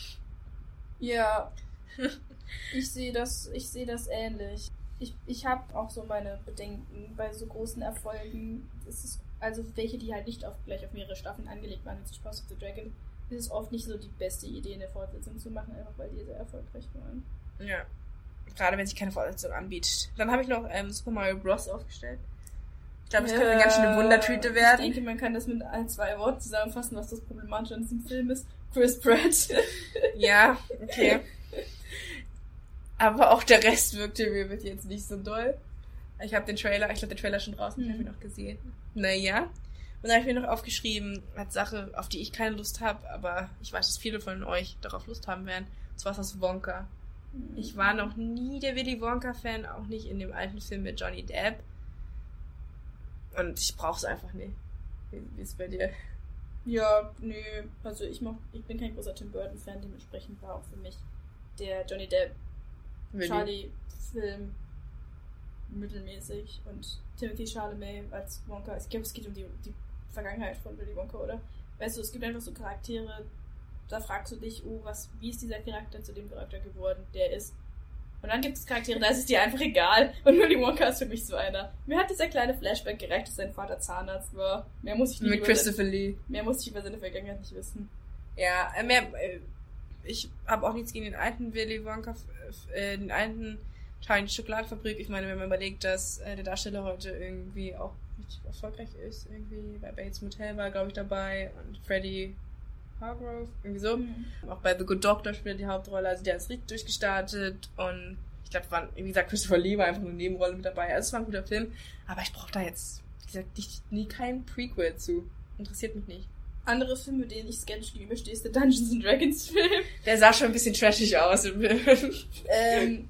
Ja, ich sehe das, ich sehe das ähnlich. Ich, ich habe auch so meine Bedenken bei so großen Erfolgen. Es ist also welche, die halt nicht auf, gleich auf mehrere Staffeln angelegt waren, wie zum House of the Dragon, ist es oft nicht so die beste Idee, eine Fortsetzung zu machen, einfach weil die sehr erfolgreich waren.
Ja. Gerade wenn sich keine Fortsetzung anbietet. Dann habe ich noch ähm, Super Mario Bros. Aufgestellt. Ich glaube, das könnte eine ganz schöne Wundertüte werden.
Ich denke, man kann das mit ein, zwei Worten zusammenfassen, was das Problematische an diesem Film ist. Chris Pratt.
Ja, okay. Aber auch der Rest wirkte mir jetzt nicht so doll. Ich habe den Trailer, ich glaube, der Trailer schon draußen, ich habe ihn noch gesehen. Naja. Und dann habe ich mir noch aufgeschrieben, als Sache, auf die ich keine Lust habe, aber ich weiß, dass viele von euch darauf Lust haben werden. Und zwar ist das Wonka. Ich war noch nie der Willy Wonka-Fan, auch nicht in dem alten Film mit Johnny Depp. Und ich brauch's einfach nicht. Wie, wie ist es bei dir?
Ja, nö. Also ich mach, ich bin kein großer Tim Burton-Fan, dementsprechend war auch für mich der Johnny Depp
Willy.
Charlie-Film mittelmäßig und Timothy Chalamet als Wonka. Ich glaube, es geht um die, die Vergangenheit von Willy Wonka, oder? Weißt du, es gibt einfach so Charaktere, da fragst du dich, oh, was, wie ist dieser Charakter zu dem Charakter geworden, der ist. Und dann gibt es Charaktere, da ist es dir einfach egal. Und Willy Wonka ist für mich so einer. Mir hat dieser kleine Flashback gereicht, dass sein Vater Zahnarzt war. Mehr muss ich nicht
Mit
über
Christopher
seine,
Lee.
Mehr muss ich über seine Vergangenheit nicht wissen.
Ja, äh, mehr, äh, ich habe auch nichts gegen den alten Willy Wonka, äh, den alten Charlie Schokoladenfabrik. Ich meine, wenn man überlegt, dass äh, der Darsteller heute irgendwie auch richtig erfolgreich ist, irgendwie bei Bates Motel war, glaube ich, dabei und Freddie Hargrove, irgendwie so. Mhm. Auch bei The Good Doctor spielt die Hauptrolle, also der ist richtig durchgestartet und ich glaube, wie gesagt, Christopher Lee war einfach nur eine Nebenrolle mit dabei. Also es war ein guter Film, aber ich brauche da jetzt, wie gesagt, nicht, nie kein Prequel zu. Interessiert mich nicht.
Andere Filme, mit denen ich skeptisch gegenüberstehe, ist der Dungeons and Dragons Film.
Der sah schon ein bisschen trashig aus im Film.
ähm,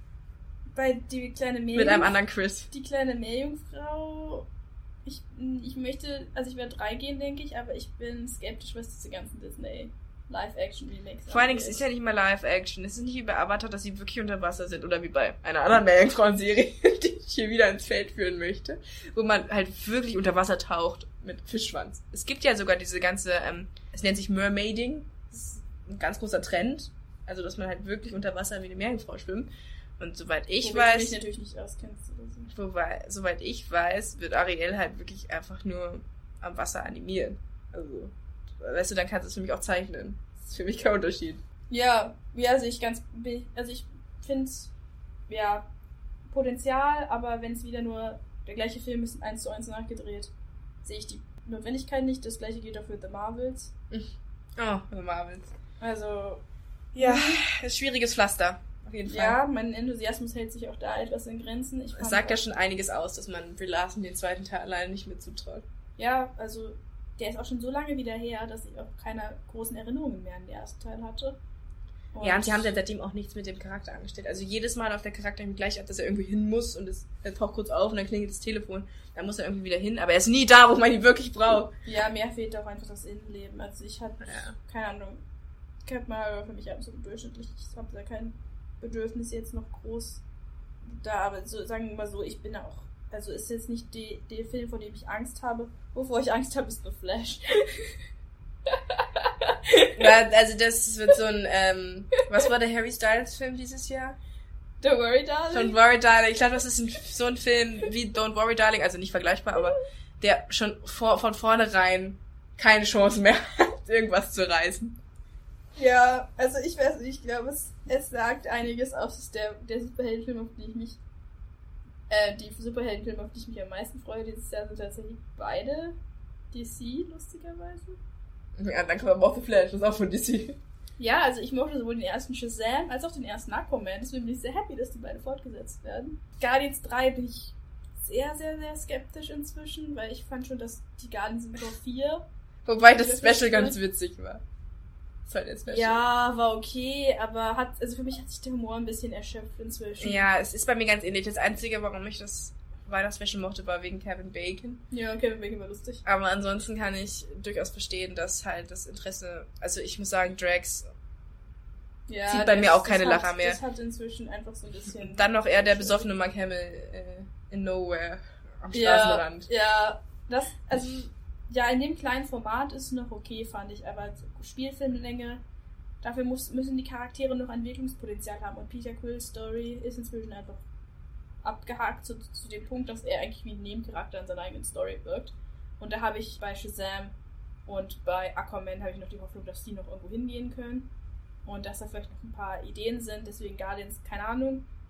bei die kleine Meerjungfrau.
Mit einem anderen Chris.
Die kleine Meerjungfrau. Ich, ich möchte, also ich werde drei gehen, denke ich, aber ich bin skeptisch, was diese ganzen Disney Live-Action-Remakes
Vor allen Dingen, es ist ja nicht mal Live-Action. Es ist nicht wie bei Avatar, dass sie wirklich unter Wasser sind oder wie bei einer anderen Meerjungfrauen-Serie, die ich hier wieder ins Feld führen möchte, wo man halt wirklich unter Wasser taucht mit Fischschwanz. Es gibt ja sogar diese ganze, ähm, es nennt sich Mermaiding. Das ist ein ganz großer Trend. Also, dass man halt wirklich unter Wasser wie eine Meerjungfrau schwimmt. Und soweit ich
Wobei
weiß...
du dich natürlich nicht auskennst oder so.
Wobei, soweit ich weiß, wird Ariel halt wirklich einfach nur am Wasser animieren. Also, weißt du, dann kannst du es für mich auch zeichnen. Das ist für mich kein Unterschied.
Ja, ja, sehe ich ganz... Also ich finde, ja, Potenzial, aber wenn es wieder nur der gleiche Film ist, eins zu eins nachgedreht, sehe ich die Notwendigkeit nicht. Das gleiche gilt auch für The Marvels.
Oh, The Marvels.
Also...
Ja, ist schwieriges Pflaster. Auf jeden Fall.
Ja, mein Enthusiasmus hält sich auch da etwas in Grenzen. Ich
es sagt ja schon einiges aus, dass man Brie Larson den zweiten Teil alleine nicht mehr zutraut.
Ja, also der ist auch schon so lange wieder her, dass ich auch keine großen Erinnerungen mehr an den ersten Teil hatte.
Und ja, und sie haben ja seitdem auch nichts mit dem Charakter angestellt. Also jedes Mal auf der Charakter gleich ab, dass er irgendwie hin muss und es, er taucht kurz auf und dann klingelt das Telefon. Dann muss er irgendwie wieder hin, aber er ist nie da, wo man ihn wirklich braucht.
Ja, mir fehlt auch einfach das Innenleben. Also ich hatte,
ja. keine
Ahnung, Captain Marvel für mich absolut durchschnittlich. Ich habe da kein Bedürfnis jetzt noch groß da, aber so, sagen wir mal so, ich bin auch, also ist jetzt nicht die, der Film, vor dem ich Angst habe. Wovor ich Angst habe, ist The Flash.
Ja, also das wird so ein, ähm, was war der Harry Styles Film dieses Jahr?
Don't Worry Darling?
Don't Worry Darling. Ich glaube, das ist ein, so ein Film wie Don't Worry Darling, also nicht vergleichbar, aber der schon vor, von vornherein keine Chance mehr hat, irgendwas zu reißen.
Ja, also ich weiß nicht, ich glaube, es, es sagt einiges aus, dass der, der Superheldenfilm, auf die ich mich, äh, die Superheldenfilme, auf die ich mich am meisten freue dieses Jahr, sind tatsächlich beide D C, lustigerweise.
Ja, dann kommt auch The Flash, das ist auch von D C.
Ja, also ich mochte sowohl den ersten Shazam als auch den ersten Aquaman, deswegen bin ich sehr happy, dass die beide fortgesetzt werden. Guardians drei bin ich sehr, sehr, sehr skeptisch inzwischen, weil ich fand schon, dass die Guardians in Tor vier...
Wobei das Special ganz witzig war.
Ja, war okay, aber hat, also für mich hat sich der Humor ein bisschen erschöpft inzwischen.
Ja, es ist bei mir ganz ähnlich. Das Einzige, warum ich das Weihnachtsspecial mochte, war wegen Kevin Bacon.
Ja, Kevin Bacon war lustig.
Aber ansonsten kann ich durchaus verstehen, dass halt das Interesse, also ich muss sagen, Drax ja, zieht bei das, mir auch keine
hat,
Lacher mehr.
Das hat inzwischen einfach so ein bisschen...
Dann noch eher der besoffene Mark Hamill äh, in Nowhere am Straßenrand.
Ja, ja, das, also... Ja, in dem kleinen Format ist es noch okay, fand ich, aber Spielfilmlänge, dafür muss, müssen die Charaktere noch Entwicklungspotenzial haben und Peter Quills Story ist inzwischen einfach abgehakt zu, zu dem Punkt, dass er eigentlich wie ein Nebencharakter in seiner eigenen Story wirkt. Und da habe ich bei Shazam und bei Aquaman habe ich noch die Hoffnung, dass die noch irgendwo hingehen können und dass da vielleicht noch ein paar Ideen sind, deswegen Guardians, keine Ahnung.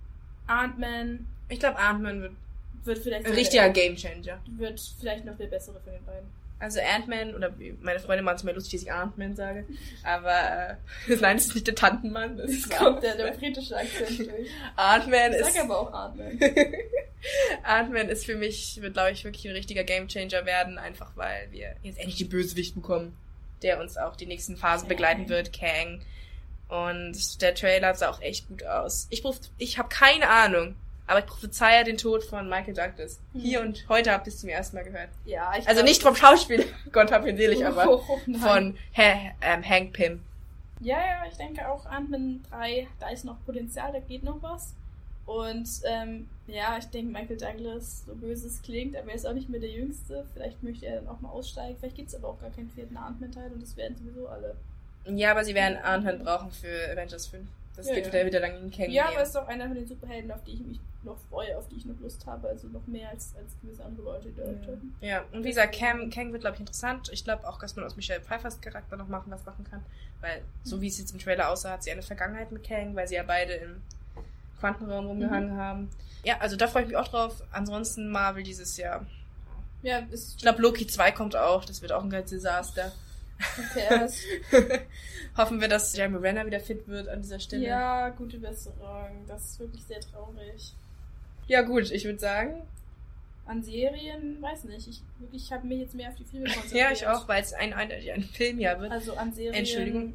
Ant-Man.
Ich glaube, Ant-Man wird,
wird vielleicht
ein richtiger Gamechanger.
Wird vielleicht noch der bessere von den beiden.
Also Ant-Man, oder meine Freunde machen es mir lustig, dass ich Ant-Man sage, aber äh, nein, das ist nicht der Tantenmann. Das,
das kommt der, der britische Akzent durch.
Ant-Man ist...
Ich sag aber auch Ant-Man.
Ant-Man ist für mich, wird glaube ich wirklich ein richtiger Gamechanger werden, einfach weil wir jetzt endlich den Bösewicht bekommen, der uns auch die nächsten Phasen begleiten wird, Kang. Und der Trailer sah auch echt gut aus. Ich, ich habe keine Ahnung, aber ich prophezeie den Tod von Michael Douglas. Mhm. Hier und heute habt ihr es zum ersten Mal gehört.
Ja, ich
Also nicht vom Schauspieler, Gott hab ihn selig, aber oh, oh, von ha- ähm, Hank Pym.
Ja, ja, ich denke auch Ant-Man drei, da ist noch Potenzial, da geht noch was. Und ähm, ja, ich denke Michael Douglas, so böse es klingt, aber er ist auch nicht mehr der Jüngste. Vielleicht möchte er dann auch mal aussteigen. Vielleicht gibt es aber auch gar keinen vierten Ant-Man-Teil und das werden sowieso alle.
Ja, aber sie werden Ant-Man brauchen für Avengers fünf. Das
ja,
geht
ja.
wieder, wieder lang in Kang.
Ja, aber es ist auch einer von den Superhelden, auf die ich mich noch freue, auf die ich noch Lust habe. Also noch mehr als, als gewisse andere Leute, die da auftreten.
Ja. ja, und wie gesagt, Kang, Kang wird, glaube ich, interessant. Ich glaube auch, dass man aus Michelle Pfeiffers Charakter noch machen, was machen kann. Weil, so wie es jetzt im Trailer aussah, hat sie eine Vergangenheit mit Kang, weil sie ja beide im Quantenraum rumgehangen mhm. haben. Ja, also da freue ich mich auch drauf. Ansonsten Marvel dieses Jahr.
Ja, ist
ich glaube, Loki zwei kommt auch. Das wird auch ein geiles Desaster.
Okay,
hoffen wir, dass Jeremy Renner wieder fit wird an dieser Stelle.
Ja, gute Besserung. Das ist wirklich sehr traurig.
Ja gut, ich würde sagen...
An Serien, weiß nicht. Ich wirklich, ich habe mich jetzt mehr auf die Filme konzentriert.
Ja, ich auch, weil es ein, ein, ein Filmjahr wird.
Also an Serien...
Entschuldigung.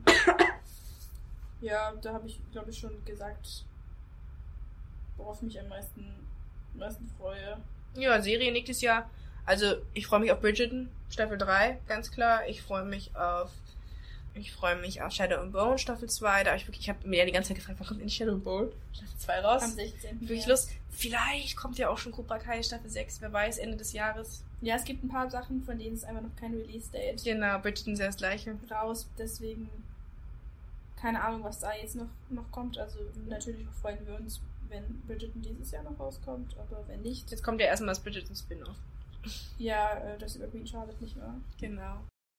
Ja, da habe ich, glaube ich, schon gesagt, worauf ich mich am meisten, am meisten freue.
Ja, Serien nächstes Jahr. Also, ich freue mich auf Bridgerton, Staffel drei, ganz klar. Ich freue mich auf, ich freue mich auf Shadow and Bone, Staffel zwei. Da habe ich wirklich, ich habe mir ja die ganze Zeit gefragt, wann kommt denn Shadow and Bone, Staffel zwei raus?
Am sechzehnten
Wirklich Lust. Vielleicht kommt ja auch schon Cobra Kai, Staffel sechs, wer weiß, Ende des Jahres.
Ja, es gibt ein paar Sachen, von denen es einfach noch kein Release-Date.
Genau, Bridgerton ist ja das Gleiche.
Raus, deswegen keine Ahnung, was da jetzt noch, noch kommt. Also, natürlich freuen wir uns, wenn Bridgerton dieses Jahr noch rauskommt, aber wenn nicht...
Jetzt kommt ja erstmal das Bridgerton Spin-Off.
Ja, das über Queen Charlotte nicht mehr.
Genau.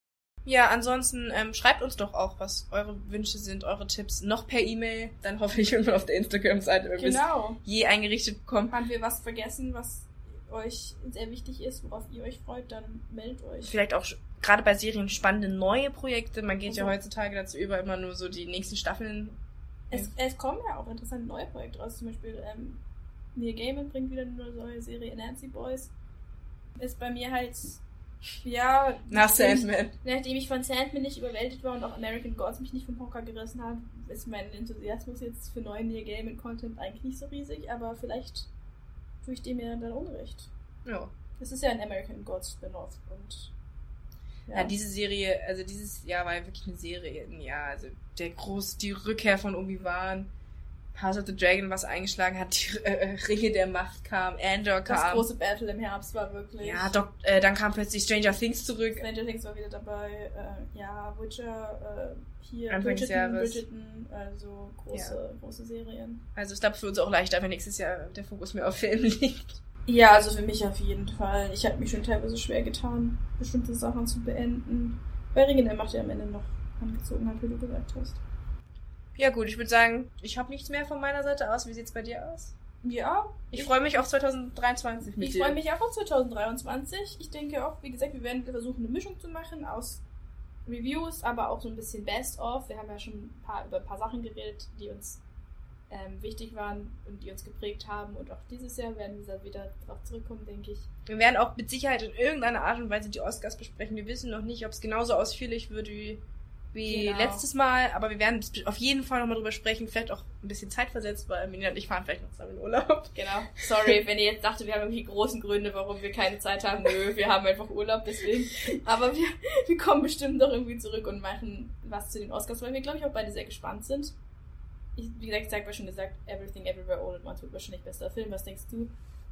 Ja, ansonsten ähm, schreibt uns doch auch, was eure Wünsche sind, eure Tipps, noch per E-Mail. Dann hoffe ich irgendwann auf der Instagram-Seite, wenn
genau.
wir es je eingerichtet bekommen.
Haben wir was vergessen, was euch sehr wichtig ist, worauf ihr euch freut, dann meldet euch.
Vielleicht auch gerade bei Serien spannende neue Projekte. Man geht
also,
ja heutzutage dazu über, immer nur so die nächsten Staffeln.
Es, es kommen ja auch interessante neue Projekte raus. Zum Beispiel ähm, Neil Gaiman bringt wieder eine neue Serie, Nancy Boys. Ist bei mir halt, ja...
Nach Sandman.
Nachdem ich von Sandman nicht überwältigt war und auch American Gods mich nicht vom Hocker gerissen hat, ist mein Enthusiasmus jetzt für neuen Neil Gaiman-Content eigentlich nicht so riesig, aber vielleicht tue ich dem ja dann Unrecht.
Ja.
Das ist ja ein American Gods Spin-Off und...
Ja. ja, diese Serie, also dieses Jahr war ja wirklich eine Serie. Ja, also der groß, die Rückkehr von Obi-Wan, House of the Dragon, was eingeschlagen hat, die äh, Ringe der Macht kam, Andor kam.
Das große Battle im Herbst war wirklich...
Ja, Doc, äh, dann kam plötzlich Stranger Things zurück.
Stranger Things war wieder dabei, äh, ja, Witcher, äh, hier,
Anfang des Jahres.
Bridgerton, also große, ja. große Serien.
Also ich glaube für uns auch leichter, wenn nächstes Jahr der Fokus mehr auf Filmen liegt.
Ja, also für mich auf jeden Fall. Ich habe mich schon teilweise schwer getan, bestimmte Sachen zu beenden. Weil Ringe der Macht ja am Ende noch angezogen hat, wie du gesagt hast.
Ja gut, ich würde sagen, ich habe nichts mehr von meiner Seite aus. Wie sieht's bei dir aus?
Ja.
Ich, ich freue mich auf zwanzig dreiundzwanzig mit
ich
dir.
Ich freue mich auch auf zwanzig dreiundzwanzig. Ich denke auch, wie gesagt, wir werden versuchen, eine Mischung zu machen aus Reviews, aber auch so ein bisschen Best-of. Wir haben ja schon ein paar, über ein paar Sachen geredet, die uns ähm, wichtig waren und die uns geprägt haben. Und auch dieses Jahr werden wir wieder darauf zurückkommen, denke ich.
Wir werden auch mit Sicherheit in irgendeiner Art und Weise die Oscars besprechen. Wir wissen noch nicht, ob es genauso ausführlich wird wie... wie genau. letztes Mal, aber wir werden auf jeden Fall nochmal drüber sprechen, vielleicht auch ein bisschen zeitversetzt, weil Melina und ich fahren vielleicht noch zusammen in Urlaub.
Genau. Sorry, wenn ihr jetzt dachtet, wir haben irgendwie großen Gründe, warum wir keine Zeit haben. Nö, wir haben einfach Urlaub, deswegen. Aber wir, wir kommen bestimmt doch irgendwie zurück und machen was zu den Oscars, weil wir, glaube ich, auch beide sehr gespannt sind. Ich, wie gesagt, ich habe ja schon gesagt, Everything Everywhere All at Once wird wahrscheinlich bester Film. Was denkst du?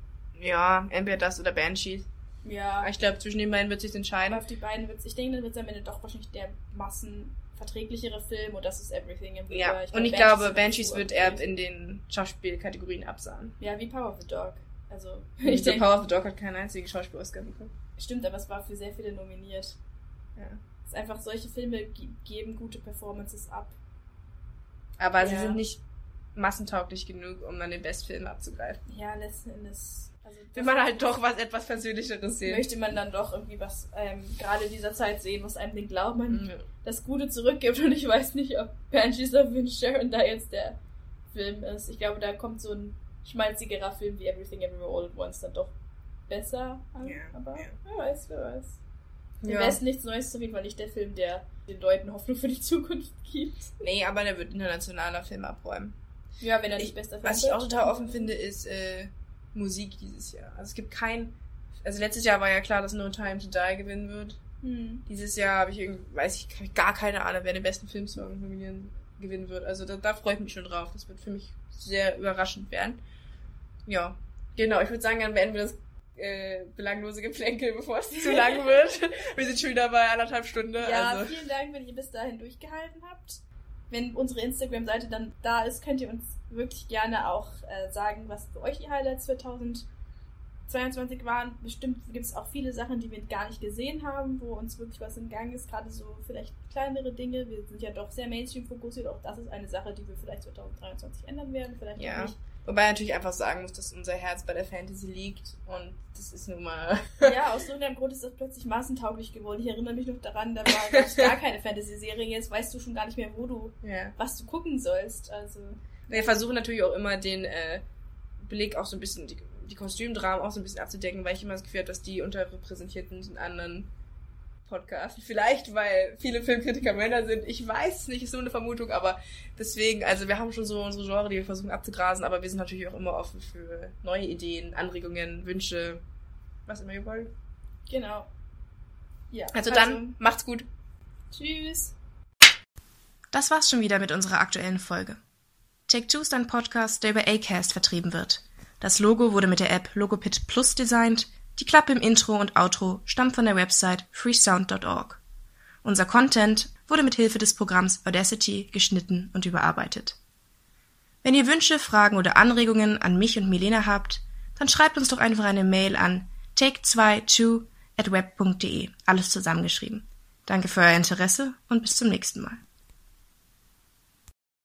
Ja, entweder das oder Banshees.
Ja.
Ich glaube, zwischen den beiden wird es sich entscheiden.
Aber auf die beiden wird es, ich denke, dann wird es am Ende doch wahrscheinlich der massenverträglichere Film und das ist Everything Everywhere.
Ja,
ich
und ich
Banshees
glaube, Banshees wird eher in den Schauspielkategorien absahen.
Ja, wie Power of the Dog. Also,
ich denke, Power of the Dog hat keinen einzigen Schauspiel-Oscar bekommen.
Stimmt, aber es war für sehr viele nominiert.
Ja.
Es ist einfach, solche Filme geben gute Performances ab.
Aber
ja.
sie sind nicht massentauglich genug, um dann den Bestfilm abzugreifen.
Ja, letzten Endes... Also
will man halt doch was etwas Persönlicheres sehen.
Möchte man dann doch irgendwie was ähm, gerade in dieser Zeit sehen, was einem den Glauben an ja. das Gute zurückgibt. Und ich weiß nicht, ob Banshees of Inisherin da jetzt der Film ist. Ich glaube, da kommt so ein schmalzigerer Film wie Everything Everywhere All at Once dann doch besser an. Ja, aber ja. wer weiß, wer weiß. Ja. Im Westen nichts Neues ist auf jeden Fall nicht der Film, der den Leuten Hoffnung für die Zukunft gibt.
Nee, aber der wird internationaler Film abräumen.
Ja, wenn er nicht bester Film
Was ich auch total offen finde, ist äh, Musik dieses Jahr. Also es gibt kein... Also letztes Jahr war ja klar, dass No Time to Die gewinnen wird. Hm. Dieses Jahr habe ich irgendwie... Weiß ich, habe ich gar keine Ahnung, wer den besten Filmsong gewinnen wird. Also da, da freue ich mich schon drauf. Das wird für mich sehr überraschend werden. Ja, genau. Ich würde sagen, dann beenden wir das äh, belanglose Geplänkel, bevor es zu lang wird. Wir sind schon wieder bei anderthalb Stunden.
Ja,
also.
Vielen Dank, wenn ihr bis dahin durchgehalten habt. Wenn unsere Instagram-Seite dann da ist, könnt ihr uns wirklich gerne auch äh, sagen, was für euch die Highlights zweitausendzweiundzwanzig waren. Bestimmt gibt es auch viele Sachen, die wir gar nicht gesehen haben, wo uns wirklich was entgangen ist. Gerade so vielleicht kleinere Dinge. Wir sind ja doch sehr Mainstream-fokussiert. Auch das ist eine Sache, die wir vielleicht zweitausenddreiundzwanzig ändern werden. Vielleicht
ja.
auch nicht.
Wobei natürlich einfach sagen muss, dass unser Herz bei der Fantasy liegt. Und das ist nun mal...
Ja, aus irgendeinem Grund ist das plötzlich massentauglich geworden. Ich erinnere mich noch daran, da war gab's gar keine Fantasy-Serie. Jetzt weißt du schon gar nicht mehr, wo du, ja. was du gucken sollst. Also
wir versuchen natürlich auch immer den äh, Blick auch so ein bisschen, die, die Kostümdramen auch so ein bisschen abzudecken, weil ich immer das Gefühl habe, dass die unterrepräsentiert sind in anderen Podcasts. Vielleicht, weil viele Filmkritiker Männer sind. Ich weiß es nicht, ist nur eine Vermutung, aber deswegen, also wir haben schon so unsere Genre, die wir versuchen abzugrasen, aber wir sind natürlich auch immer offen für neue Ideen, Anregungen, Wünsche, was immer ihr wollt.
Genau. Ja.
Also, also dann, macht's gut.
Tschüss.
Das war's schon wieder mit unserer aktuellen Folge. Take Two ist ein Podcast, der über Acast vertrieben wird. Das Logo wurde mit der App Logoped Plus designt. Die Klappe im Intro und Outro stammt von der Website freesound dot org. Unser Content wurde mit Hilfe des Programms Audacity geschnitten und überarbeitet. Wenn ihr Wünsche, Fragen oder Anregungen an mich und Milena habt, dann schreibt uns doch einfach eine Mail an take twenty-two at web dot de, alles zusammengeschrieben. Danke für euer Interesse und bis zum nächsten Mal.